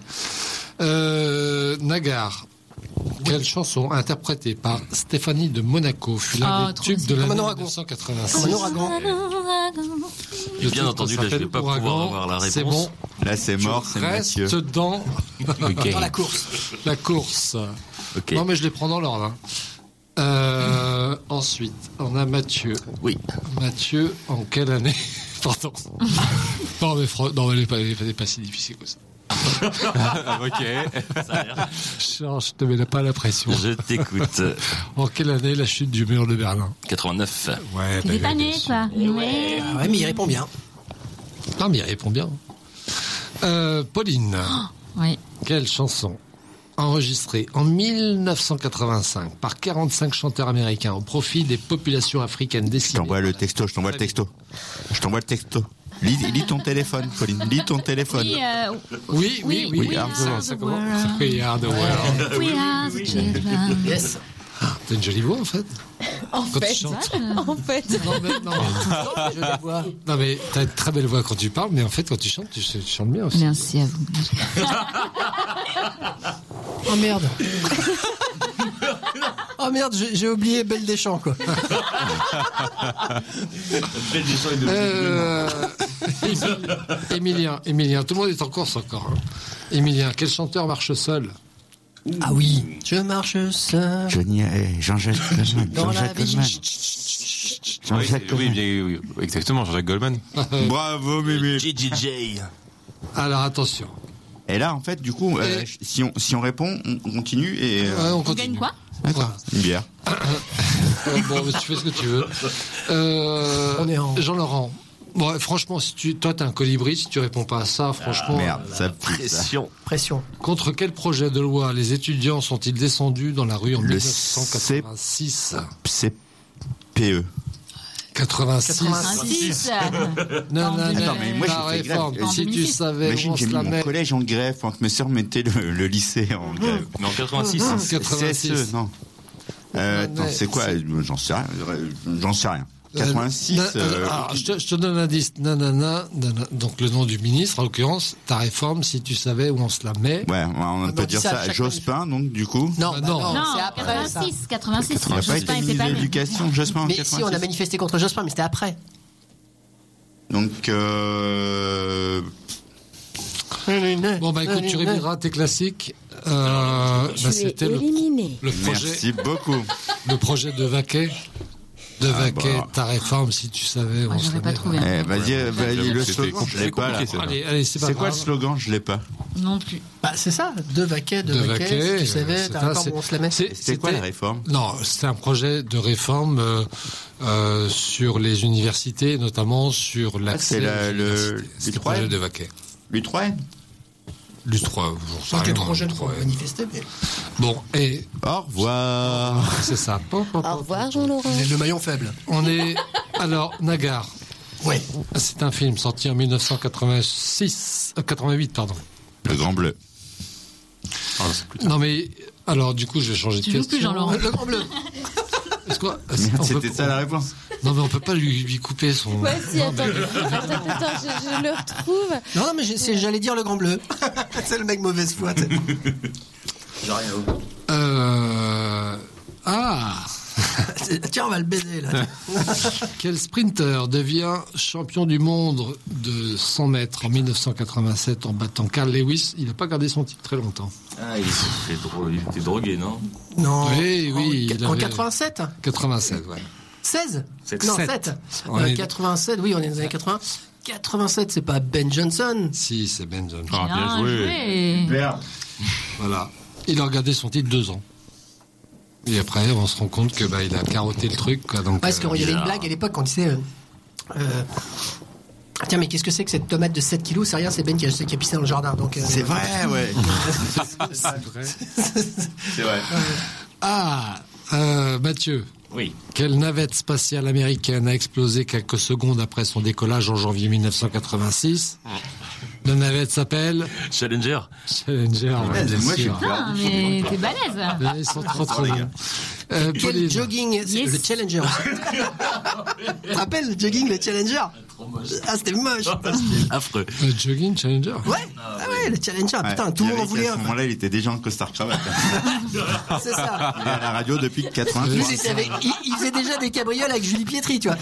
Nagar. Quelle chanson interprétée par Stéphanie de Monaco fut l'un des trop tubes de facile. l'année Comme un ouragan. 1986? Un ouragan. Le Bien titre entendu, là, je s'appelle vais pas Ouragan. pouvoir avoir la réponse. C'est bon. Là, c'est mort, c'est Reste Mathieu. dans Dans la course. la course. Ok. Non, mais je les prends dans l'ordre. Hein. Ensuite, on a Mathieu. Oui. Mathieu, en quelle année? Pardon. Non, mais elle n'est pas si difficile que ça. Ok. Je te mets pas la pression. Je t'écoute. En quelle année la chute du mur de Berlin? 89. Ouais, T'es pas né, toi. Ouais. Ah ouais, mais il répond bien. Non, mais il répond bien. Pauline, Oui. quelle chanson enregistrée en 1985 par 45 chanteurs américains au profit des populations africaines Je décimées? t'envoie le texto. Je t'envoie le texto. Lis ton téléphone, Pauline. Lis ton téléphone. Oui. We are Ça the commence. world. We are the world. We are the children. Yes. T'as une jolie voix, en fait. En Quand tu fait, chantes. en fait. Je la vois. Non, mais t'as une très belle voix quand tu parles, mais en fait, quand tu chantes, tu chantes bien aussi. Merci à vous. Oh merde. Oh merde, j'ai oublié Belle Deschamps, quoi. Emilien, tout le monde est en course encore. Hein. Emilien, quel chanteur marche seul? Ah oui. Je marche seul. Jean-Jacques Goldman. Dans la vie. Oui, exactement, Jean-Jacques Goldman. Bravo, Mimi. JJJ. Alors, attention. Et là, en fait, du coup, si on répond, on continue et. On On continue. gagne quoi? Voilà. Une bière. Bon, tu fais ce que tu veux. On est en. Jean-Laurent. Bon, franchement, toi, t'as un colibri, si tu réponds pas à ça, franchement. Merde, ça pue, ça. Pression. Pression. Contre quel projet de loi les étudiants sont-ils descendus dans la rue en Le 1986? CPE. 86. 86. Non, Attends, mais moi, la j'ai fait grève. réforme. En Si tu 2006. savais où Imagine, on j'ai se mis la mon met. collège en grève pendant que mes sœurs mettaient le lycée en grève. Mais en 86. 86. CSE, non. Attends, c'est quoi? J'en sais rien. 86. Je te donne un indice. Nanana, donc le nom du ministre, en l'occurrence, ta réforme, si tu savais où on se la met. Ouais, on peut on dire dit ça à ça. chaque Jospin, donc, du coup. Non, non. Non, c'est après ça. 86. Il n'y a pas été Jospin était ministre pas de né. l'éducation, Jospin en Mais 86. si, on a manifesté contre Jospin, mais c'était après. Donc, Bon, bah écoute, tu réviseras tes classiques. C'était éliminé. le projet. merci beaucoup. Le projet de Vaquet. Ta réforme, si tu savais. Ouais, j'aurais pas trouvé. Vas-y, le C'était slogan, je l'ai pas là. compliqué, ça. Allez, c'est pas C'est quoi le grave. slogan? Je l'ai pas. Non plus. Bah, c'est ça. De Vaquet, De Vaquet, si tu savais, c'est t'as ça, encore où on se la met. C'était quoi la réforme? Non, c'était un projet de réforme sur les universités, notamment sur l'accès c'est aux universités. le C'était le 3N. projet de Vaquet. L'U3N? L'U3, Je pense que trop jeune pour manifester, mais. Bon, et Au revoir. c'est ça. Au revoir, Jean-Laurent. Le maillon faible. On est. Alors, Nagar. Oui. C'est un film sorti en 88, pardon. Le Grand Bleu. Non, mais. Alors, du coup, je vais changer de Tu joues question. plus, Jean-Laurent. Le grand bleu. Est-ce qu'on- C'était ça la réponse. Non, mais on peut pas lui couper son. Ouais, si, attends, je le retrouve. Non, mais j'allais dire le grand bleu. C'est le mec mauvaise foi. t'sais. Ah Tiens, on va le baiser, là. Quel sprinter devient champion du monde de 100 mètres en 1987 en battant Carl Lewis? Il n'a pas gardé son titre très longtemps. Ah, il était drogué, non? Non. Oui. En 87? 87, ouais. 16? 7. Non, 7. 87, oui, on est dans les années 80. 87, c'est pas Ben Johnson? Si, c'est Ben Johnson. Ah, bien joué. Voilà. Il a regardé son titre 2 ans. Et après, on se rend compte que il a carotté le truc. Quoi, donc, parce qu'il y avait une blague à l'époque quand on disait tiens, mais qu'est-ce que c'est que cette tomate de 7 kilos? C'est rien, c'est Ben qui a pissé dans le jardin. Donc, c'est vrai, ouais. C'est vrai. Mathieu. Oui. Quelle navette spatiale américaine a explosé quelques secondes après son décollage en janvier 1986? La navette s'appelle Challenger. Challenger, ouais, bien sûr. Ah, mais t'es balèze. Ils sont trop bons. Quel jogging? Le Challenger. Tu te rappelles le jogging, le Challenger? Ah, c'était moche. Affreux. Le jogging Challenger? Ouais. Ah ouais, le Challenger. Putain, tout le monde en voulait un. À ce moment-là, il était déjà en costard cravate. C'est ça. Il est à la radio depuis 83. Il faisait déjà des cabrioles avec Julie Pietri, tu vois.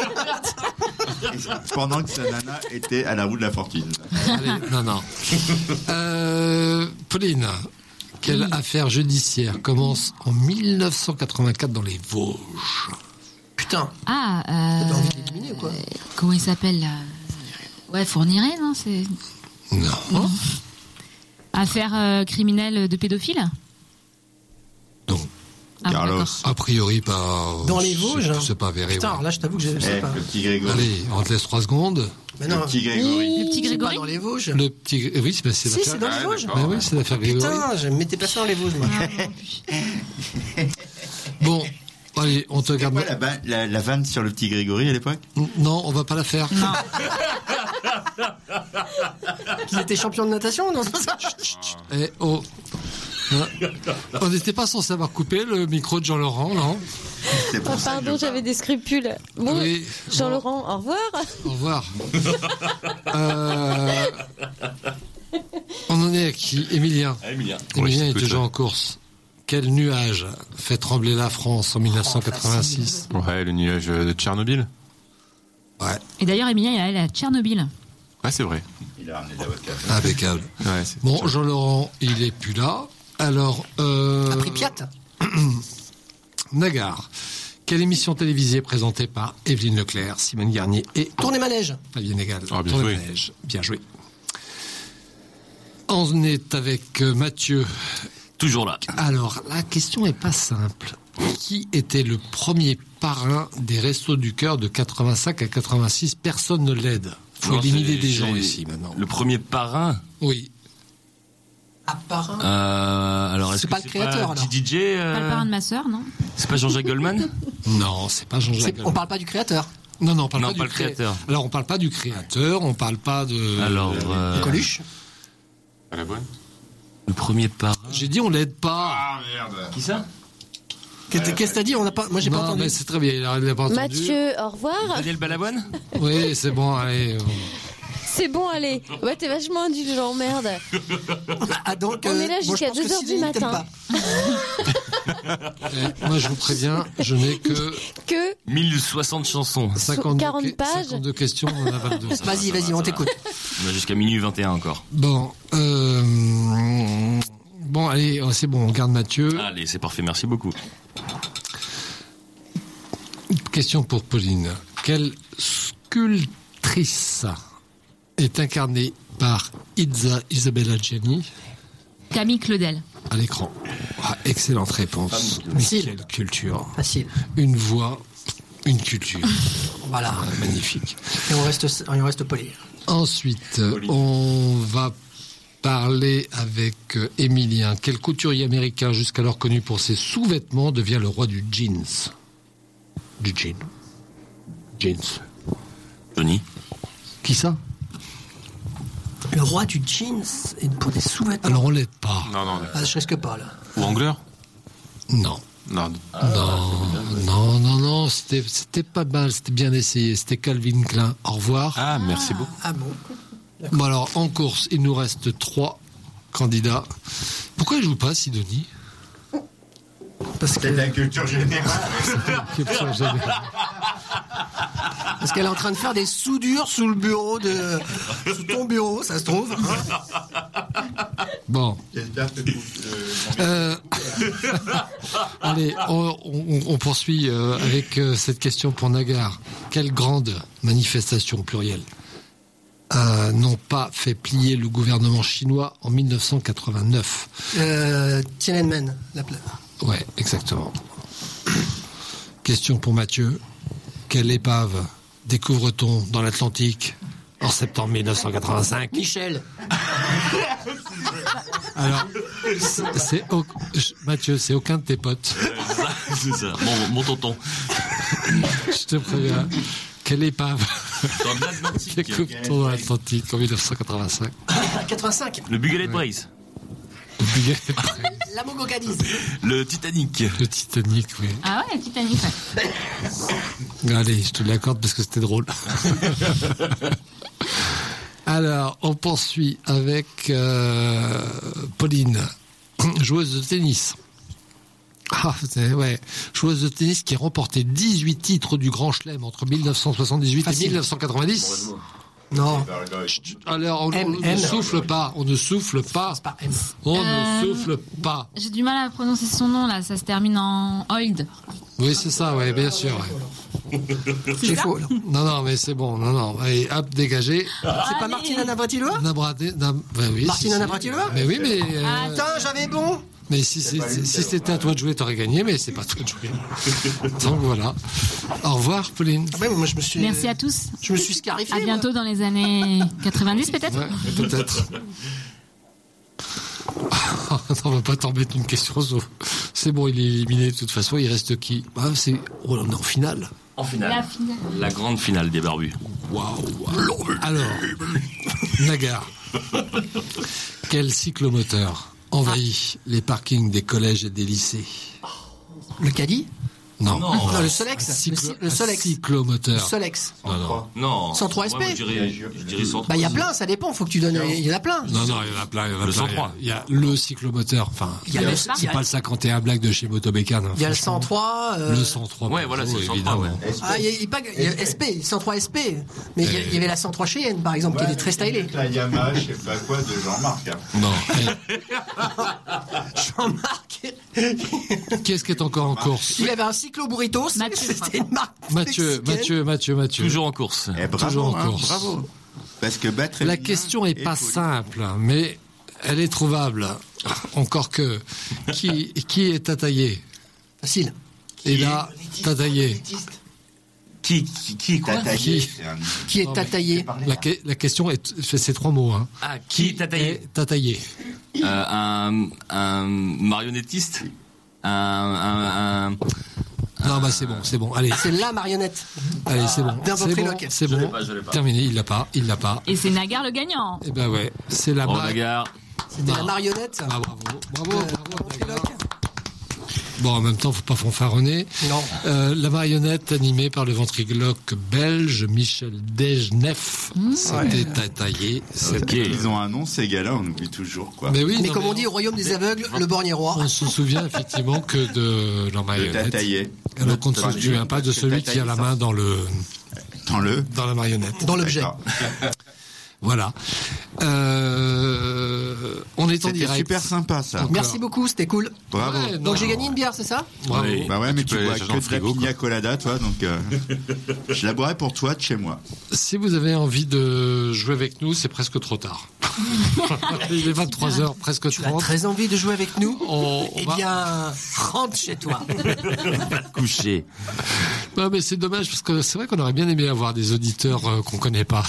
Pendant que sa nana était à la roue de la fortune. Allez, non. Pauline, quelle affaire judiciaire commence en 1984 dans les Vosges? Putain. Ah, t'as envie de l'éliminer ou quoi? Comment il s'appelle là? Ouais, Fourniret, non? C'est... Non. Affaire criminelle de pédophile? Non. Ah, Carlos. A priori, pas. Dans les Vosges? C'est pas avéré. Putain, alors là, je t'avoue que je sais pas. Le petit Grégory. Allez, on te laisse 3 secondes. Mais non. Le petit Grégory. Le petit C'est pas Grégory? dans les Vosges? Le petit. Oui, c'est Si, l'affaire. c'est dans les Vosges. Oui, c'est l'affaire Grégory. Putain, je m'étais pas ça dans les Vosges, moi. Bon, allez, on te garde. C'est quoi la vanne sur le petit Grégory à l'époque? Non, on va pas la faire. Non. Qu'il était champion de natation, non? C'est pas ça? Eh, oh. On n'était pas censé avoir coupé le micro de Jean-Laurent, non? Oh, pardon, j'avais des scrupules. Bon, Oui, Jean-Laurent, au revoir. Au revoir. On en est à qui? Emilien. Emilien. Emilien est toujours en course. Quel nuage fait trembler la France en 1986? Ouais, le nuage de Tchernobyl. Ouais. Et d'ailleurs, Emilien, il est allé à Tchernobyl. Ouais, c'est vrai. Il a ramené de la vodka. Impeccable. Ouais, Bon, Jean-Laurent, il est plus là. Alors, Après Piat. Nagar. Quelle émission télévisée présentée par Evelyne Leclerc, Simone Garnier et Tournez manège. Fabien Négal? Ah, bien Tournez joué. manège. Bien joué. On est avec Mathieu. Toujours là. Alors, la question est pas simple. Qui était le premier parrain des Restos du Cœur de 85 à 86? Personne ne l'aide. Faut Non, éliminer c'est- des gens c'est ici maintenant. Le premier parrain. Oui. Parrain. Alors, est-ce C'est que pas le créateur, alors. DJ Pas le parrain de ma sœur, non? C'est pas Jean-Jacques Goldman? Non, c'est pas Jean-Jacques. On parle pas du créateur. Non, on parle Non, pas du pas le créateur. Alors, on parle pas du créateur, on parle pas de. Alors, Coluche. À la bonne. le premier parrain. J'ai dit on l'aide pas. Ah merde. Qui ça? Qu'est-ce que t'as dit? On n'a pas. Moi, j'ai pas Non, entendu. mais c'est très bien, il a pas entendu. Mathieu, au revoir. Daniel Balavoine? Oui, c'est bon, allez. C'est bon, allez. Ouais, t'es vachement indulgent, merde. Ah, donc, On est là bon, je jusqu'à pense que 2 heures Sylvie du t'aime matin. Eh, moi, je vous préviens, je n'ai que Que 1060 chansons. 40 pages. 52 questions, on en a 22. Vas-y, on t'écoute. On a jusqu'à minuit 21 encore. Bon, bon, allez, oh, c'est bon, on garde Mathieu. Allez, c'est parfait, merci beaucoup. Question pour Pauline. Quelle sculptrice est incarnée par Isabella Gianni Camille Claudel. à l'écran? Ah, excellente réponse. Mais Facile. quelle culture. Facile. Une voix, une culture. Voilà. Ah, magnifique. Et on reste poli. Ensuite, on va parler avec Emilien. Quel couturier américain, jusqu'alors connu pour ses sous-vêtements, devient le roi du jeans? Du jean. Jeans. Johnny? Qui ça? Le roi du jeans et pour des sous-vêtements. Alors on l'aide pas. Non, non. Ah, je risque pas, là. Ou Angler? Non. Non. Non, c'était pas mal, c'était bien essayé. C'était Calvin Klein. Au revoir. Ah, merci beaucoup. Ah bon? Bon alors, en course, il nous reste 3 candidats. Pourquoi il joue pas, Sidonie? Parce que c'est de la culture générale. Culture générale. Parce qu'elle est en train de faire des soudures sous le bureau sous ton bureau, ça se trouve. Bon. Allez, on poursuit avec cette question pour Nagar. Quelle grande manifestation plurielle n'ont pas fait plier le gouvernement chinois en 1989 Tiananmen, la plaine. Ouais, exactement. Question pour Mathieu. Quelle épave découvre-t-on dans l'Atlantique en septembre 1985 ? Michel. Alors, Mathieu, c'est aucun de tes potes. C'est ça, mon tonton. Je te préviens. Quelle épave découvre-t-on dans l'Atlantique en 1985 85. Le Bugalet de Brace. La Mogo Cadiz. Le Titanic. Le Titanic, oui. Ah ouais, Titanic. Allez, je te l'accorde parce que c'était drôle. Alors, on poursuit avec Pauline, joueuse de tennis. Joueuse de tennis qui a remporté 18 titres du Grand Chelem entre 1978 et 1990. Non. Alors, on ne souffle pas. On ne souffle pas. On ne souffle pas. J'ai du mal à prononcer son nom, là. Ça se termine en Old. Oui, c'est ça, ouais, bien sûr. Ouais. C'est faux, là. Non, mais c'est bon. Non. Allez, hop, dégagez. C'est pas Martina Navratilova oui, Martina Navratilova Mais oui, mais... Attends, j'avais bon. Mais si c'était à toi de jouer, t'aurais gagné, mais c'est pas à toi de jouer. Donc voilà. Au revoir, Pauline. Moi, je me suis... Merci à tous. Je me suis scarifié. À bientôt dans les années 90, peut-être. Ouais, peut-être. On va pas t'embêter une question. C'est bon, il est éliminé de toute façon. Il reste qui ? On est en finale. En finale. La finale. La grande finale des barbus. Waouh. Alors, Nagar. Quel cyclomoteur envahit les parkings des collèges et des lycées? Le caddie? Non. Le Solex. Le Solex. Cyclomoteur. Le Solex. Non. 103 SP. Moi, je dirais 103. Il y a plein, ça dépend. Faut que tu donnes. Il y en a plein. Non, il y en a plein. Le 103. Il y a le cyclomoteur. Enfin, c'est pas le 51 Black de chez Motobécane. Il y a le 103. Le 103. Ouais, voilà, c'est le 103. Évidemment. Il y a SP, 103 SP. Mais il y avait la 103 Cheyenne, par exemple, qui était très stylée. La Yamaha, je sais pas quoi, de Jean-Marc. Non. Jean-Marc. Qu'est-ce qui est encore en course? Il avait un cyclo burritos. C'était une marque. Mathieu. Toujours en course. Bravo, toujours en course. Bravo. Parce que battre la question est pas simple, mais elle est trouvable. Encore que. Qui est Tataillé? Facile. Et là, Tataillé. Qui quoi? Qui est Tataillé? La question c'est 3 mots. Hein. Qui est Tataillé? Tataillé. Un marionnettiste. Non, c'est bon. Allez. C'est la marionnette. Allez, c'est bon. C'est bon. Je l'ai pas. Terminé. Il l'a pas. Et c'est Nagar le gagnant. Eh ben ouais. C'est la Nagar. C'était la marionnette. Bravo. Bon, en même temps, faut pas fanfaronner. Non. La marionnette animée par le ventriloque belge Michel Desgeneff. C'était Tataillé. Ils ont un nom, ces gars-là, on oublie toujours, quoi. Mais oui. Mais comme on dit au royaume des aveugles, le borgne est roi. On se souvient effectivement que de leur marionnette. Tataillé. Alors qu'on ne se souvient pas de celui qui a la main dans la marionnette. Dans l'objet. Voilà. On est en direct. C'était super sympa, ça. Merci beaucoup, c'était cool. Bravo. Ouais, donc j'ai gagné une bière, c'est ça? Bravo. Bah ouais, mais tu bois que de la pina colada, toi, donc je la boirai pour toi de chez moi. Si vous avez envie de jouer avec nous, c'est presque trop tard. Il est 23h, presque 30. Tu as très envie de jouer avec nous? Bien, rentre chez toi. Coucher. Non, mais c'est dommage, parce que c'est vrai qu'on aurait bien aimé avoir des auditeurs qu'on connaît pas.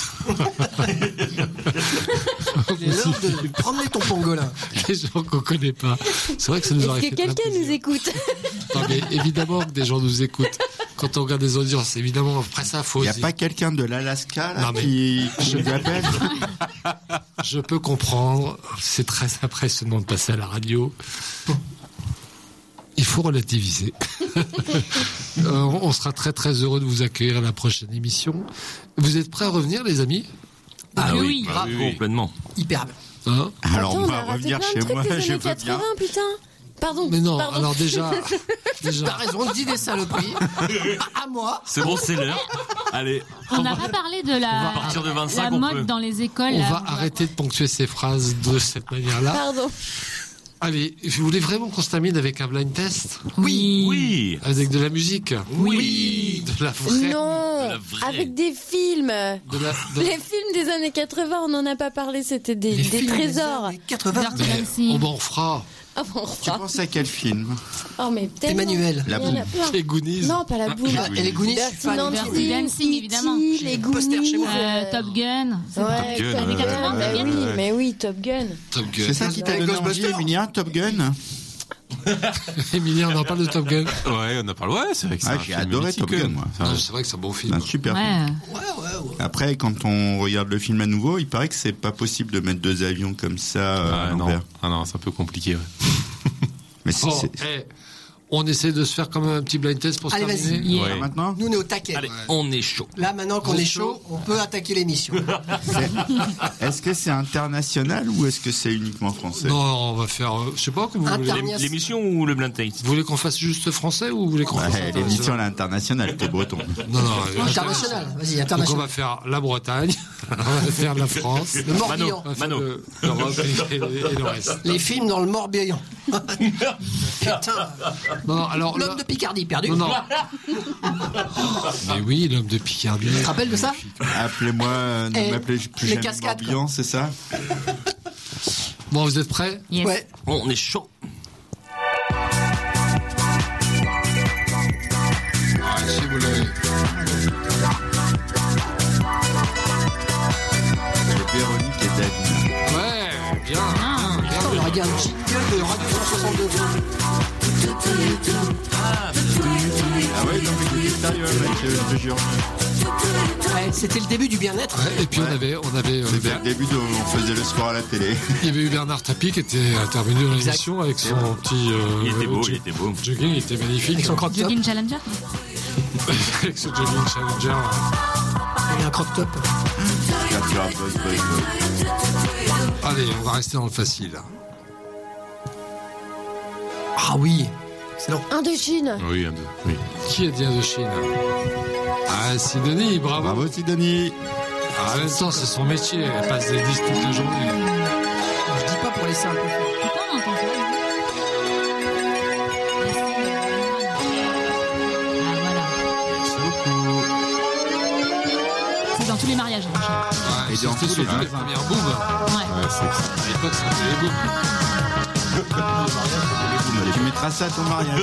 Il est l'heure de promener ton pangolin. Les gens qu'on connaît pas. C'est vrai que ça nous aurait fait. Est-ce que quelqu'un nous écoute? Non, mais évidemment que des gens nous écoutent. Quand on regarde des audiences, évidemment, après ça, faut. Il n'y a pas quelqu'un de l'Alaska là, qui vous appelle? Je peux comprendre. C'est très impressionnant de passer à la radio. Il faut relativiser. On sera très très heureux de vous accueillir à la prochaine émission. Vous êtes prêts à revenir, les amis? Oui, complètement. Hyper. Alors Attends, on va revenir chez moi, je veux bien. Putain. Pardon. Mais non, pardon. alors déjà. T'as raison, dis des saloperies. À moi. C'est bon, c'est l'heure. Allez. On n'a pas parlé de On va partir de 25, la on mode peut. dans les écoles. On là. va arrêter de ponctuer ces phrases de cette manière-là. Pardon. Allez, je voulais vraiment qu'on se termine avec un blind test. Oui. Avec de la musique. Oui. De la vraie. Non. la vraie. Avec des films. De Les films des années 80, on n'en a pas parlé, c'était des trésors. 80. On en fera. Ah bon, Tu penses à quel film? Oh, mais tellement. Emmanuel. La Il y en a boum. plein. Les Goonies. Non, pas la boum. Et les Goonies, je suis fan. Dirty Dancing, évidemment. Les poster chez Goonies. moi. Top Gun. Ouais, Top Gun, Top ouais, Gun. ouais, Mais ouais, oui, ouais. mais oui, Top Gun. Top Gun. C'est ça qui t'a donné envie, Emilien, Top Gun? Emilien, on en parle de Top Gun. Ouais, on en parle. Ouais, c'est vrai que c'est Ah, un j'ai film adoré mythique, Top Gun, moi. Non, c'est vrai que c'est un bon film. Un super film. Ouais. Après, quand on regarde le film à nouveau, il paraît que c'est pas possible de mettre deux avions comme ça à Ah, non. l'envers. Ah non, c'est un peu compliqué. Ouais. Mais c'est, Oh, c'est- on essaie de se faire comme un petit blind test pour se Allez, terminer. vas-y. Ouais. maintenant? Nous, on est au taquet. Allez, on est chaud. Là, maintenant qu'on Vous est êtes chaud, on peut attaquer l'émission. Est-ce que c'est international ou est-ce que c'est uniquement français? Non, on va faire, je sais pas, comme vous voulez. Interna- L'émission ou le blind taste? Vous voulez qu'on fasse juste français ou vous voulez qu'on fasse Ouais, l'émission international elle est internationale, t'es breton. Non, non, International. Vas-y, Donc on international. va faire la Bretagne, on va faire la France, Le Morbihan. on va faire Mano. l'Europe et le reste. Les films dans le Morbihan. Putain. Non, alors L'homme là- de Picardie, perdu. Non, non. Mais oui, l'homme de Picardie. Tu te rappelles de ça? Appelez-moi, ne Et m'appelez plus les jamais cascades, Morbihan, c'est ça? Bon, vous êtes prêts? Yes. Ouais. On est chaud. Si vous l'avez. C'est Véronique et David. Ouais, bien. Putain, on aurait dit un jingle de Radio 162. Ah ouais, dans le sérieux, mec, je te jure. Ouais, c'était le début du bien-être. Ouais, et puis on avait C'était le début où on faisait le sport à la télé. il y avait eu Bernard Tapie qui était intervenu dans l'émission avec son petit. Il était beau, il était beau. Jogging, il était magnifique. Avec son crop top. Jogging Challenger. Avec ce jogging challenger. Et un crop top. Allez, on va rester dans le facile. Ah oui. Excellent. Indochine. Oui, un, deux. Oui. Qui a dit Indochine? Ah, Sidonie, bravo. Bravo, Sidonie. Ah, en même temps, c'est son métier. Elle passe des disques toute la journée. Je dis pas pour laisser un peu faire. Pourquoi on entend ça? Ah, voilà. C'est dans tous les mariages. Ouais, Et dans c'était tous sur les les deux. premières booms. Ouais. Ouais, c'est ça. À l'époque, c'était les booms. Tu mettras ça à ton mariage.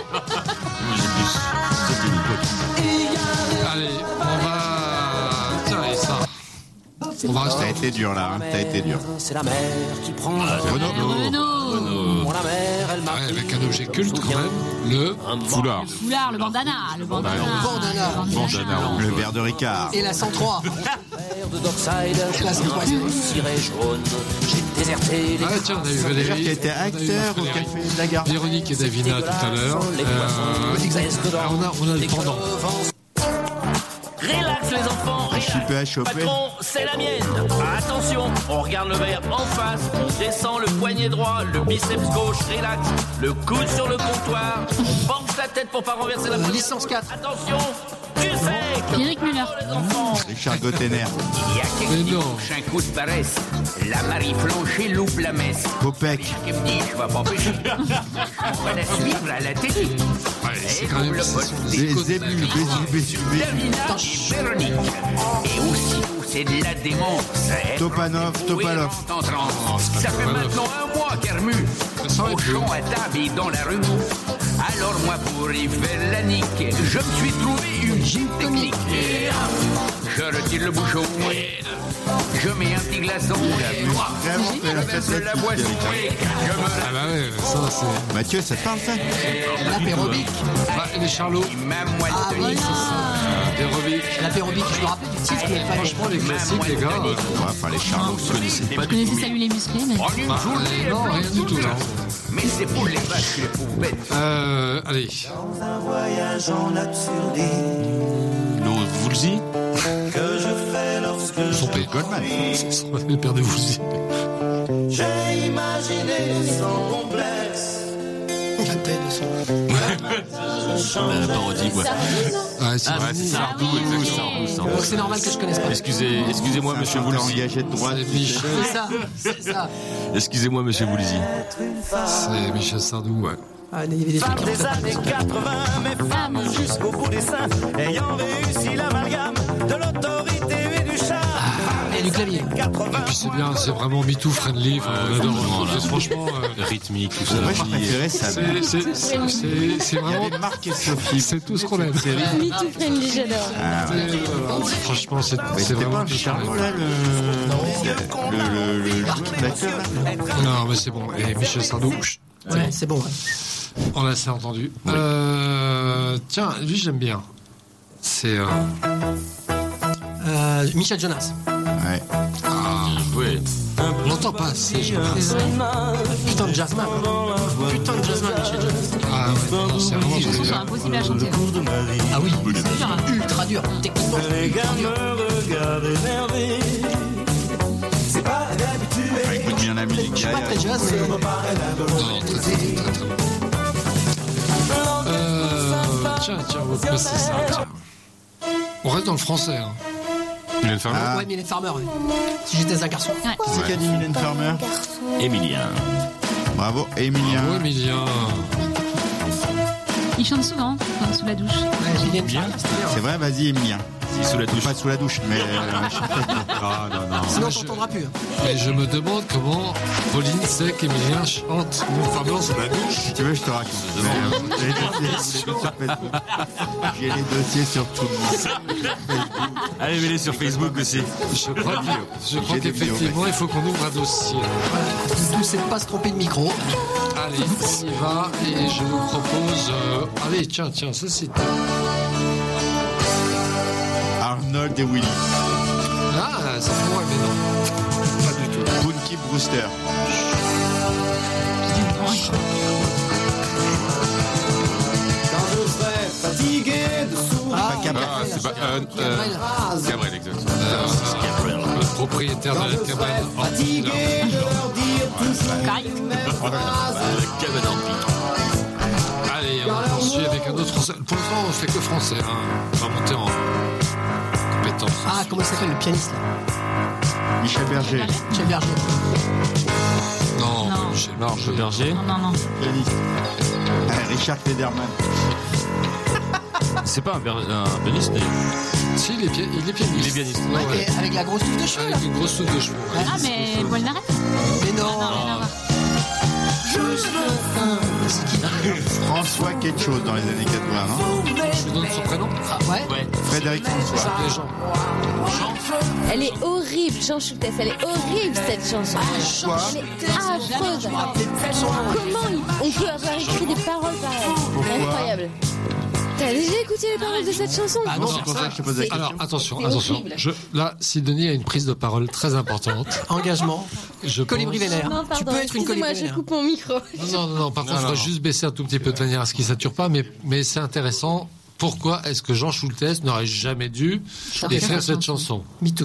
Allez, on va. Tiens, et ça. On va T'as rester. été dur là, hein. T'as été dur. C'est la mer qui prend Renaud. Mon la mer, elle m'a Ouais, avec un objet culte quand même. Le Foulard. Foulard, le bandana. Le bandana. Bandana. Le verre de Ricard. Et la 103. de Dockside. Là, c'est quoi, c'est- Ciré jaune. J'ai déserté les Ah tiens, on a eu Qui Valérie. était acteur au Café de la Gare. Véronique et Davina tout à l'heure. On a le pendant. Relax les enfants, Chipé à choper. patron, c'est la mienne. Attention, on regarde le verre en face, on descend le poignet droit, le biceps gauche, relax, le coude sur le comptoir, on penche la tête pour pas renverser la première. Licence 4. Attention, tu sais, Eric Muller. les enfants. Richard Gottener. Il y a quelques dimanches, un coup de paresse, la Marie Flancher loupe la messe. Popek. Qui me dit, je vais pas pêcher. On va la suivre à la télé. C'est quand même. Zébu, Davina et Véronique. Et aussi, c'est de la démence. Topanov, Topalov. Ça fait maintenant un mois qu'Hermu, au champ à table et dans la rue. Alors moi, pour y faire la nique, je me suis trouvé une gym technique. Je retire le bouchon, je mets un petit glaçon, Vraiment, je verse la boisson et je me Ah bah ouais, ça c'est. Mathieu, ça te parle ça? L'apérobic. Bah, les Charlots. ma moelle Ah tonique. voilà. Aérobic. L'apérobic, je me rappelle du titre, mais pas Franchement, les classiques, les gars. Ouais, enfin, les Charlots, vous connaissez pas Vous du connaissez tout. Salut les musclés, mais. En une journée, Non, rien du tout, là. mais c'est pour les vaches et les pauvres bêtes. Allez. Un voyage en absurdité Le Woolsey. que je fais lorsque Son père. Goldman. C'est le père de Woolsey. j'ai imaginé sans complexe fait de son. La parodie, quoi. Ouais, c'est Sardou, exactement. Donc c'est normal que je connaisse pas. Excusez-moi, monsieur Voulzy. Engagé de droite. C'est ça. Excusez-moi, monsieur Voulzy. C'est Michel Sardou, ouais. Ah, il y avait des trucs. Des années 80, mes femmes jusqu'au bout des seins, ayant réussi l'amalgame de l'autorité et du charme. Et du clavier. Et puis c'est bien, c'est vraiment MeToo friendly. On adore. Franchement, rythmique, tout ça. Moi, je préférais ça. c'est vraiment Marc et Sophie. C'est tout ce qu'on aime. MeToo friendly, j'adore. Franchement, c'est vraiment vraiment un charmant là, le l'acteur. Non, mais c'est bon. Et Michel Sardou. Ouais, c'est bon. On l'a assez entendu. Oui. Tiens, lui j'aime bien. C'est Michel Jonas. Ouais. Oui. On l'entend pas assez. Putain de jazzman. Putain de jazzman, Michel Jonas. Ah ouais, non, c'est vraiment C'est impossible à chanter. Ah oui, C'est dur, hein. ultra dur. Techniquement, Les gars me regardent énervé. C'est pas d'habitude. Écoute bien la musique. je suis pas très jazz, mais Non, très bon. Tiens, on va passer ça. Tiens. On reste dans le français. Hein. Mylène Farmer. Ouais, Mylène Farmer. Ouais. Si j'étais un garçon. Ouais. Qui c'est qui a dit Mylène Farmer? Emilien. Bravo, Emilien. Bravo, Emilien. Il chante souvent, sous la douche. Ouais, Mylène Farmer. C'est vrai, vas-y, Emilien. Si, sous la douche. Pas sous la douche, mais. non. Sinon, on t'entendra plus. Mais je me demande comment Pauline sait qu'Emilien chante Mylène Farmer sous la douche. Si tu veux, je te raconte. J'ai les dossiers sur tout le monde. Allez, mets-les sur Facebook aussi. Je crois qu'effectivement, il faut qu'on ouvre un dossier. Tout c'est de pas se tromper de micro. Allez, on y va. Et je vous propose... Allez, tiens, ça c'est... Arnold et Willy. Ah, ça pourrait, mais non. Pas du tout. Punky Brewster. Quand je serai fatigué de sourire. C'est pas Cabrel, exactement. Le propriétaire de la cabane. Fatigué de leur dire toujours les mêmes phrases. Allez, on poursuit avec un autre français. Pour l'instant, on fait que français. Hein. On va monter en compétence. Ah, comment il s'appelle le pianiste là? Michel Berger. Michel Berger. Non, Michel Berger. Non. Pianiste. Richard Federman. C'est pas un pianiste, d'ailleurs. Si, il est pianiste. Il est pianiste. Ouais. Avec la grosse touffe de cheveux là. Avec une grosse touffe de cheveux. Ouais. Ah, mais Paul Naref. Mais non. Rien à voir. François quelque chose dans les années 80, non? Je lui donne son prénom. Ouais. Frédéric François. Les gens. Elle est horrible, Jean Schultes. Elle est horrible cette chanson. Elle est affreuse. Comment on peut avoir écrit des paroles pareilles? Incroyable. T'as déjà écouté les paroles de cette chanson? Ah non, Non, c'est pour ça que je te posais la question. Alors, attention. Là, Sidonie a une prise de parole très importante. Engagement. Colibri vénère. Non, pardon, Tu peux être une colibri excusez-moi, je vénère. coupe mon micro. Non. Par contre, il faudrait juste baisser un tout petit peu de manière à ce qu'il ne sature pas. Mais c'est intéressant. Pourquoi est-ce que Jean Schultes n'aurait jamais dû écrire cette chanson? MeToo.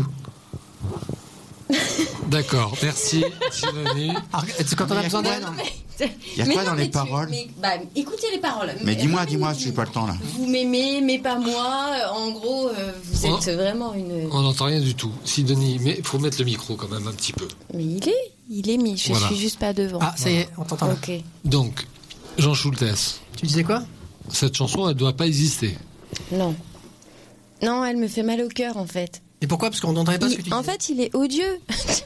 D'accord. Merci, Sidonie. C'est quand on a besoin d'elle. Il y a quoi dans les paroles? Écoutez les paroles. Mais dis-moi, je n'ai pas le temps là. Vous m'aimez, mais pas moi. En gros, vous êtes vraiment une. On n'entend rien du tout. Sidonie, mais il faut mettre le micro quand même un petit peu. Mais il est mis. Je suis juste pas devant. Ah, ça y est, on t'entend. Ok. Donc, Jean Schultes. Tu disais quoi? Cette chanson, elle ne doit pas exister. Non, elle me fait mal au cœur en fait. Et pourquoi? Parce qu'on n'entendait pas ce que tu disais. En fait, il est odieux.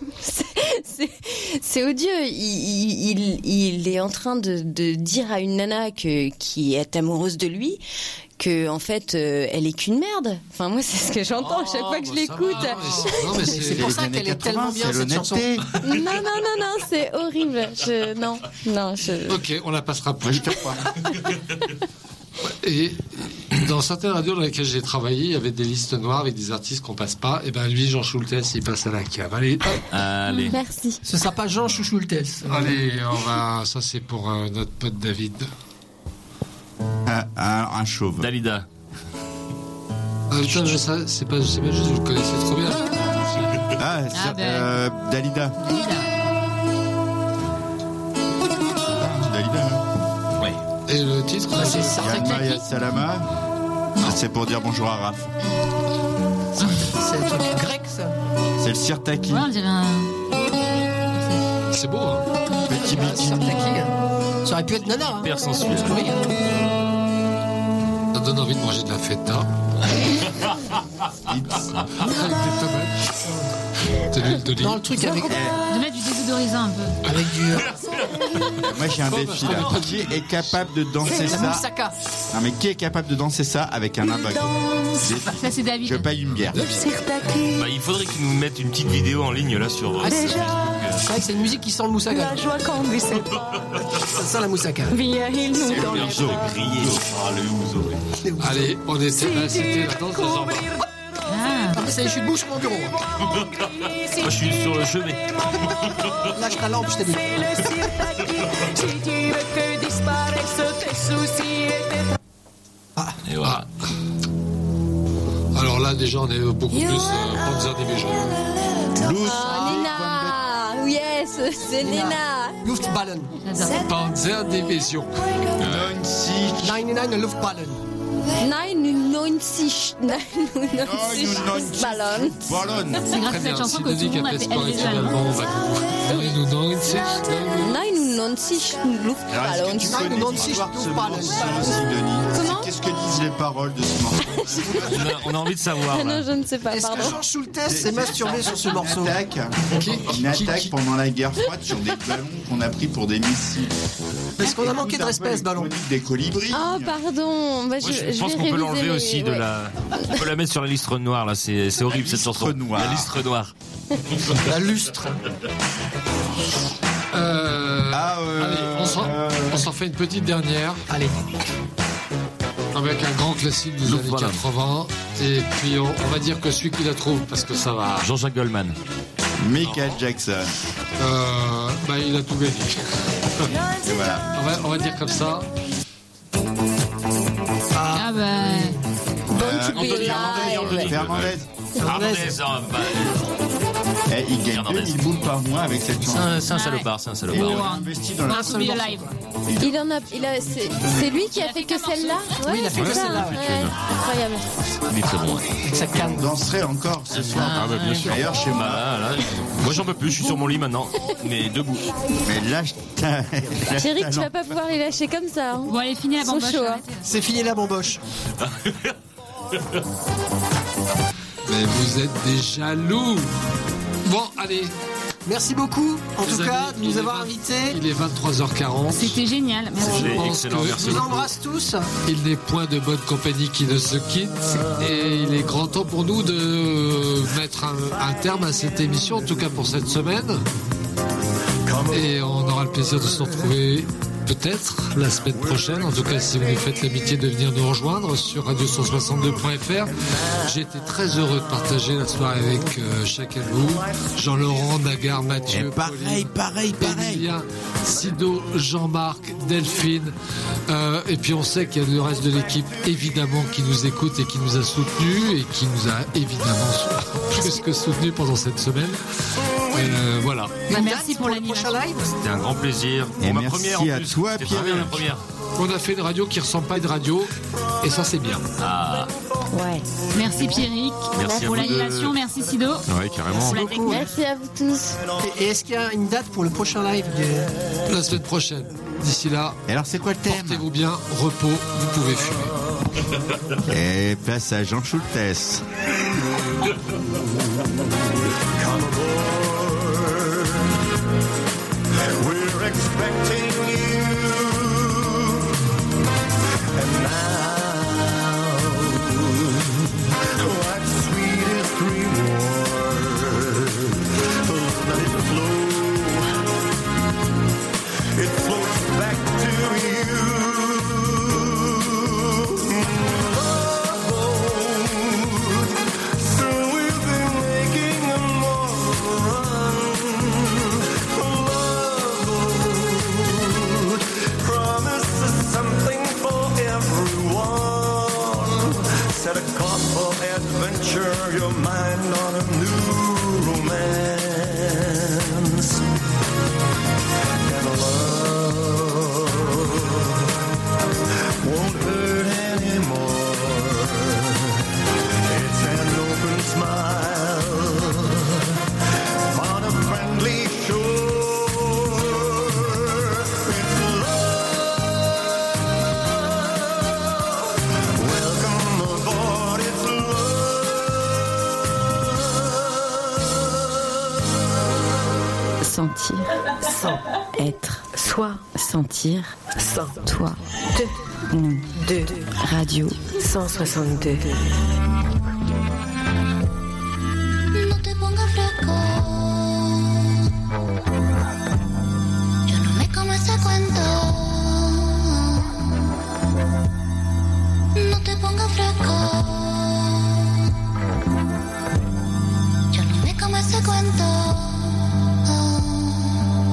c'est odieux. Il est en train de dire à une nana qui est amoureuse de lui que en fait elle est qu'une merde. Enfin moi c'est ce que j'entends à chaque fois que je l'écoute. Non mais c'est pour ça qu'elle est tellement bien cette chanson. Non, c'est horrible. Ok, on la passera plus. Je te crois. Et dans certaines radios dans lesquelles j'ai travaillé, il y avait des listes noires avec des artistes qu'on passe pas. Et ben lui, Jean Schultes, il passe à la cave. Allez. Merci. Ce sera pas Jean Schultes. Allez, on va. Ça c'est pour notre pote David. Un chauve. Dalida. Putain, c'est pas juste, vous le connaissez trop bien. Dalida. Et C'est ça. Maya Salama. C'est pour dire bonjour à Raph. C'est un truc grec, ça. C'est le sirtaki. Ouais, on dirait un. C'est beau, hein. Petit bikini. Ça aurait pu être Nana. Hein. Hyper sensuel. Oui. Ça donne envie de manger de la feta. Avec des tomates. De l'huile d'olive. Dans le truc avec. De mettre du désodorisant un peu. Avec du. Moi j'ai un défi là. Qui est capable de danser La ça moussaka. Non mais qui est capable de danser ça avec un abaco? Ça, c'est David. Je paye une bière. Bah, il faudrait qu'ils nous mettent une petite vidéo en ligne là sur Facebook. C'est vrai que c'est une musique qui sent le moussaka. La joie conduisait Ça sent la moussaka. via il nous dans les J'ai crié par le ouzo. Allez, on était là, c'était la danse des enfants. Après, ça y est, je suis debout sur mon bureau. Moi, je suis sur le chevet. Lâche ta lampe, je t'ai dit. Si tu veux que disparaissent tes soucis et tes Et voilà. Alors là, déjà, on est beaucoup plus Panzer Division. Nina. Yes, c'est Nina. Luftballon. Panzer Division. 99 Luftballon. 99 Ballon. Ballon. C'est grâce à cette chanson que tout le monde a fait Elle déjà. 99 Luftballon. Est-ce que tu connais l'histoire de ce morceau aussi, Denis? Comment? Qu'est-ce que disent les paroles de ce morceau? On a envie de savoir. Ah non, Là. je ne sais pas, Est-ce que pardon. Jean Schultes s'est masturbé sur ce morceau? Une attaque pendant la guerre froide sur des ballons qu'on a pris pour des missiles. Parce qu'on a manqué de respect, ce ballon. Des colibris. Oh, pardon. Bah, Moi, je vais pense qu'on peut réviser l'enlever les- aussi de ouais. la. On peut la mettre sur la liste noire là. C'est horrible cette chanson. noire. La liste noire. La lustre. Allez, on s'en fait une petite dernière. Allez. Avec un grand classique des années 80. Et puis, on va dire que celui qui la trouve, parce que ça va. Jean-Jacques Goldman. Michael Jackson. Il a tout gagné. Et voilà. On va dire comme ça. Ah bah. Fernandez. Fernandez. Il gagne 2000 boules par mois avec cette chanson. C'est un salopard, c'est un Il salopard. a investi dans la To be alive. C'est lui qui a fait que celle-là. Oui, il a fait que celle-là. Incroyable. Il est très bon. Avec sa canne. On danserait encore ce soir. Ah bah bien sûr. D'ailleurs, chez moi. Moi j'en peux plus, je suis sur mon lit maintenant, mais debout. Mais là, Thierry, tu vas pas pouvoir les lâcher comme ça. Hein. Bon, allez, fini la Ils sont bamboche. chauds, hein. arrêtez. C'est fini la bamboche. Mais vous êtes des jaloux. Bon, allez. Merci beaucoup, en Les tout amis, cas, de nous avoir invités. Il est 23h40. C'était génial. Merci. Je pense excellent, que merci. Je vous embrasse tous. il n'est point de bonne compagnie qui ne se quitte. Et il est grand temps pour nous de mettre un terme à cette émission, en tout cas pour cette semaine. Et on aura le plaisir de se retrouver peut-être la semaine prochaine. En tout cas, si vous nous faites l'amitié de venir nous rejoindre sur radio162.fr. J'ai été très heureux de partager la soirée avec chacun de vous. Jean-Laurent, Nagar, Mathieu, pareil. Emilien, Sido, Jean-Marc, Delphine. Et puis on sait qu'il y a le reste de l'équipe évidemment qui nous écoute et qui nous a soutenus et qui nous a évidemment plus que soutenus pendant cette semaine. Voilà. Bah, merci pour l'animation. C'était un grand plaisir. Et Pour ma merci première en à plus. toi, C'était Pierre. vraiment la première. On a fait une radio qui ressemble pas à une radio et ça c'est bien. Ah, Ouais. Merci Pierrick. Merci à pour vous l'animation. deux. Merci Sido. ouais, carrément. Pour la technique. Merci à vous tous. Et est-ce qu'il y a une date pour le prochain live La semaine prochaine. D'ici là, Et alors, c'est quoi le thème? portez-vous bien, repos, vous pouvez fumer. Et place à Jean Schultes. We're expecting you, and now, what sweetest reward? Let it flow. It flows back to you. So we've been making a promises something for everyone. Set a course for adventure, your mind on a new romance. And love won't sentir, sans être, soi, sentir, sans toi, te, nous, de, radio 162. No te pongas fresco. Yo no me como ese cuento. No te pongas fresco. Yo no me como ese cuento.